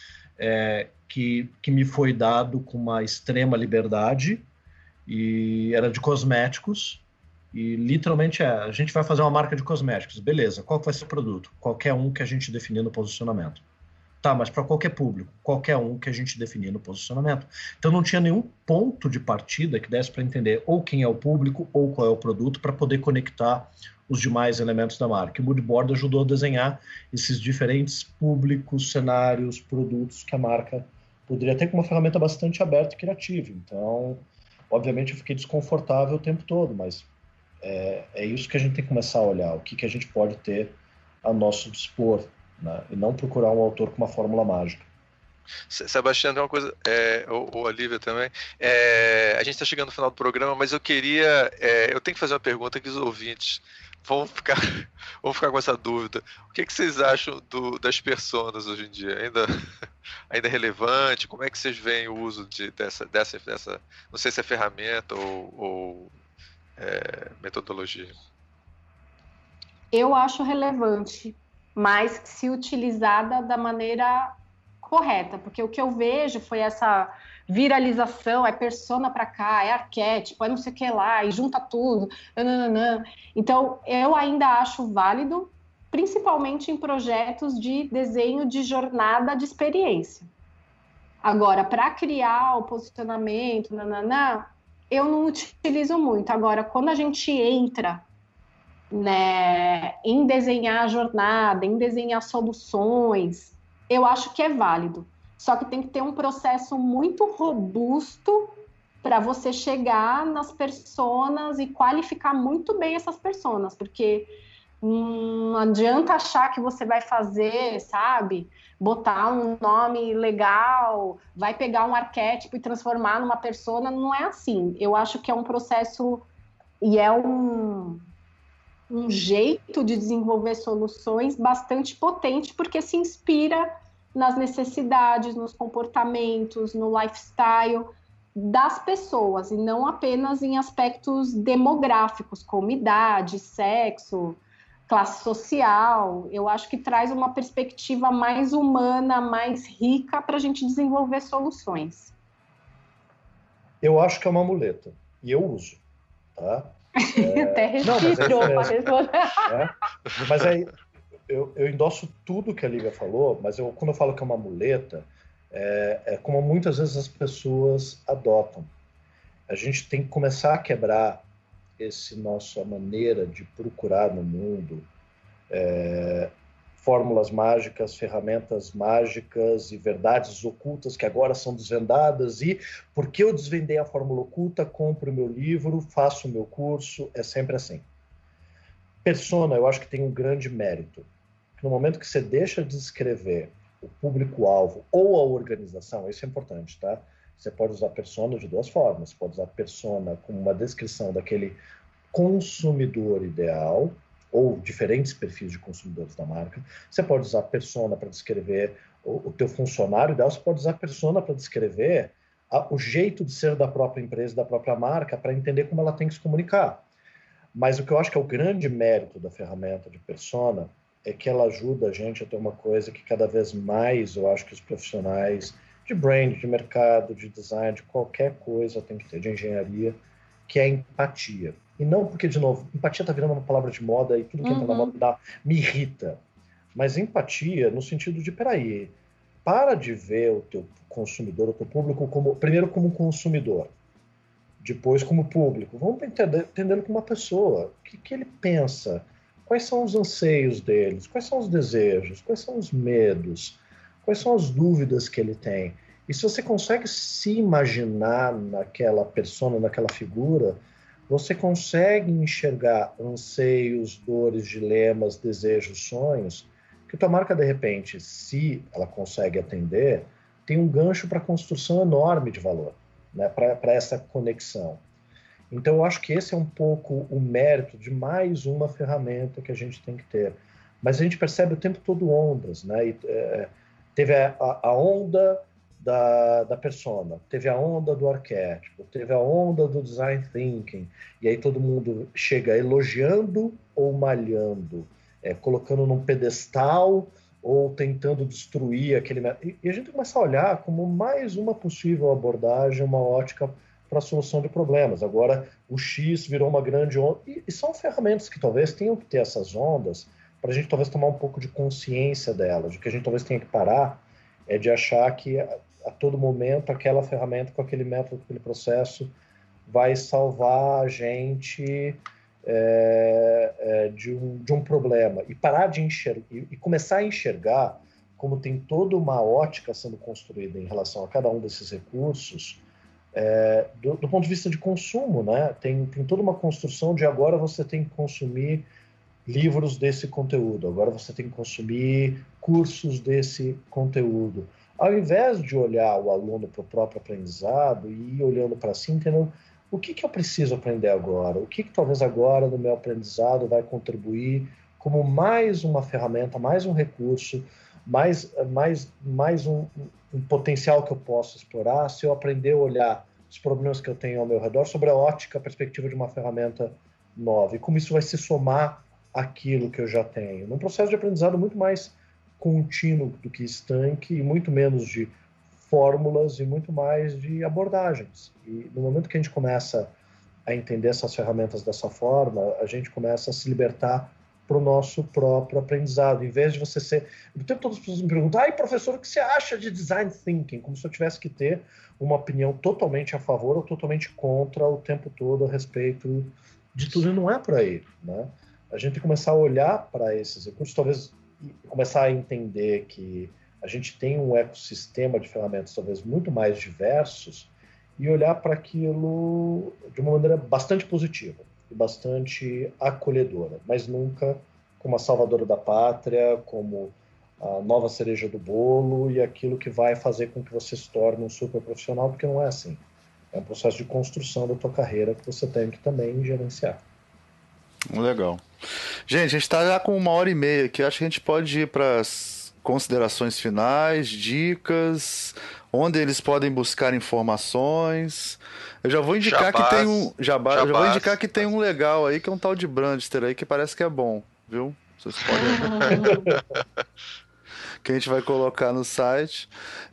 Speaker 5: que me foi dado com uma extrema liberdade, e era de cosméticos, e literalmente a gente vai fazer uma marca de cosméticos, beleza, qual que vai ser o produto? Qualquer um que a gente definir no posicionamento. Tá, mas para qualquer público, qualquer um que a gente definir no posicionamento. Então não tinha nenhum ponto de partida que desse para entender ou quem é o público ou qual é o produto para poder conectar os demais elementos da marca. O moodboard ajudou a desenhar esses diferentes públicos, cenários, produtos que a marca poderia ter com uma ferramenta bastante aberta e criativa. Então, obviamente eu fiquei desconfortável o tempo todo, mas é isso que a gente tem que começar a olhar, o que a gente pode ter a nosso dispor, né? E não procurar um autor com uma fórmula mágica.
Speaker 2: Sebastião, tem uma coisa, ou a Lívia também, a gente está chegando no final do programa, mas eu tenho que fazer uma pergunta que os ouvintes vão ficar com essa dúvida. O que vocês acham das personas hoje em dia? Ainda é relevante? Como é que vocês veem o uso dessa não sei se é ferramenta ou metodologia?
Speaker 4: Eu acho relevante, mas se utilizada da maneira correta, porque o que eu vejo foi essa viralização, é persona para cá, é arquétipo, é não sei o que lá, e junta tudo, nananã. Então, eu ainda acho válido, principalmente em projetos de desenho de jornada de experiência. Agora, para criar o posicionamento, nananã, eu não utilizo muito. Agora, quando a gente entra, né, em desenhar a jornada, em desenhar soluções, eu acho que é válido. Só que tem que ter um processo muito robusto para você chegar nas personas e qualificar muito bem essas personas, porque não adianta achar que você vai fazer, sabe, botar um nome legal, vai pegar um arquétipo e transformar numa persona, não é assim. Eu acho que é um processo e é um jeito de desenvolver soluções bastante potente, porque se inspira nas necessidades, nos comportamentos, no lifestyle das pessoas, e não apenas em aspectos demográficos, como idade, sexo, classe social. Eu acho que traz uma perspectiva mais humana, mais rica para a gente desenvolver soluções.
Speaker 5: Eu acho que é uma muleta, e eu uso, tá?
Speaker 4: Até respirou para responder.
Speaker 5: Mas aí, eu endosso tudo que a Lívia falou, mas quando eu falo que é uma muleta, é como muitas vezes as pessoas adotam. A gente tem que começar a quebrar nossa maneira de procurar no mundo fórmulas mágicas, ferramentas mágicas e verdades ocultas que agora são desvendadas, e porque eu desvendei a fórmula oculta, compro o meu livro, faço o meu curso, é sempre assim. Persona, eu acho que tem um grande mérito. No momento que você deixa de escrever o público-alvo ou a organização, isso é importante, tá? Você pode usar persona de duas formas. Você pode usar persona como uma descrição daquele consumidor ideal, ou diferentes perfis de consumidores da marca. Você pode usar persona para descrever o teu funcionário ideal. Você pode usar persona para descrever o jeito de ser da própria empresa, da própria marca, para entender como ela tem que se comunicar. Mas o que eu acho que é o grande mérito da ferramenta de persona é que ela ajuda a gente a ter uma coisa que cada vez mais eu acho que os profissionais de brand, de mercado, de design, de qualquer coisa tem que ter, de engenharia, que é a empatia. E não porque, de novo, empatia está virando uma palavra de moda e tudo que entra na moda me irrita. Mas empatia no sentido de, peraí, para de ver o teu consumidor, o teu público, primeiro como consumidor, depois como público. Vamos entendê-lo como uma pessoa. O que ele pensa? Quais são os anseios deles? Quais são os desejos? Quais são os medos? Quais são as dúvidas que ele tem? E se você consegue se imaginar naquela persona, naquela figura, você consegue enxergar anseios, dores, dilemas, desejos, sonhos, que tua marca, de repente, se ela consegue atender, tem um gancho para construção enorme de valor, né, para essa conexão. Então, eu acho que esse é um pouco o mérito de mais uma ferramenta que a gente tem que ter. Mas a gente percebe o tempo todo ondas, né? Teve a onda da persona, teve a onda do arquétipo, teve a onda do design thinking, e aí todo mundo chega elogiando ou malhando, colocando num pedestal ou tentando destruir aquele... E a gente começa a olhar como mais uma possível abordagem, uma ótica para a solução de problemas. Agora, o X virou uma grande onda, e são ferramentas que talvez tenham que ter essas ondas para a gente talvez tomar um pouco de consciência delas. O que a gente talvez tenha que parar é de achar que a todo momento aquela ferramenta, com aquele método, com aquele processo, vai salvar a gente de um problema. E parar de enxergar, e começar a enxergar como tem toda uma ótica sendo construída em relação a cada um desses recursos, do ponto de vista de consumo, né? Tem toda uma construção de agora você tem que consumir livros desse conteúdo, agora você tem que consumir cursos desse conteúdo. Ao invés de olhar o aluno para o próprio aprendizado e ir olhando para si, entendendo o que eu preciso aprender agora, o que talvez agora no meu aprendizado vai contribuir como mais uma ferramenta, mais um recurso, mais um potencial que eu posso explorar se eu aprender a olhar os problemas que eu tenho ao meu redor sobre a ótica, a perspectiva de uma ferramenta nova e como isso vai se somar àquilo que eu já tenho. Num processo de aprendizado muito mais contínuo do que estanque e muito menos de fórmulas e muito mais de abordagens. E no momento que a gente começa a entender essas ferramentas dessa forma, a gente começa a se libertar para o nosso próprio aprendizado. Em vez de você ser... O tempo todo as pessoas me perguntam, professor, o que você acha de design thinking? Como se eu tivesse que ter uma opinião totalmente a favor ou totalmente contra o tempo todo a respeito de tudo, e não é por aí, né? A gente tem que começar a olhar para esses recursos, talvez começar a entender que a gente tem um ecossistema de ferramentas talvez muito mais diversos e olhar para aquilo de uma maneira bastante positiva e bastante acolhedora, mas nunca como a salvadora da pátria, como a nova cereja do bolo e aquilo que vai fazer com que você se torne um super profissional, porque não é assim. É um processo de construção da tua carreira que você tem que também gerenciar.
Speaker 6: Legal. Gente, a gente está já com 1h30 aqui. Acho que a gente pode ir para as considerações finais, dicas, onde eles podem buscar informações. Eu já vou indicar que tem um já vou indicar que tem um legal aí, que é um tal de Brandster aí, que parece que é bom, viu? Vocês podem que a gente vai colocar no site.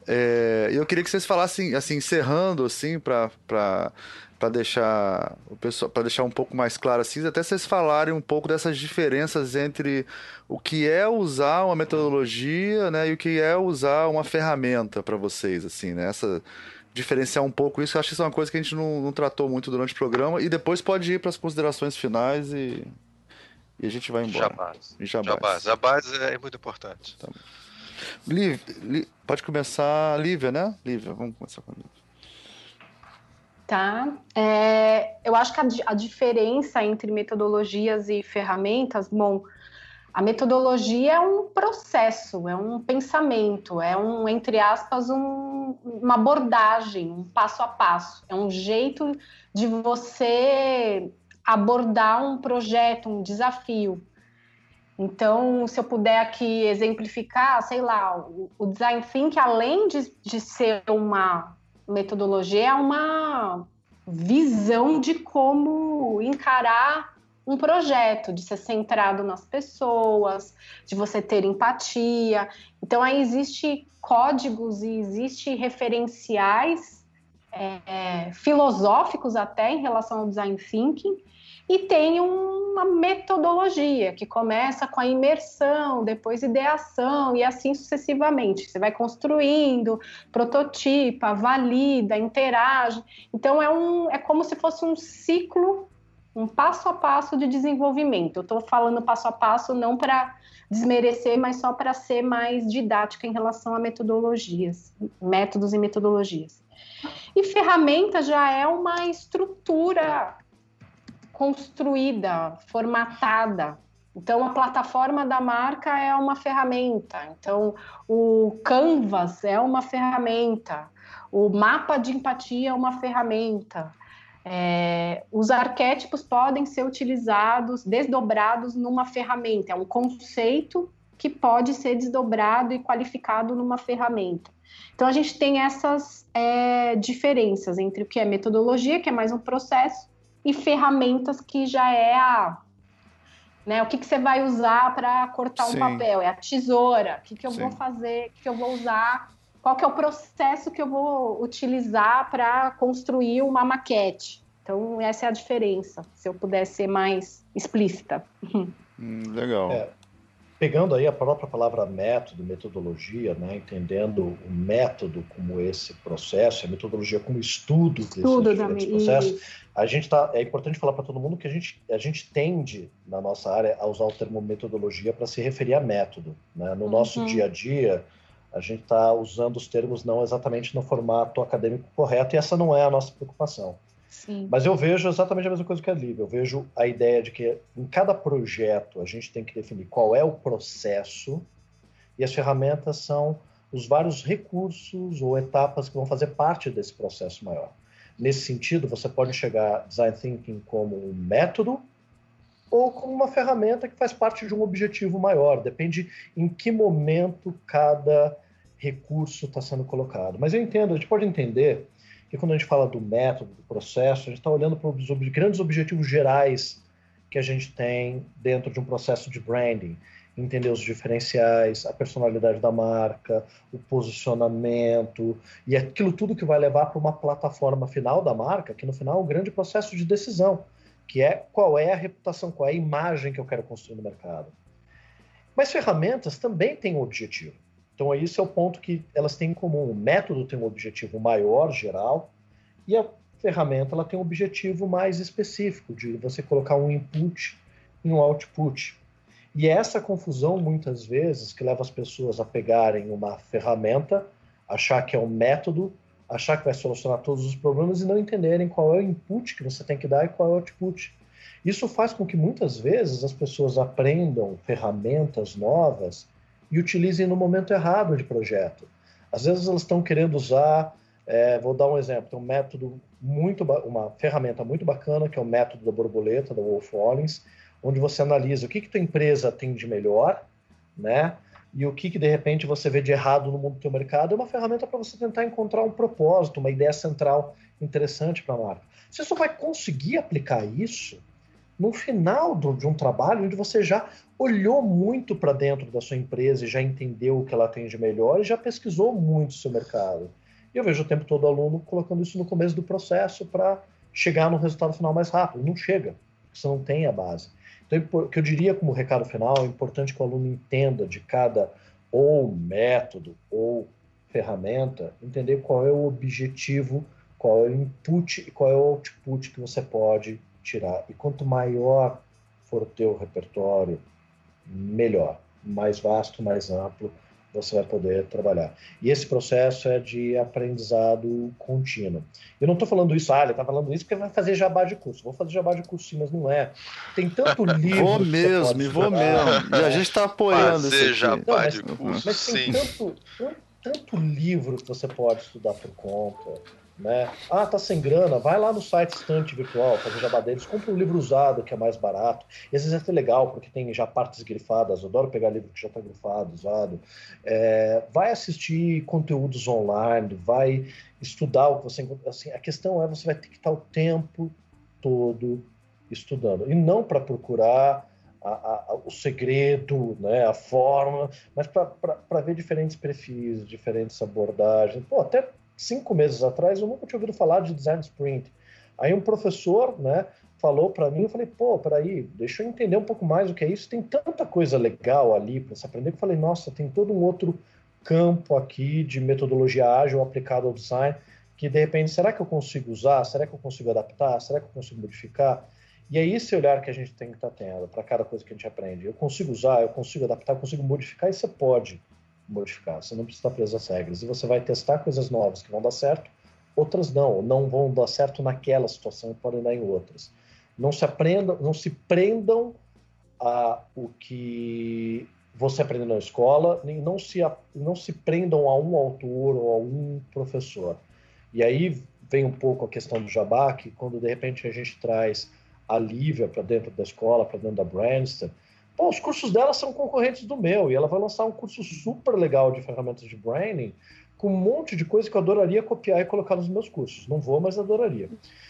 Speaker 6: E eu queria que vocês falassem, assim, encerrando, assim, para deixar o pessoal, para deixar um pouco mais claro, assim, até vocês falarem um pouco dessas diferenças entre o que é usar uma metodologia, né, e o que é usar uma ferramenta para vocês, assim, né? Diferenciar um pouco isso, eu acho que isso é uma coisa que a gente não tratou muito durante o programa, e depois pode ir para as considerações finais e a gente vai embora.
Speaker 2: Jabás. A base é muito importante.
Speaker 6: Tá. Pode começar, Lívia, né? Lívia, vamos começar com a Lívia.
Speaker 4: Tá. Eu acho que a diferença entre metodologias e ferramentas, bom, a metodologia é um processo, é um pensamento, é entre aspas, uma abordagem, um passo a passo, é um jeito de você abordar um projeto, um desafio. Então, se eu puder aqui exemplificar, sei lá, o Design Thinking, além de ser uma metodologia, é uma visão de como encarar um projeto, de ser centrado nas pessoas, de você ter empatia. Então, aí existe códigos e existe referenciais filosóficos até em relação ao design thinking, e tem uma metodologia que começa com a imersão, depois ideação e assim sucessivamente. Você vai construindo, prototipa, valida, interage. Então é como se fosse um ciclo, um passo a passo de desenvolvimento. Eu estou falando passo a passo não para desmerecer, mas só para ser mais didática em relação a metodologias, métodos e metodologias. E ferramenta já é uma estrutura construída, formatada. Então, a plataforma da marca é uma ferramenta. Então, o Canvas é uma ferramenta. O mapa de empatia é uma ferramenta. Os arquétipos podem ser utilizados, desdobrados numa ferramenta. É um conceito que pode ser desdobrado e qualificado numa ferramenta. Então, a gente tem essas diferenças entre o que é metodologia, que é mais um processo, e ferramentas que já é o que você vai usar para cortar um papel, é a tesoura, o que eu vou fazer, o que eu vou usar, qual que é o processo que eu vou utilizar para construir uma maquete. Então, essa é a diferença, se eu puder ser mais explícita.
Speaker 6: Legal.
Speaker 5: Pegando aí a própria palavra método, metodologia, né, entendendo o método como esse processo, a metodologia como estudo desses diferentes processos, é importante falar para todo mundo que a gente tende, na nossa área, a usar o termo metodologia para se referir a método. Né? No nosso dia a dia, a gente está usando os termos não exatamente no formato acadêmico correto, e essa não é a nossa preocupação.
Speaker 4: Sim.
Speaker 5: Mas eu vejo exatamente a mesma coisa que a Lívia. Eu vejo a ideia de que em cada projeto a gente tem que definir qual é o processo, e as ferramentas são os vários recursos ou etapas que vão fazer parte desse processo maior. Nesse sentido, você pode enxergar Design Thinking como um método ou como uma ferramenta que faz parte de um objetivo maior. Depende em que momento cada recurso está sendo colocado. Mas eu entendo, a gente pode entender que quando a gente fala do método, do processo, a gente está olhando para os grandes objetivos gerais que a gente tem dentro de um processo de branding. Entender os diferenciais, a personalidade da marca, o posicionamento e aquilo tudo que vai levar para uma plataforma final da marca, que no final é um grande processo de decisão, que é qual é a reputação, qual é a imagem que eu quero construir no mercado. Mas ferramentas também têm um objetivo. Então, esse é o ponto que elas têm em comum. O método tem um objetivo maior, geral, e a ferramenta ela tem um objetivo mais específico, de você colocar um input e um output. E é essa confusão, muitas vezes, que leva as pessoas a pegarem uma ferramenta, achar que é um método, achar que vai solucionar todos os problemas e não entenderem qual é o input que você tem que dar e qual é o output. Isso faz com que, muitas vezes, as pessoas aprendam ferramentas novas e utilizem no momento errado de projeto. Às vezes elas estão querendo usar, vou dar um exemplo, tem um método uma ferramenta muito bacana, que é o método da borboleta, da Wolf Hollins, onde você analisa o que tua empresa tem de melhor, né? E o que de repente você vê de errado no mundo do teu mercado. É uma ferramenta para você tentar encontrar um propósito, uma ideia central interessante para a marca. Você só vai conseguir aplicar isso no final de um trabalho onde você já olhou muito para dentro da sua empresa e já entendeu o que ela tem de melhor e já pesquisou muito o seu mercado. E eu vejo o tempo todo aluno colocando isso no começo do processo para chegar no resultado final mais rápido. Não chega, porque você não tem a base. Então, o que eu diria como recado final, é importante que o aluno entenda de cada ou método ou ferramenta, entender qual é o objetivo, qual é o input e qual é o output que você pode tirar. E quanto maior for o teu repertório, melhor. Mais vasto, mais amplo, você vai poder trabalhar. E esse processo é de aprendizado contínuo. Eu não estou falando isso, ele está falando isso porque vai fazer jabá de curso. Vou fazer jabá de curso sim, mas não é. Tem tanto livro...
Speaker 6: Vou mesmo. E a gente está apoiando isso aqui.
Speaker 2: Jabá de curso,
Speaker 5: mas tem tanto livro que você pode estudar por conta, né? Tá sem grana, vai lá no site Estante Virtual, fazer jabá deles, compra um livro usado, que é mais barato. E às vezes é até legal, porque tem já partes grifadas. Eu adoro pegar livro que já está grifado, usado. Vai assistir conteúdos online, vai estudar o que você encontra. Assim, a questão é, você vai ter que estar o tempo todo estudando. E não para procurar o segredo, né, a forma, mas para ver diferentes perfis, diferentes abordagens. Pô, até 5 meses atrás eu nunca tinha ouvido falar de design sprint. Aí um professor, né, falou para mim, eu falei, pô, peraí, deixa eu entender um pouco mais o que é isso. Tem tanta coisa legal ali para se aprender que eu falei, nossa, tem todo um outro campo aqui de metodologia ágil aplicada ao design que, de repente, será que eu consigo usar? Será que eu consigo adaptar? Será que eu consigo modificar? E é esse olhar que a gente tem que estar tendo para cada coisa que a gente aprende. Eu consigo usar, eu consigo adaptar, eu consigo modificar, e você pode modificar. Você não precisa estar preso às regras. E você vai testar coisas novas que vão dar certo, outras não. Ou não vão dar certo naquela situação e podem dar em outras. Não se prendam a o que você aprendeu na escola, nem não se prendam a um autor ou a um professor. E aí vem um pouco a questão do jabá, que quando de repente a gente traz a Lívia para dentro da escola, para dentro da Brandster, pô, os cursos dela são concorrentes do meu, e ela vai lançar um curso super legal de ferramentas de branding, com um monte de coisa que eu adoraria copiar e colocar nos meus cursos. Não vou, mas adoraria.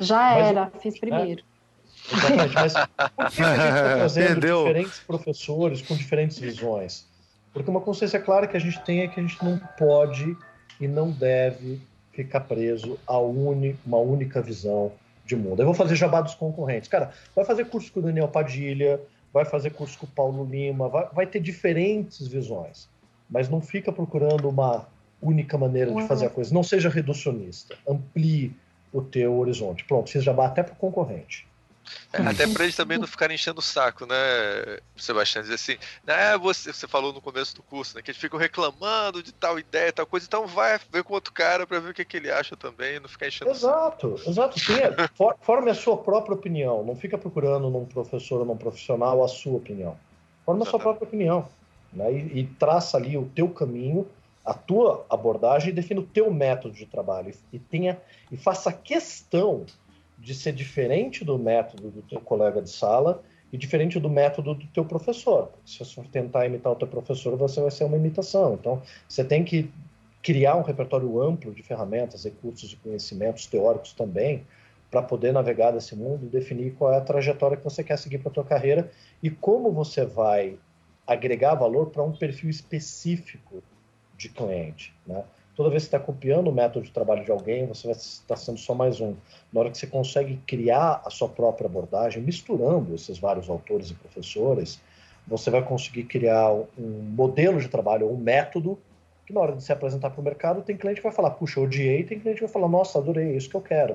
Speaker 4: Fiz primeiro.
Speaker 5: Exatamente, mas por que a gente está trazendo diferentes professores com diferentes visões? Porque uma consciência clara que a gente tem é que a gente não pode e não deve ficar preso a uma única visão de mundo. Eu vou fazer jabá dos concorrentes. Cara, vai fazer curso com o Daniel Padilha, vai fazer curso com o Paulo Lima, vai ter diferentes visões, mas não fica procurando uma única maneira de fazer a coisa. Não seja reducionista. Amplie o teu horizonte. Pronto, fiz jabá até para o concorrente.
Speaker 2: Até para eles também não ficarem enchendo o saco, né, Sebastião? Dizer assim, né, você falou no começo do curso, né, que eles ficam reclamando de tal ideia, tal coisa, então vai ver com outro cara para ver o que ele acha também, não ficar enchendo o saco.
Speaker 5: Exato. Forme a sua própria opinião, não fica procurando num professor ou num profissional a sua opinião. Forme a sua própria opinião, né, e traça ali o teu caminho, a tua abordagem e define o teu método de trabalho e faça questão de ser diferente do método do teu colega de sala e diferente do método do teu professor. Se você tentar imitar o teu professor, você vai ser uma imitação. Então, você tem que criar um repertório amplo de ferramentas, recursos e conhecimentos teóricos também, para poder navegar nesse mundo e definir qual é a trajetória que você quer seguir para a tua carreira e como você vai agregar valor para um perfil específico de cliente, né? Toda vez que você está copiando o método de trabalho de alguém, você vai estar sendo só mais um. Na hora que você consegue criar a sua própria abordagem, misturando esses vários autores e professores, você vai conseguir criar um modelo de trabalho, um método, que na hora de se apresentar para o mercado, tem cliente que vai falar, puxa, eu odiei, tem cliente que vai falar, nossa, adorei, é isso que eu quero.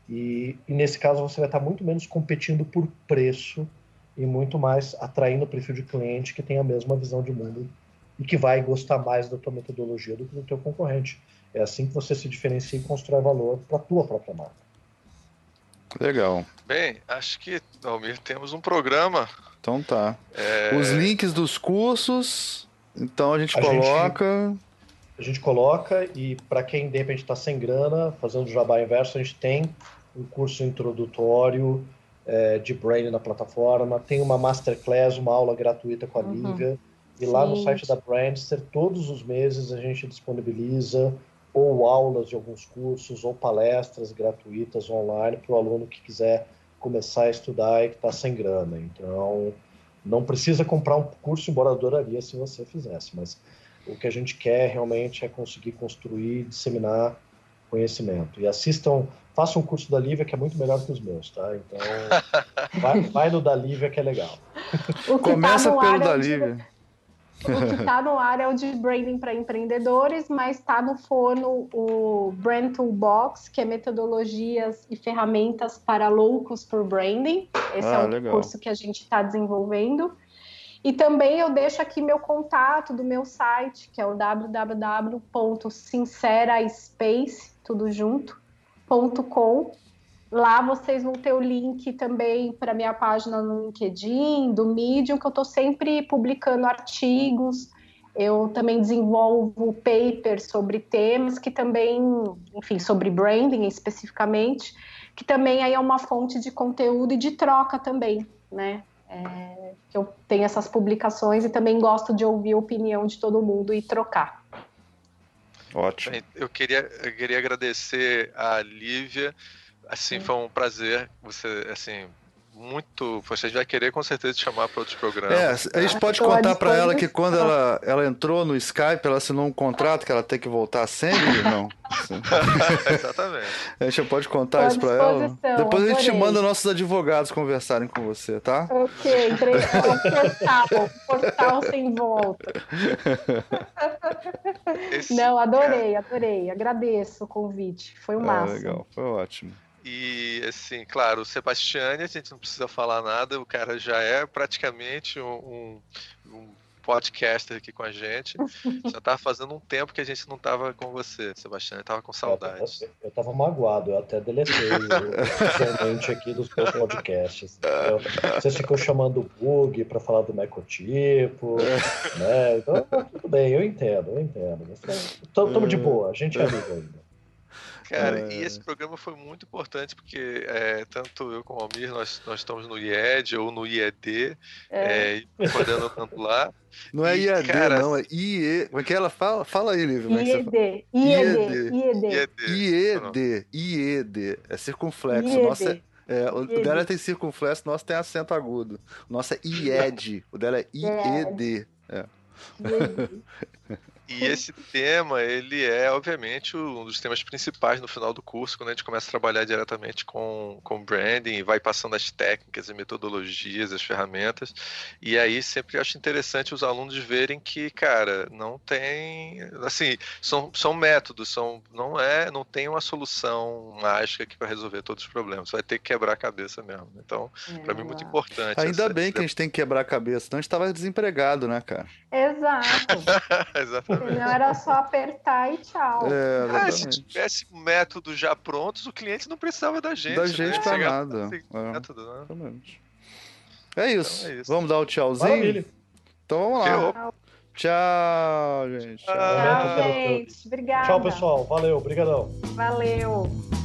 Speaker 5: E nesse caso, você vai estar muito menos competindo por preço e muito mais atraindo o perfil de cliente que tem a mesma visão de mundo e que vai gostar mais da tua metodologia do que do teu concorrente. É assim que você se diferencia e constrói valor para a tua própria marca.
Speaker 6: Legal.
Speaker 2: Bem, acho que, Almir, temos um programa.
Speaker 6: Então tá. Os links dos cursos, então a gente coloca
Speaker 5: e para quem de repente está sem grana, fazendo jabá inverso, a gente tem um curso introdutório de branding na plataforma, tem uma masterclass, uma aula gratuita com a Lívia. E lá no site da Brandster, todos os meses a gente disponibiliza ou aulas de alguns cursos ou palestras gratuitas online para o aluno que quiser começar a estudar e que está sem grana. Então, não precisa comprar um curso, embora adoraria se você fizesse, mas o que a gente quer realmente é conseguir construir e disseminar conhecimento. E façam um curso da Lívia, que é muito melhor que os meus, tá? Então, vai no da Lívia, que é legal.
Speaker 6: Começa pelo da Lívia.
Speaker 4: O que está no ar é o de branding para empreendedores, mas está no forno o Brand Toolbox, que é metodologias e ferramentas para loucos por branding. Esse é o curso que a gente está desenvolvendo. E também eu deixo aqui meu contato do meu site, que é o www.sinceraspace.com. Lá vocês vão ter o link também para minha página no LinkedIn, do Medium, que eu estou sempre publicando artigos. Eu também desenvolvo papers sobre temas que também, enfim, sobre branding especificamente, que também aí é uma fonte de conteúdo e de troca também, né? Que eu tenho essas publicações e também gosto de ouvir a opinião de todo mundo e trocar.
Speaker 6: Ótimo.
Speaker 2: Eu queria agradecer a Lívia. Assim, foi um prazer. Você, assim, muito. Você vai querer com certeza te chamar para outros programas.
Speaker 6: A gente pode contar para ela que quando ela entrou no Skype, ela assinou um contrato que ela tem que voltar sempre, não?
Speaker 2: Exatamente.
Speaker 6: A gente pode contar isso para ela. Depois a gente manda nossos advogados conversarem com você, tá?
Speaker 4: Ok, portal sem volta. Não, adorei. Agradeço o convite. Foi o máximo.
Speaker 6: Legal, foi ótimo.
Speaker 2: E, assim, claro, o Sebastiani, a gente não precisa falar nada, o cara já é praticamente um podcaster aqui com a gente. Já tava fazendo um tempo que a gente não tava com você, Sebastiani, tava com saudade.
Speaker 5: Eu tava magoado, eu até deletei oficialmente aqui dos meus podcasts. Vocês ficam chamando bug pra falar do microtipo, né? Então, tudo bem, eu entendo. Estamos de boa, a gente é amigo ainda.
Speaker 2: Cara, e esse programa foi muito importante porque tanto eu como o Almir, nós estamos no IED ou no IED, podendo tanto lá.
Speaker 6: Não é IED, cara, não, é IE. Como é que ela fala? Fala aí, Lívia. IED. É circunflexo. Nossa, o dela tem circunflexo, o nosso tem acento agudo. O nosso é IED, o dela é IED.
Speaker 2: E esse tema, ele é, obviamente, um dos temas principais no final do curso, quando a gente começa a trabalhar diretamente com branding e vai passando as técnicas e metodologias, as ferramentas. E aí sempre acho interessante os alunos verem que, cara, não tem... Assim, são métodos, não tem uma solução mágica aqui para resolver todos os problemas. Você vai ter que quebrar a cabeça mesmo. Então, para mim, é muito importante.
Speaker 6: Ainda bem que a gente tem que quebrar a cabeça, senão a gente estava desempregado, né, cara?
Speaker 4: Exato.
Speaker 2: Exatamente.
Speaker 4: Não era só apertar e tchau.
Speaker 2: Se tivesse métodos já prontos, o cliente não precisava da gente.
Speaker 6: Pra nada.
Speaker 2: Método, né?
Speaker 6: É isso. Vamos dar o tchauzinho?
Speaker 5: Maravilha.
Speaker 6: Então vamos lá. Tchau, gente.
Speaker 4: Tchau, gente. Obrigada.
Speaker 5: Tchau, pessoal. Valeu. Obrigadão.
Speaker 4: Valeu.